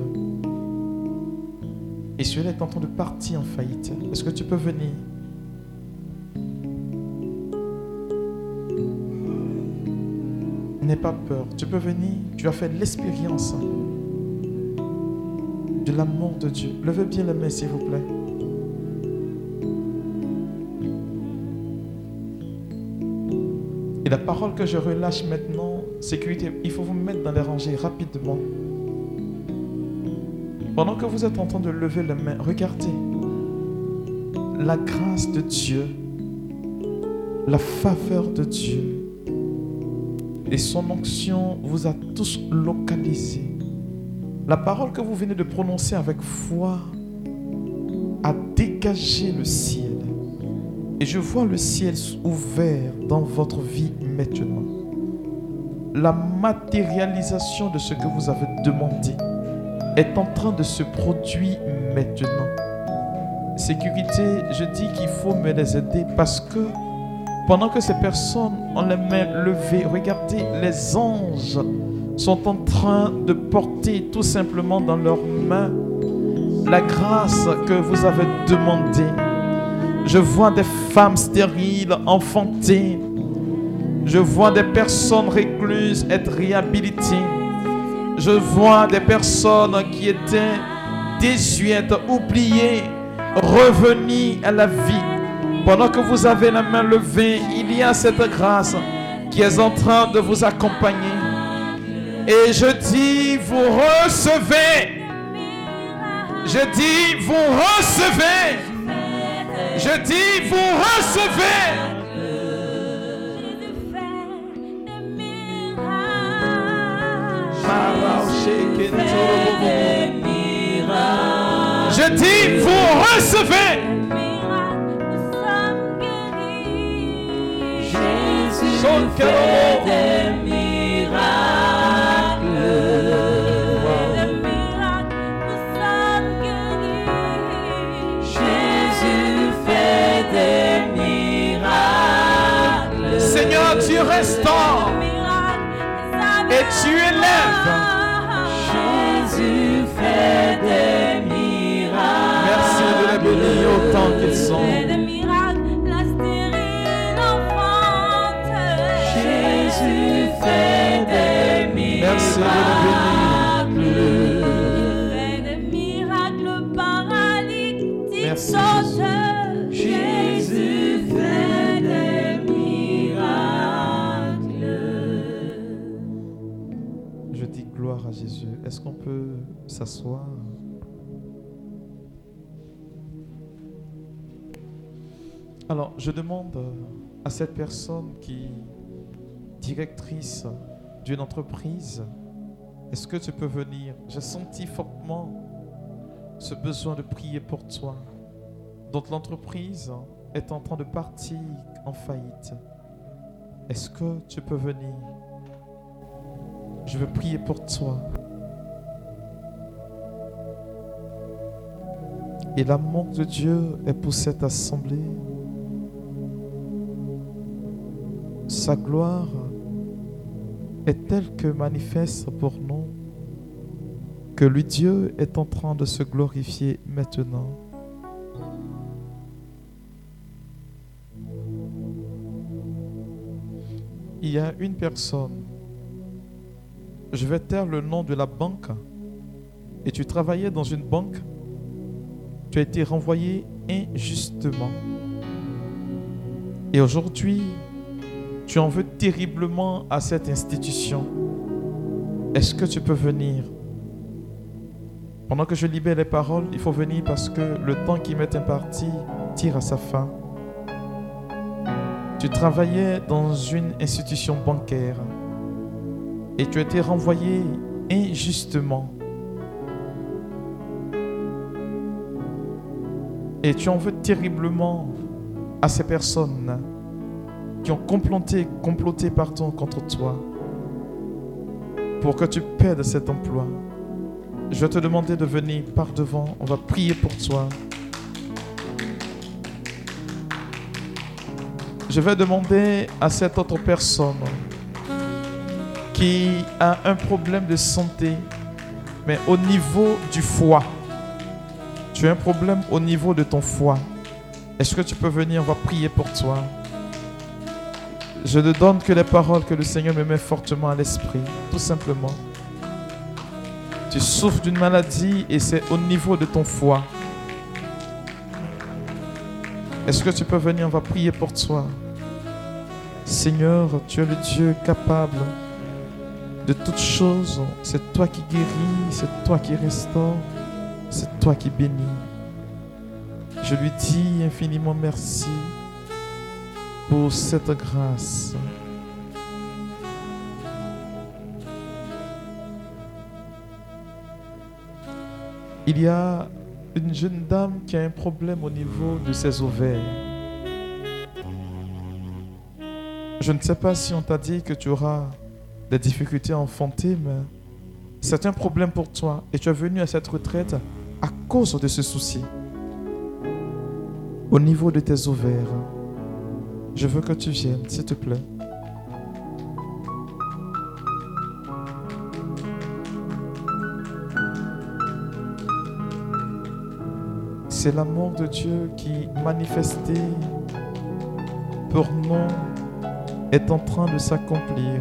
Speaker 3: et celui-là est en train de partir en faillite. Est-ce que tu peux venir? N'aie pas peur, tu peux venir, tu tu as fait l'expérience de l'amour de Dieu. Levez bien les mains, s'il vous plaît. Et la parole que je relâche maintenant, sécurité, il faut vous mettre dans les rangées rapidement. Pendant que vous êtes en train de lever les mains, regardez la grâce de Dieu, la faveur de Dieu et son onction vous a tous localisés. La parole que vous venez de prononcer avec foi a dégagé le ciel. Et je vois le ciel ouvert dans votre vie maintenant. La matérialisation de ce que vous avez demandé est en train de se produire maintenant. Sécurité, je dis qu'il faut me les aider parce que pendant que ces personnes ont les mains levées, regardez, les anges sont en train de porter tout simplement dans leurs mains la grâce que vous avez demandée. Je vois des femmes stériles, enfantées. Je vois des personnes récluses être réhabilitées. Je vois des personnes qui étaient désuètes, oubliées, revenir à la vie. Pendant que vous avez la main levée, il y a cette grâce qui est en train de vous accompagner. Et je dis, vous recevez. Je dis, vous recevez. Je dis, vous recevez. Je dis, vous recevez.
Speaker 5: Jésus fait des miracles. Des miracles, nous sommes guéris. Jésus fait des miracles.
Speaker 3: Seigneur, tu restaures et tu élèves.
Speaker 5: Jésus fait des miracles.
Speaker 3: Merci de les bénir autant qu'ils sont.
Speaker 5: Des miracles, la stérile enfante. Jésus fait des miracles.
Speaker 3: Merci de les bénir.
Speaker 5: Fait des miracles, paralytiques
Speaker 3: Merci,
Speaker 5: saute. Jésus fait des miracles.
Speaker 3: Je dis gloire à Jésus. Est-ce qu'on peut s'asseoir? Alors, je demande à cette personne qui est directrice d'une entreprise, est-ce que tu peux venir? J'ai senti fortement ce besoin de prier pour toi. Donc l'entreprise est en train de partir en faillite. Est-ce que tu peux venir? Je veux prier pour toi. Et l'amour de Dieu est pour cette assemblée. Sa gloire est telle que manifeste pour nous que lui Dieu est en train de se glorifier maintenant. Il y a une personne, je vais taire le nom de la banque, et tu travaillais dans une banque, tu as été renvoyé injustement. Et aujourd'hui, tu en veux terriblement à cette institution. Est-ce que tu peux venir? Pendant que je libère les paroles, il faut venir parce que le temps qui m'est imparti tire à sa fin. Tu travaillais dans une institution bancaire et tu as été renvoyé injustement. Et tu en veux terriblement à ces personnes qui ont comploté contre toi pour que tu perdes cet emploi. Je vais te demander de venir par devant. On va prier pour toi. Je vais demander à cette autre personne qui a un problème de santé, mais au niveau du foie. Tu as un problème au niveau de ton foie. Est-ce que tu peux venir? On va prier pour toi. Je ne donne que les paroles que le Seigneur me met fortement à l'esprit, tout simplement. Tu souffres d'une maladie et c'est au niveau de ton foie. Est-ce que tu peux venir? On va prier pour toi. Seigneur, tu es le Dieu capable de toutes choses. C'est toi qui guéris, c'est toi qui restaure, c'est toi qui bénis. Je lui dis infiniment merci pour cette grâce. Il y a une jeune dame qui a un problème au niveau de ses ovaires. Je ne sais pas si on t'a dit que tu auras des difficultés à enfanter, mais c'est un problème pour toi et tu es venu à cette retraite à cause de ce souci. Au niveau de tes ovaires, je veux que tu viennes, s'il te plaît. C'est l'amour de Dieu qui, manifesté pour nous, est en train de s'accomplir.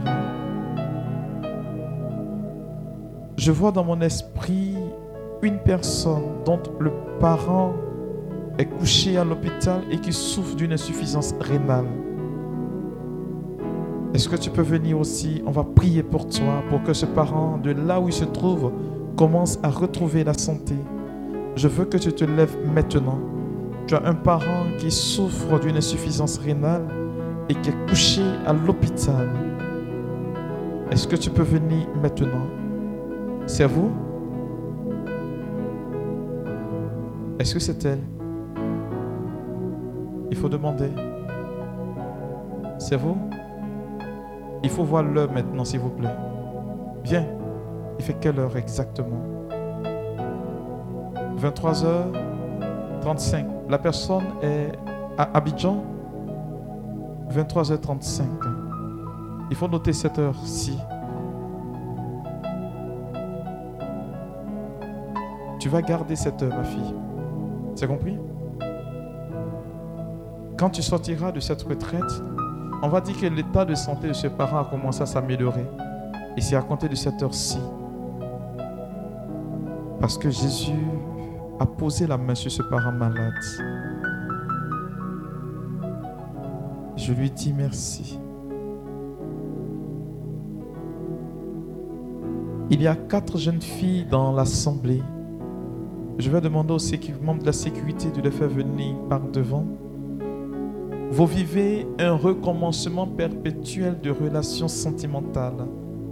Speaker 3: Je vois dans mon esprit une personne dont le parent est couché à l'hôpital et qui souffre d'une insuffisance rénale. Est-ce que tu peux venir aussi? On va prier pour toi, pour que ce parent, de là où il se trouve, commence à retrouver la santé. Je veux que tu te lèves maintenant. Tu as un parent qui souffre d'une insuffisance rénale et qui est couché à l'hôpital. Est-ce que tu peux venir maintenant? C'est vous? Est-ce que c'est elle? Il faut demander. C'est vous? Il faut voir l'heure maintenant, s'il vous plaît. Viens. Il fait quelle heure exactement? 23h35. La personne est à Abidjan. 23h35. Il faut noter cette heure-ci. Tu vas garder cette heure, ma fille. C'est compris? Quand tu sortiras de cette retraite, on va dire que l'état de santé de ce parent a commencé à s'améliorer. Et c'est à compter de cette heure-ci. Parce que Jésus a posé la main sur ce parent malade. Je lui dis merci. Il y a 4 jeunes filles dans l'assemblée. Je vais demander aux membres de la sécurité de les faire venir par devant. Vous vivez un recommencement perpétuel de relations sentimentales.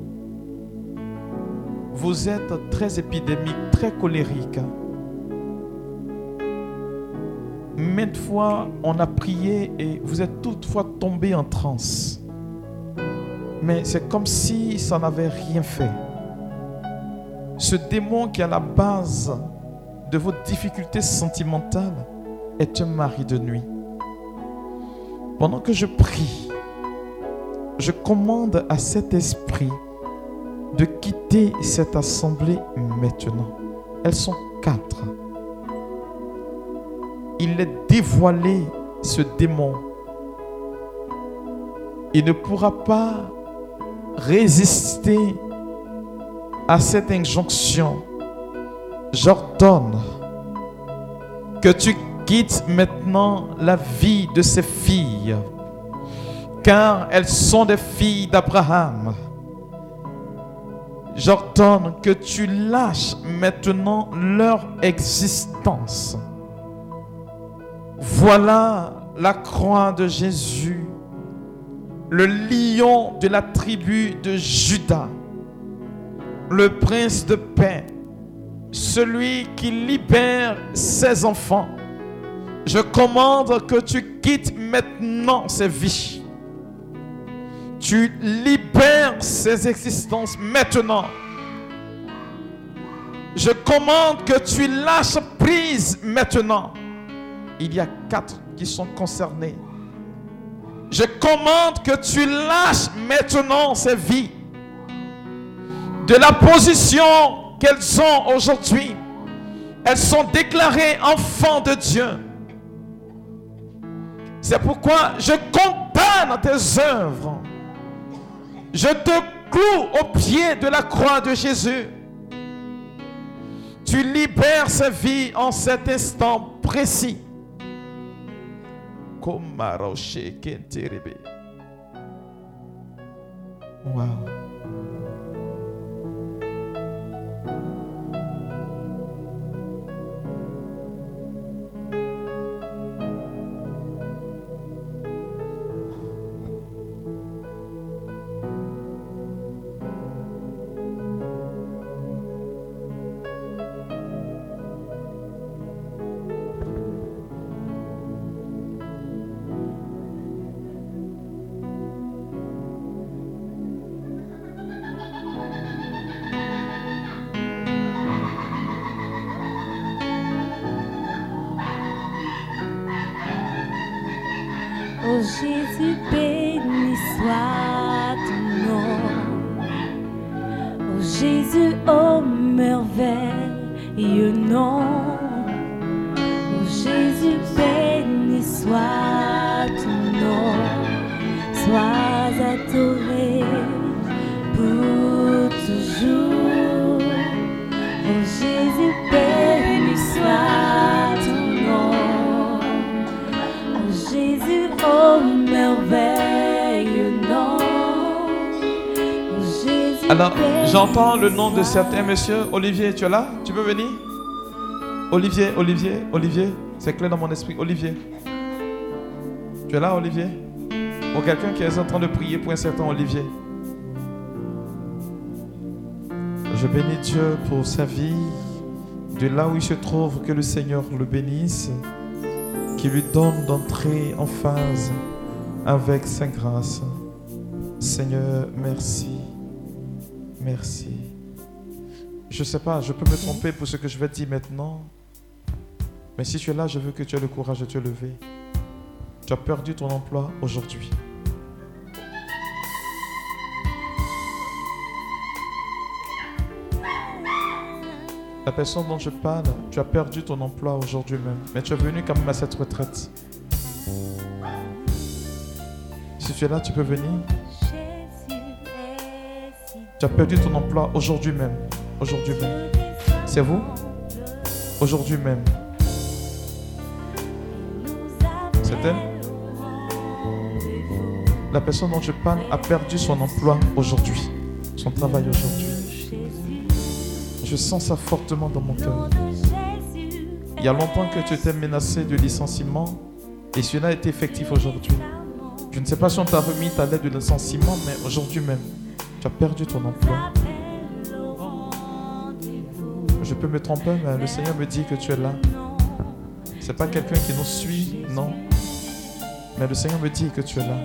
Speaker 3: Vous êtes très épidémique, très colérique. Maintes fois, on a prié et vous êtes toutefois tombé en transe. Mais c'est comme si ça n'avait rien fait. Ce démon qui est à la base de vos difficultés sentimentales est un mari de nuit. Pendant que je prie, je commande à cet esprit de quitter cette assemblée maintenant. Elles sont 4. Il est dévoilé, ce démon. Il ne pourra pas résister à cette injonction. J'ordonne que tu quittes maintenant la vie de ces filles, car elles sont des filles d'Abraham. J'ordonne que tu lâches maintenant leur existence. Voilà la croix de Jésus, le lion de la tribu de Juda, le prince de paix, celui qui libère ses enfants. Je commande que tu quittes maintenant ces vies. Tu libères ces existences maintenant. Je commande que tu lâches prise maintenant. Il y a 4 qui sont concernés. Je commande que tu lâches maintenant ces vies. De la position qu'elles ont aujourd'hui, elles sont déclarées enfants de Dieu. C'est pourquoi je condamne tes œuvres. Je te cloue au pied de la croix de Jésus. Tu libères sa vie en cet instant précis. Wow.
Speaker 5: Oh Jésus, béni soit ton nom. Oh Jésus, oh merveilleux nom. Oh Jésus, béni soit ton nom. Sois adoré pour toujours. Oh Jésus, béni soit ton nom. Oh Jésus, oh merveilleux nom. Oh Jésus,
Speaker 3: Alors, j'entends le nom de certains messieurs. Olivier, tu es là? Tu peux venir? Olivier. C'est clair dans mon esprit. Olivier. Tu es là, Olivier? Ou quelqu'un qui est en train de prier pour un certain Olivier. Je bénis Dieu pour sa vie. De là où il se trouve, que le Seigneur le bénisse. Qui lui donne d'entrer en phase avec sa grâce. Seigneur, merci. Merci. Je ne sais pas, je peux me tromper pour ce que je vais dire maintenant. Mais si tu es là, je veux que tu aies le courage de te lever. Tu as perdu ton emploi aujourd'hui. La personne dont je parle, tu as perdu ton emploi aujourd'hui même. Mais tu es venu quand même à cette retraite. Si tu es là, tu peux venir. Tu as perdu ton emploi aujourd'hui même. Aujourd'hui même. C'est vous? Aujourd'hui même. C'est elle? La personne dont je parle a perdu son emploi aujourd'hui. Son travail aujourd'hui. Je sens ça fortement dans mon cœur. Il y a longtemps que tu étais menacé de licenciement et cela a été effectif aujourd'hui. Je ne sais pas si on t'a remis ta lettre de licenciement, mais aujourd'hui même, tu as perdu ton emploi. Je peux me tromper, mais le Seigneur me dit que tu es là. C'est pas quelqu'un qui nous suit, non. Mais le Seigneur me dit que tu es là.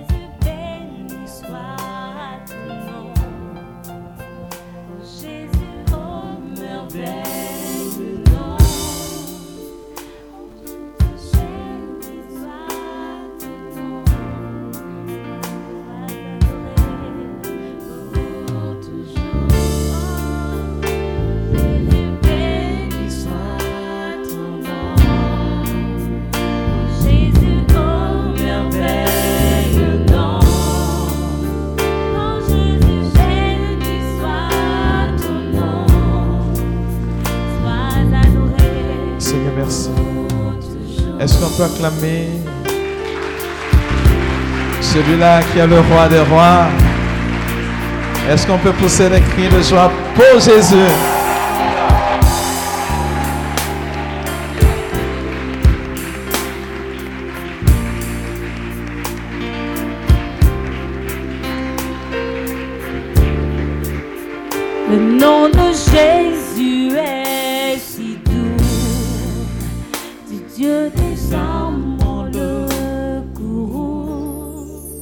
Speaker 3: Acclamer celui-là qui est le roi des rois. Est-ce qu'on peut pousser des cris de joie pour Jésus?
Speaker 5: Le nom de Jésus est si doux, du Dieu des amants le courroux.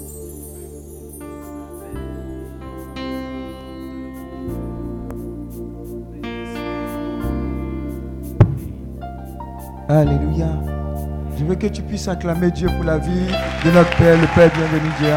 Speaker 2: Alléluia. Je veux que tu puisses acclamer Dieu pour la vie de notre Père, le Père bienvenu Dieu.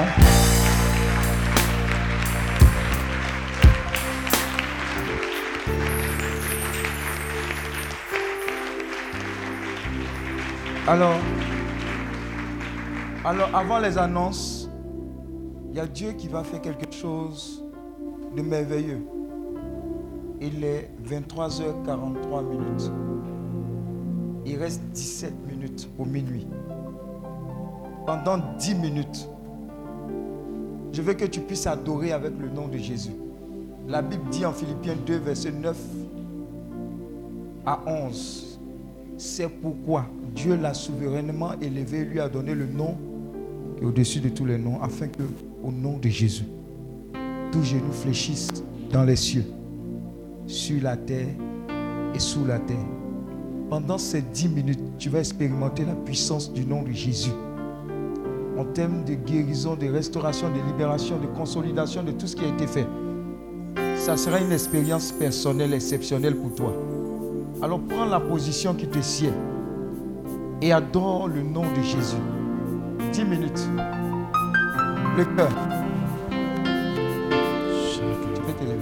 Speaker 2: Alors, avant les annonces, il y a Dieu qui va faire quelque chose de merveilleux. Il est 23h43 minutes. Il reste 17 minutes au minuit. Pendant 10 minutes, je veux que tu puisses adorer avec le nom de Jésus. La Bible dit en Philippiens 2, verset 9 à 11. C'est pourquoi Dieu l'a souverainement élevé et lui a donné le nom qui est au-dessus de tous les noms, afin que, au nom de Jésus, tous genoux fléchissent dans les cieux, sur la terre et sous la terre. Pendant ces 10 minutes, tu vas expérimenter la puissance du nom de Jésus. En termes de guérison, de restauration, de libération, de consolidation de tout ce qui a été fait. Ça sera une expérience personnelle, exceptionnelle pour toi. Alors prends la position qui te sied et adore le nom de Jésus. 10 minutes. Le cœur. Tu peux t'élever.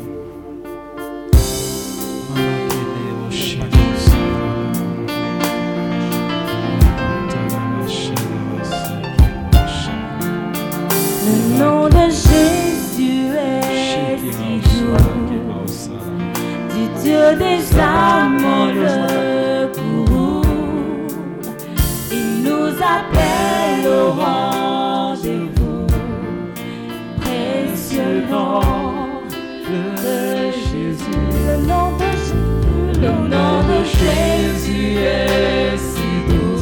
Speaker 5: Le nom de Jésus est si doux, du Dieu des âmes le courroux. Il nous appelle au rendez-vous, précieux nom de Jésus. Le nom de Jésus est si doux,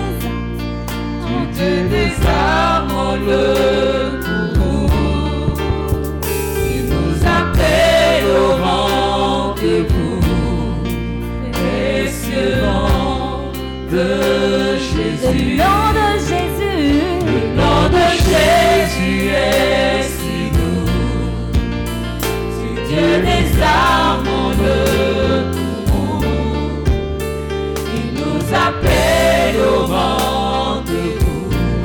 Speaker 5: du Dieu des âmes le courroux. Il nous appelle au rendez-vous, précieux nom de Jésus. Le nom de Jésus, le nom de Jésus est si doux, du Dieu des âmes le courroux. Il nous appelle au rendez-vous,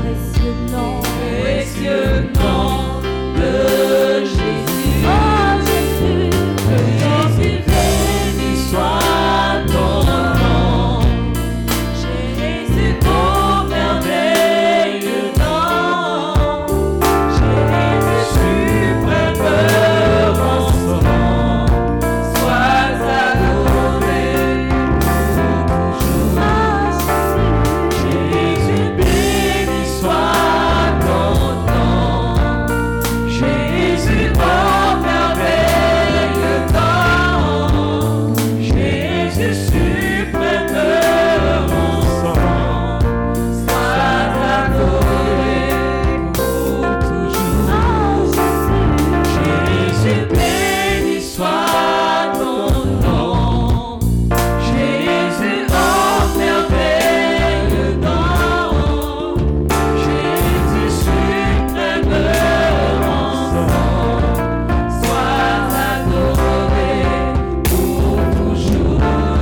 Speaker 5: précieux nom de Jésus. Oh Jésus, Jésus, béni soit ton nom. Jésus, ô merveilleux nom. Jésus, suprême rançon. Sois adoré pour toujours. Jésus, béni soit ton nom. Jésus, ô merveilleux nom. Jésus, suprême rançon. Sois adoré pour toujours. Jésus, béni soit ton nom. Jésus, ô merveilleux nom. Jésus, suprême rançon. Sois adoré pour toujours.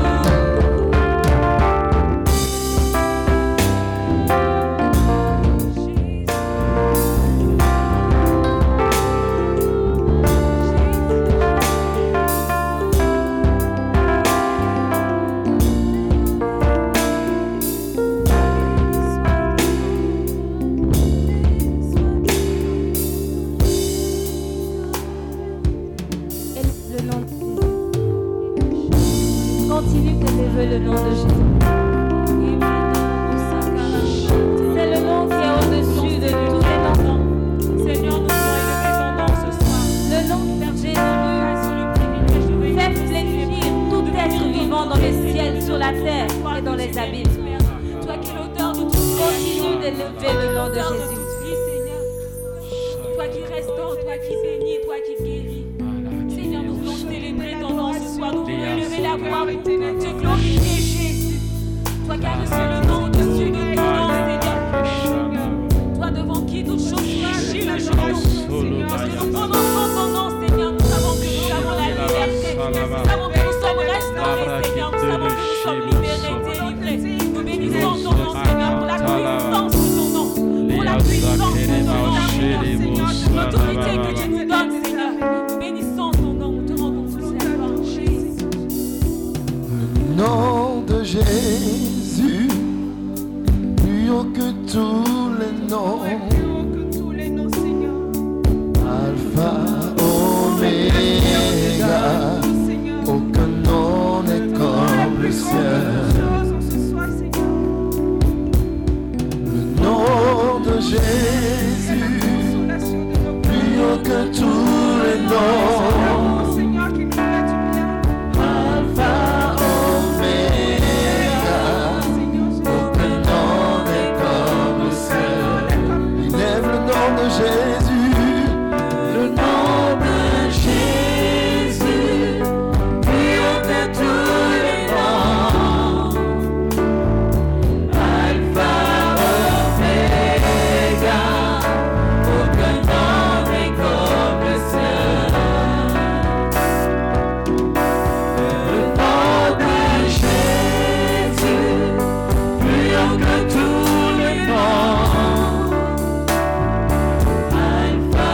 Speaker 5: Le nom de Jésus. Continue d'élever le nom de Jésus. C'est le nom qui est au-dessus de tous les noms. Seigneur, nous voulons élever ton nom ce soir. Le nom de Jésus fait fléchir tout être vivant dans les ciels, sur la terre et dans les abysses. Toi qui es l'auteur de tout, continue d'élever le nom de Jésus. Toi qui restaures, toi qui bénis, toi qui guéris. Seigneur, nous voulons célébrer ton nom ce soir. Nous voulons élever la voix pour te glorifier, Jésus. Toi qui as reçu le nom au-dessus de tout nom, Seigneur. Toi devant qui toute chose fléchit le genou. Parce que nous prononçons ton nom, Seigneur. Nous savons que nous avons la liberté. Nous savons que nous sommes restaurés, Seigneur. Nous savons que nous sommes libérés, délivrés. Nous bénissons ton nom, Seigneur, pour la puissance de ton nom. Pour la puissance de ton nom, Seigneur. L'autorité que tu nous donnes, Seigneur. Nous bénissons ton nom. Nous te rendons toute la gloire, Jésus.
Speaker 6: Le nom de Jésus, plus haut que tous les noms.
Speaker 1: Plus haut que tous les noms, Seigneur.
Speaker 6: Alpha, Oméga,
Speaker 1: Seigneur.
Speaker 6: au de Jésus, plus haut que tous les noms.
Speaker 1: Seigneur, qui nous fait du bien.
Speaker 6: Alpha, Oméga, aucun nom n'est comme le seul. Élève le nom de Jésus, le nom de Jésus, plus haut que tous les noms. Alpha, Oméga, aucun nom n'est comme le seul. Le nom de Jésus, plus haut que tous les noms. Alpha,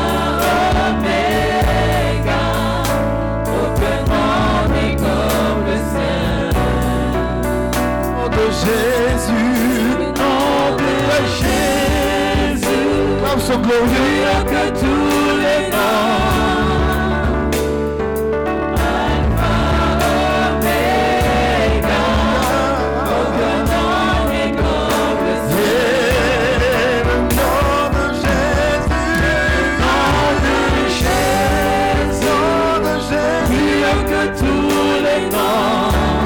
Speaker 6: Oméga, aucun nom n'est comme le seul. Nom de Jésus, le nom de Jésus, comme ce glorieux, plus haut que tous les noms. Alpha, Oméga, aucun nom n'est comme le seul. Le nom de Jésus, nom de Jésus, plus haut que tous les noms.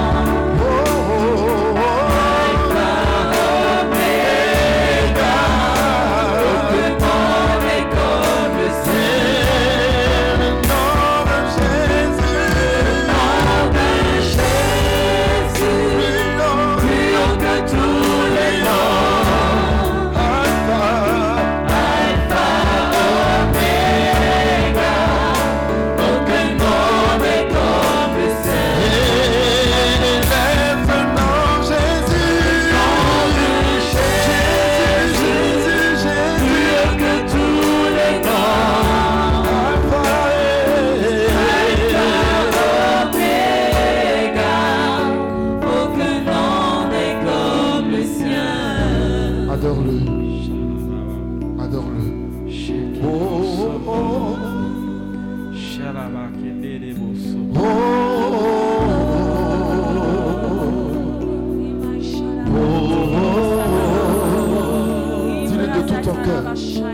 Speaker 6: Alpha, Oméga, aucun nom n'est comme le ciel. Le nom de Jésus, plus haut que tous les noms. Alpha, Oméga, aucun nom n'est comme le ciel. Élève le nom Jésus, Jésus, plus haut que tous les noms. Alpha, Oméga, aucun nom n'est comme le sien. Adore-le, adore-le. Oh, oh, oh. Dis-le de tout ton cœur.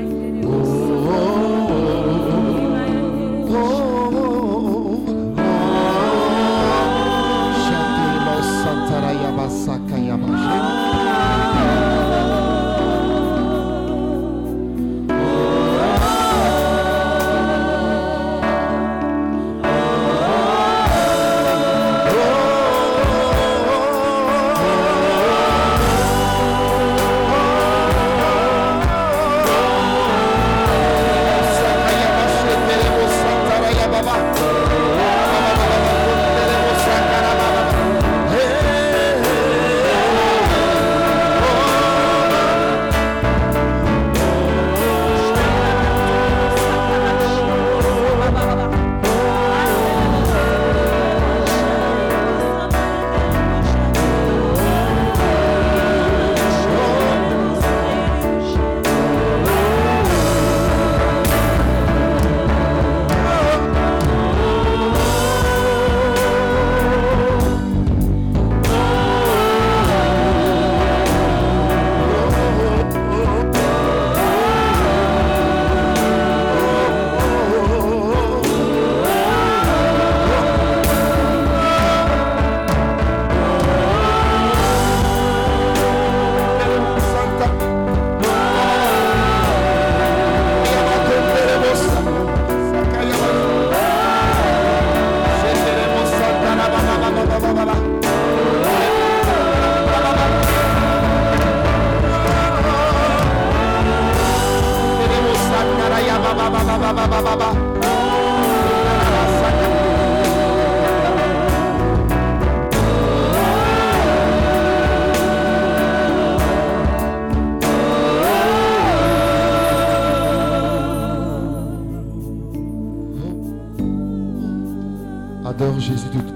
Speaker 6: Adore Jésus de tout.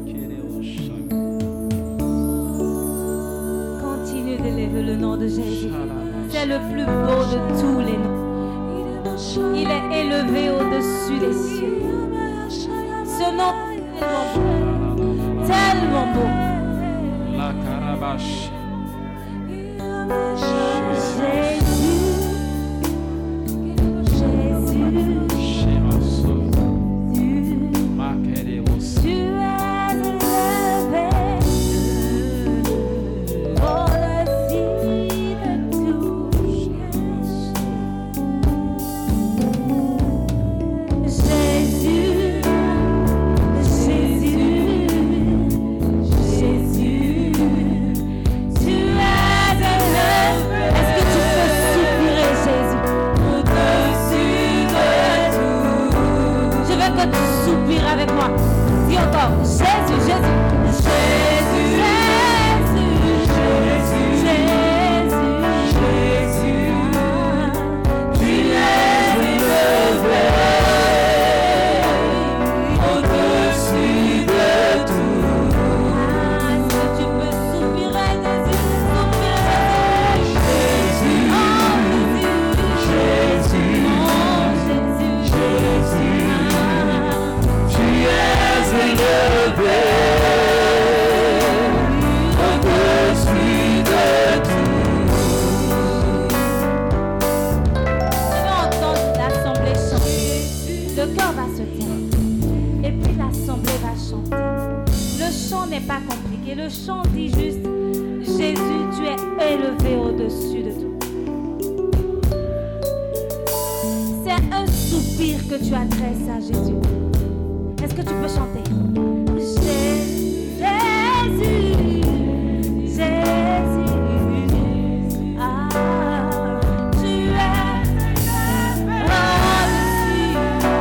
Speaker 5: Continue d'élever le nom de Jésus. C'est le plus beau de tous les noms. Il est élevé au-dessus des cieux. Ce nom est tellement beau.
Speaker 3: La Carabache.
Speaker 5: Avec moi, dis encore Jésus, Jésus, Jésus, Jésus, Jésus, Jésus, tu es élevé au-dessus de tout. Est-ce que tu peux soupirer, Jésus, Jésus, Jésus, Jésus, élevé au-dessus de tout. Je vais entendre l'assemblée chanter. Le cœur va se taire. Et puis l'assemblée va chanter. Le chant n'est pas compliqué. Le chant dit juste Jésus, tu es élevé au-dessus de tout. C'est un soupir que tu adresses à Jésus. Est-ce que tu peux chanter? Jésus, Jésus, ah, tu es au-dessus.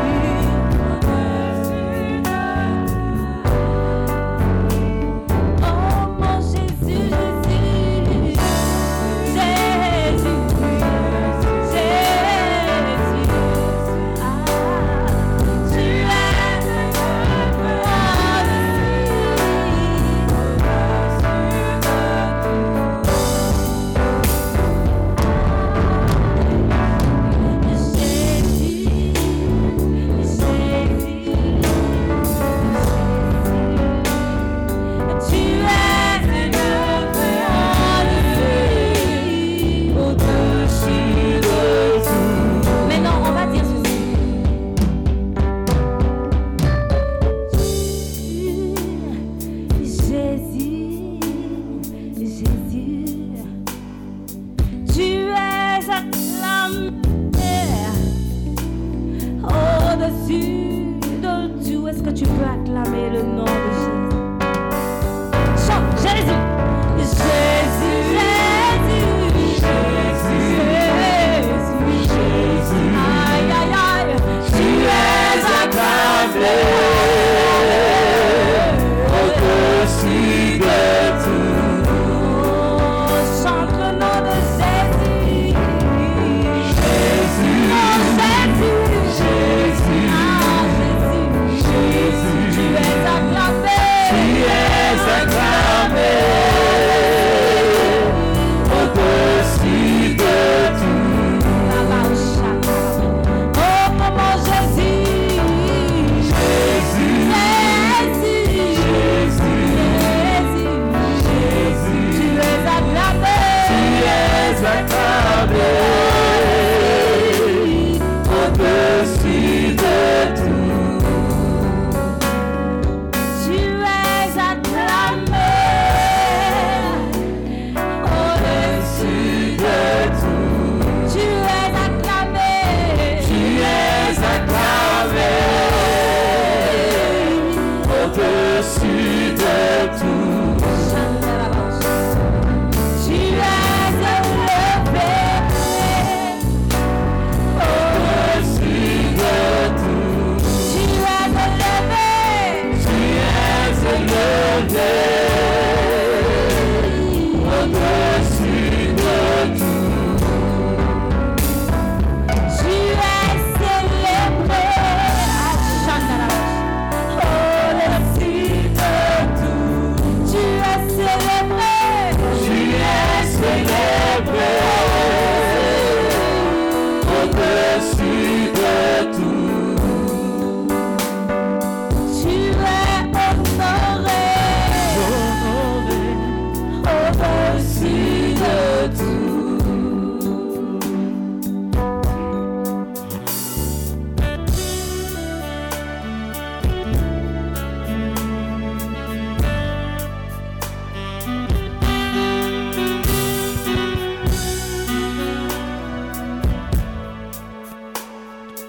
Speaker 5: Oh mon Jésus, Jésus, Jésus, Jésus, ah, tu es est-ce que tu peux acclamer le nom de Jésus? Chante Jésus, Jésus, Jésus, Jésus, Jésus, aïe, aïe, aïe, tu es acclamé au-dessus de tout. Oh, chante le nom de Jésus, Jésus, oh, Jésus, Jésus, ah, Jésus, tu es acclamé.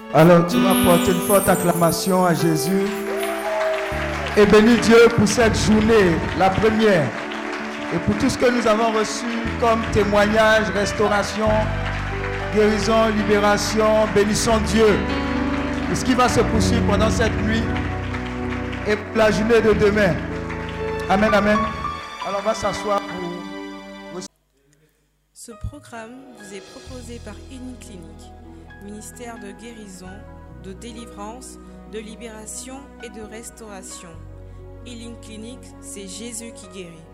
Speaker 2: Alors tu vas porter une forte acclamation à Jésus et bénis Dieu pour cette journée, la première, et pour tout ce que nous avons reçu comme témoignage, restauration, guérison, libération. Bénissons Dieu pour ce qui va se poursuivre pendant cette nuit et pour la journée de demain. Amen, amen. Alors on va s'asseoir pour...
Speaker 1: Ce programme vous est proposé par Healing Clinic, ministère de guérison, de délivrance, de libération et de restauration. Healing Clinic, c'est Jésus qui guérit.